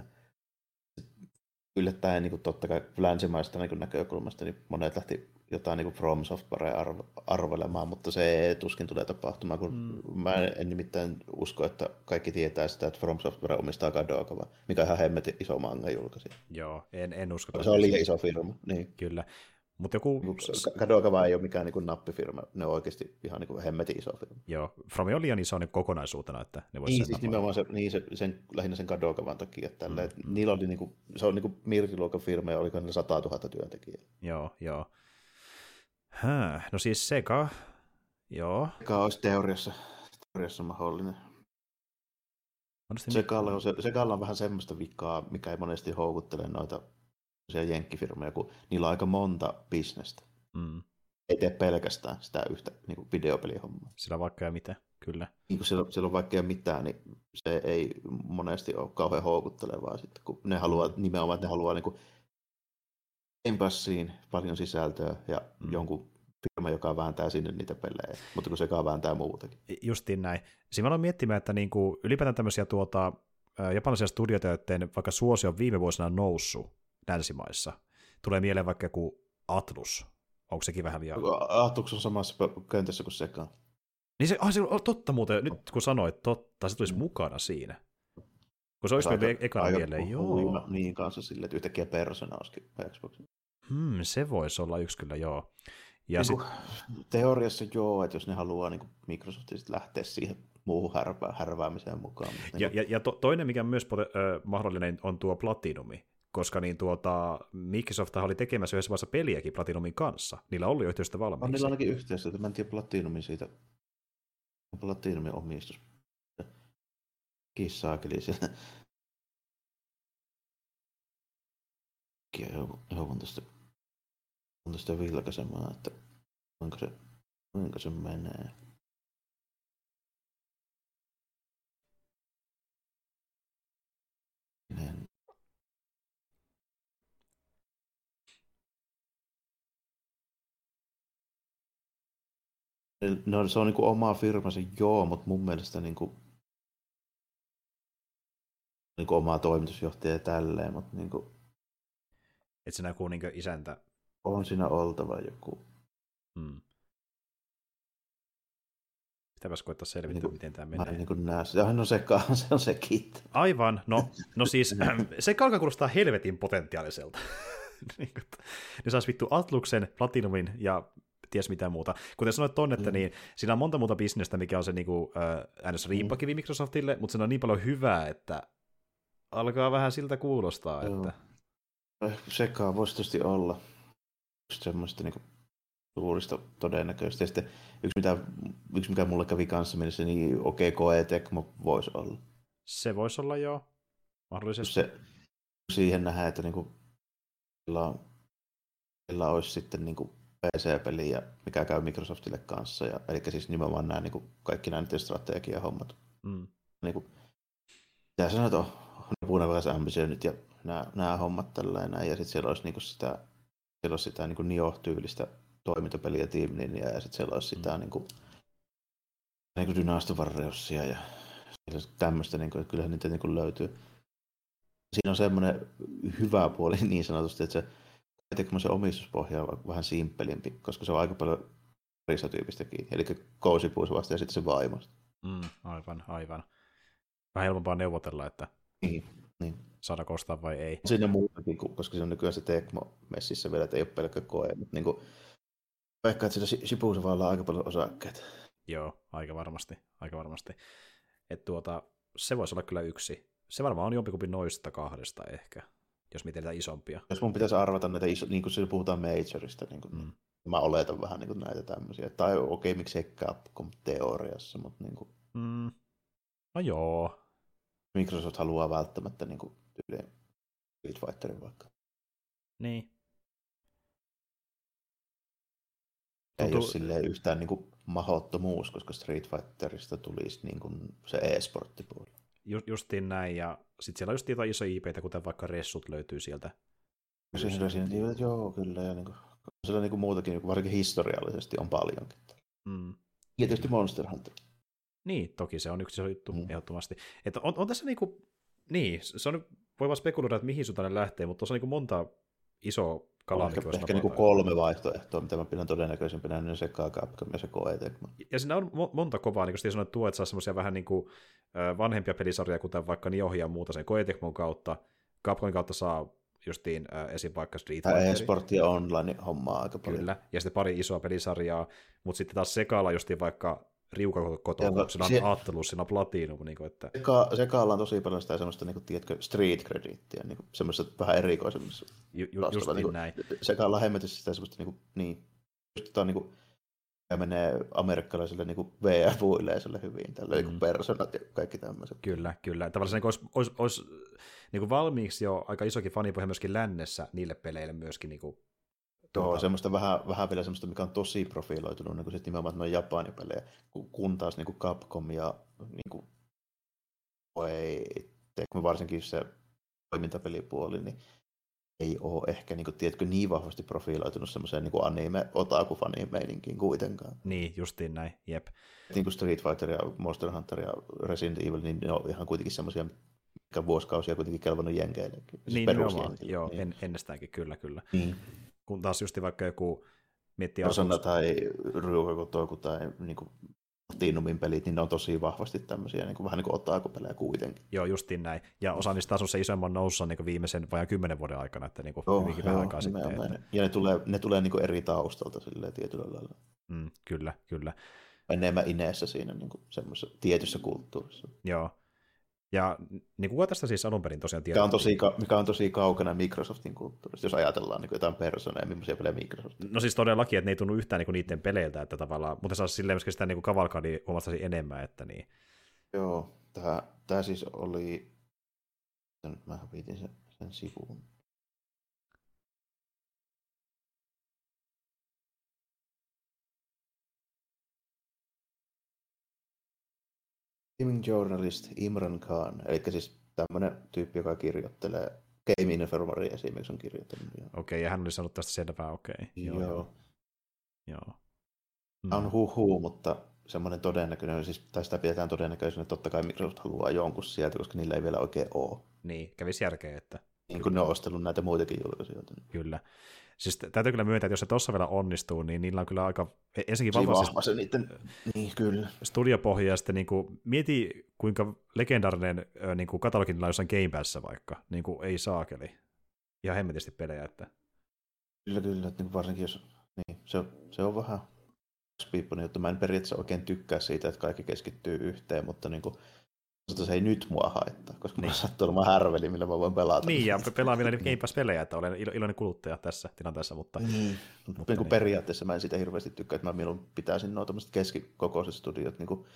Yllättäen niin kuin, totta kai länsimaista niin kuin näkökulmasta, niin monet lähti jotain niin kuin From Softwarea arvelemaan, mutta se tuskin tulee tapahtumaan, kun mä en nimittäin usko, että kaikki tietää sitä, että From Software omistaa Kadokawa, mikä on ihan hemmetin iso manga julkaisi. Joo, en usko. Se on liian iso firma. Niin. Kyllä. Mutta joku... Kadokawa ei ole mikään niin kuin nappifirma, ne on oikeasti ihan niin kuin hemmetin iso firma. Joo, From on liian iso niin kokonaisuutena, että ne voisi niin, siis nimenomaan lähinnä sen Kadokawan takia, että niillä oli niin kuin, se on niin kuin Mirki-luokan firma ja oliko niillä 100 000 työntekijää. Joo. No siis Sega, joo. Sega olisi teoriassa mahdollinen. Segalla on vähän semmoista vikaa, mikä ei monesti houkuttele noita jenkkifirmoja, kun niillä on aika monta bisnestä. Ei tee pelkästään sitä yhtä niin kuin videopelihommaa. Sillä on vaikka ja mitä, kyllä. Niin kun siellä on vaikka ja mitään, niin se ei monesti ole kauhean houkuttelevaa sitten, kun ne haluaa nimenomaan, että ne haluaa niin kuin Game Passiin paljon sisältöä ja jonkun firma, joka vääntää sinne niitä pelejä, mutta kun Sega vääntää muutakin. Justiin näin. Siinä aloin miettimään, että niinku, ylipäätään tämmöisiä japanilaisia studioita, joiden vaikka suosio on viime vuosina noussut länsimaissa. Tulee mieleen vaikka joku Atlus. Onko sekin vähän liian... Atlus on samassa köntössä kuin Sega. Niin se on totta muuten, nyt kun sanoit totta, se tulisi mukana siinä. Kun se olisi meille ekana mieleen, joo. Niin kanssa silleen, että yhtäkkiä Persona olisikin Xboxin. Se voisi olla yksi kyllä, joo. Ja teoriassa joo, että jos ne haluaa niin Microsoftista lähteä siihen muuhun härväämiseen mukaan. Ja toinen, mikä on myös mahdollinen, on tuo Platinumi, koska niin Microsoft oli tekemässä yhdessä vaiheessa peliäkin Platinumin kanssa. Niillä oli jo yhteystä valmiiksi. On niillä ainakin yhteistyötä, mä en tiedä Platinumin siitä. Platinumin omistus. Kissaakeli siellä. Joudun tästä vilkaisemaan, että kuinka se menee. No, se on niinku oma firmansa, joo, mutta mun mielestä niinku omaa toimitusjohtaja ja tälleen, mutta niinku... Et sinä joku niinku isäntä... On siinä oltava joku. Pitäväs koittaa selvittää, miten tämä menee. Mä en niin näe sitä. No se on se kit. Aivan. No siis se alkaa kuulostaa helvetin potentiaaliselta. Ne saisi vittu Atluksen, Platinumin ja ties mitä muuta. Kuten sanoit ton, että niin, siinä on monta muuta bisnestä, mikä on se niinku, riimpakivi Microsoftille, mutta siinä on niin paljon hyvää, että alkaa vähän siltä kuulostaa. Että... Sekaan voisi tietysti olla semmoista niinku suurista todennäköisesti. Ja sitten yksi mikä mulle kävi kanssa mielessä, niin okei, Koei Tecmo voisi olla. Se voisi olla jo mahdollisesti. Siihen nähdään, että niinku, sillä olisi sitten niinku PC-peli, ja mikä käy Microsoftille kanssa. Ja, eli siis nimenomaan nämä, niinku, kaikki nämä strategiahommat. Niinku, mitä sanot, on Punaväkäs Ambitionit ja nämä hommat tällainen. Ja sitten siellä olisi niinku sitä niinku Nioh-tyylistä toimintapeliä Team Ninja, ja sitten siellä olisi sitä niinku Dynasty Warriorsia ja tämmöistä, niinku, että kyllähän niitä niinku löytyy. Siinä on semmoinen hyvä puoli niin sanotusti, että se omistuspohja on vähän simppelimpi, koska se on aika paljon risotyypistäkin, eli Kousipuus vasta ja sitten se vaimosta. Aivan. Vähän helpompaa neuvotella, että niin. saadaanko ostaa vai ei. Siinä muutakin, koska se on nykyään se Tecmo-messissä vielä, että ei ole pelkkä koe, mutta niin vaikka että sillä Shibuusavalla on aika paljon osakkeita. Joo, aika varmasti. Että se voisi olla kyllä yksi. Se varmaan on jompikumpi noista kahdesta ehkä, jos miten isompia. Jos mun pitäisi arvata näitä niin kuin siellä puhutaan Majorista, niin mä oletan vähän niin kuin näitä tämmöisiä. Tai okei, miksei Capcom teoriassa, mutta niin kuin no joo. Microsoft haluaa välttämättä niin kuin tyyliin Street Fighterin vaikka. Niin. Ei ole silleen yhtään niin kuin mahdottomuus, koska Street Fighterista tulisi niin kuin se e-sporttipuoli. Justiin näin, ja sitten siellä on just jotain isoja IP:tä, kuten vaikka Ressut löytyy sieltä. Joo, kyllä, ja niin kuin, siellä niin kuin muutakin, niin kuin varsinkin historiallisesti on paljonkin. Ja tietysti Monster Hunter. Niin, toki se on yksi iso juttu, ehdottomasti. Että on tässä niinku, niin, se on, voi vaan spekuloida, että mihin suuntaan ne lähtee, mutta tuossa on niinku monta isoa kalaa. Ehkä niinku 3 vaihtoehtoa, mitä mä pidän todennäköisempänä, niin se Capcom ja se Koei Tecmo. Ja siinä on monta kovaa, niin kuin sanoit, tuo, että saa semmoisia vähän niin kuin vanhempia pelisarjoja, kuten vaikka Niohia ja muuta sen Koei Tecmon kautta. Capcomin kautta saa justiin esim. Vaikka Street Fighter. E-sport ja online-hommaa aika paljon. Kyllä, ja sitten pari isoa pelisarjaa, mutta sitten taas Sekalla justiin vaikka Riuka kotona, siinä on Aattelus, siinä on Platinum. Niin kuin, että Sekalla on tosi paljon sitä semmoista, niin kuin, tiedätkö, street credittiä, niin kuin, semmoista vähän erikoisemmassa. Just niin näin. Sekalla on hemmetissä sitä semmoista, niin kuin, ja menee amerikkalaiselle niin kuin VR-yleisölle hyvin, tällä niin personat ja kaikki tämmöiset. Kyllä. Tavallaan niin olisi niin kuin valmiiksi jo aika isokin fanipohja myöskin lännessä niille peleille myöskin. Niin kuin, joo, semmoista vähän vielä semmoista, mikä on tosi profiloitunut, niin kuin sitten nimenomaan noin Japani-pelejä, kun taas niin kuin Capcom ja niin kuin, varsinkin se toimintapelipuoli, niin ei ole ehkä tiedätkö, niin vahvasti profiloitunut semmoiseen niin otaku-fani-meininkiin kuitenkaan. Niin, justiin näin, jep. Niin kuin Street Fighter ja Monster Hunter ja Resident Evil, niin ne on ihan kuitenkin semmoisia, mitkä vuosikausia kuitenkin kelvannut jenkeillekin. Niin, nimenomaan, joo, niin. Ennestäänkin, kyllä. Niin. Kun taas justi vaikka joku miettii Persona tai Ryukotoku tai niin kuin Tinumin pelit, niin ne on tosi vahvasti tämmöisiä, niin kuin, vähän niin kuin otaku-pelejä kuitenkin. Joo, justiin näin. Ja osa niistä taas on se isomman nousussa niin viimeisen vajaan 10 vuoden aikana, että niin kuin hyvinkin vähän aikaa sitten. Että ja ne tulee niin kuin eri taustalta silleen tietyllä lailla. Kyllä. Enemmän ineessä siinä niin kuin semmoisessa tietyssä kulttuurissa. Joo. Ja niin kuka tästä siis alun perin tosiaan tiedät? Mikä on tosi kaukana Microsoftin kulttuurista, jos ajatellaan niin jotain Personaa ja millaisia pelejä Microsoft. No siis todellakin, että ne ei tunnu yhtään niin niiden peleiltä, että tavallaan, mutta saa silleen myöskin sitä niin kavalkadia huomattavasti enemmän, että niin. Joo, tämä siis oli, mä viitin sen sivuun. Gaming journalist Imran Khan, eli siis tämmöinen tyyppi, joka kirjoittelee Game Informeria esimerkiksi on kirjoittanut. Okei, ja hän oli sanonut tästä selvää, okei. Joo. Tämä on huhu, mutta semmoinen todennäköinen, tai sitä pidetään todennäköisenä, että totta kai Microsoft haluaa jonkun sieltä, koska niillä ei vielä oikein ole. Niin, kävisi järkeä, että niin kuin ne on ostellut näitä muitakin julkaisijoita. Kyllä. Siis täytyy kyllä myöntää, että jos se tuossa vielä onnistuu, niin niillä on kyllä aika, ensinnäkin vahva se niiden, niin kyllä. Studiopohja, ja sitten niin kuin, mieti kuinka legendaarinen niin kuin katalogi niillä on jossain Game Passissa vaikka, niin kuin ei saakeli. Ihan hemmetisti pelejä, että Kyllä, että niin varsinkin jos, niin, se on vähän piippunen, että mä en periaatteessa oikein tykkää siitä, että kaikki keskittyy yhteen, mutta niin kuin, se ei nyt mua haittaa, koska niin. Mä sattuu olemaan härveli, millä mä voin pelata. Niin, ja pelaa vielä Game Pass-pelejä, että olen iloinen kuluttaja tässä tilanteessa, mutta niin kuin periaatteessa mä en siitä hirveästi tykkää, että mä minun pitäisin nuo tämmöiset keskikokoiset studiot niin kuin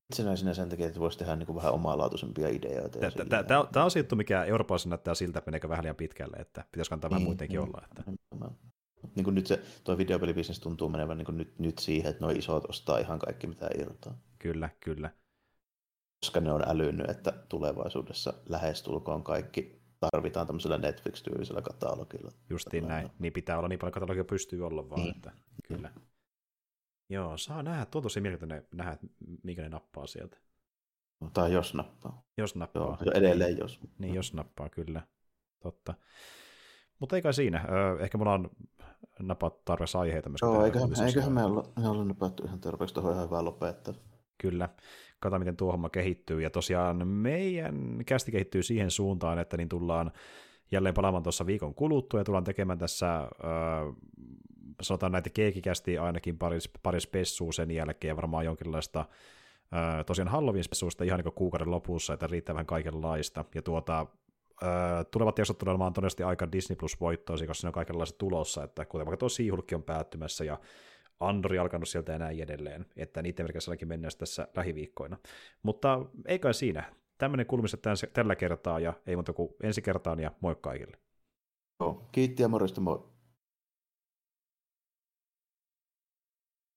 itsenäisenä sen takia, että voisi tehdä niin kuin vähän omalaatuisempia ideoita. Tämä on juttu, mikä Euroopassa näyttää siltä, että meneekö vähän liian pitkälle, että pitäisi kantaa vähän muidenkin olla. Että. Niin kuin nyt tuo videopelibisnes tuntuu menevän niin kuin nyt siihen, että nuo isot ostaa ihan kaikki, mitä irrotaa. Kyllä. Koska ne on älynnyt, että tulevaisuudessa lähestulkoon kaikki tarvitaan tämmöisellä Netflix-tyylisellä katalogilla. Justiin näin. Niin pitää olla niin paljon katalogia pystyy olla vaan. Että, kyllä. Joo, saa nähdä. Tuo on tosi mielenkiintoinen nähdä, että minkä ne nappaa sieltä. Tai jos nappaa. Jos nappaa. Joo, edelleen jos. Niin, jos nappaa, kyllä. Totta. Mutta ei kai siinä. Ehkä mulla on napat tarpeeksi aiheita myös. Joo, eiköhän me olla napattu ihan tarpeeksi tuohon ihan hyvää lopettaa. Kyllä. Katsotaan, miten tuo homma kehittyy. Ja tosiaan meidän kästi kehittyy siihen suuntaan, että niin tullaan jälleen palaamaan tuossa viikon kuluttua ja tullaan tekemään tässä, sanotaan näitä keekikästi ainakin pari spessua sen jälkeen ja varmaan jonkinlaista tosiaan Halloween-spessuista ihan niin kuin kuukauden lopussa, että riittää vähän kaikenlaista. Ja tulevat jaksot tulemaan todennäköisesti aika Disney Plus-voittoisia, koska siinä on kaikenlaista tulossa, että kuten vaikka tuo She-Hulk on päättymässä ja Andori alkanut sieltä ja näin edelleen, että niiden merkissä ainakin mennään tässä lähiviikkoina. Mutta ei kai siinä. Tämmöinen kulmissa tällä kertaa ja ei muuta kuin ensi kertaan ja moi kaikille. Joo, kiitti ja morjesta moi.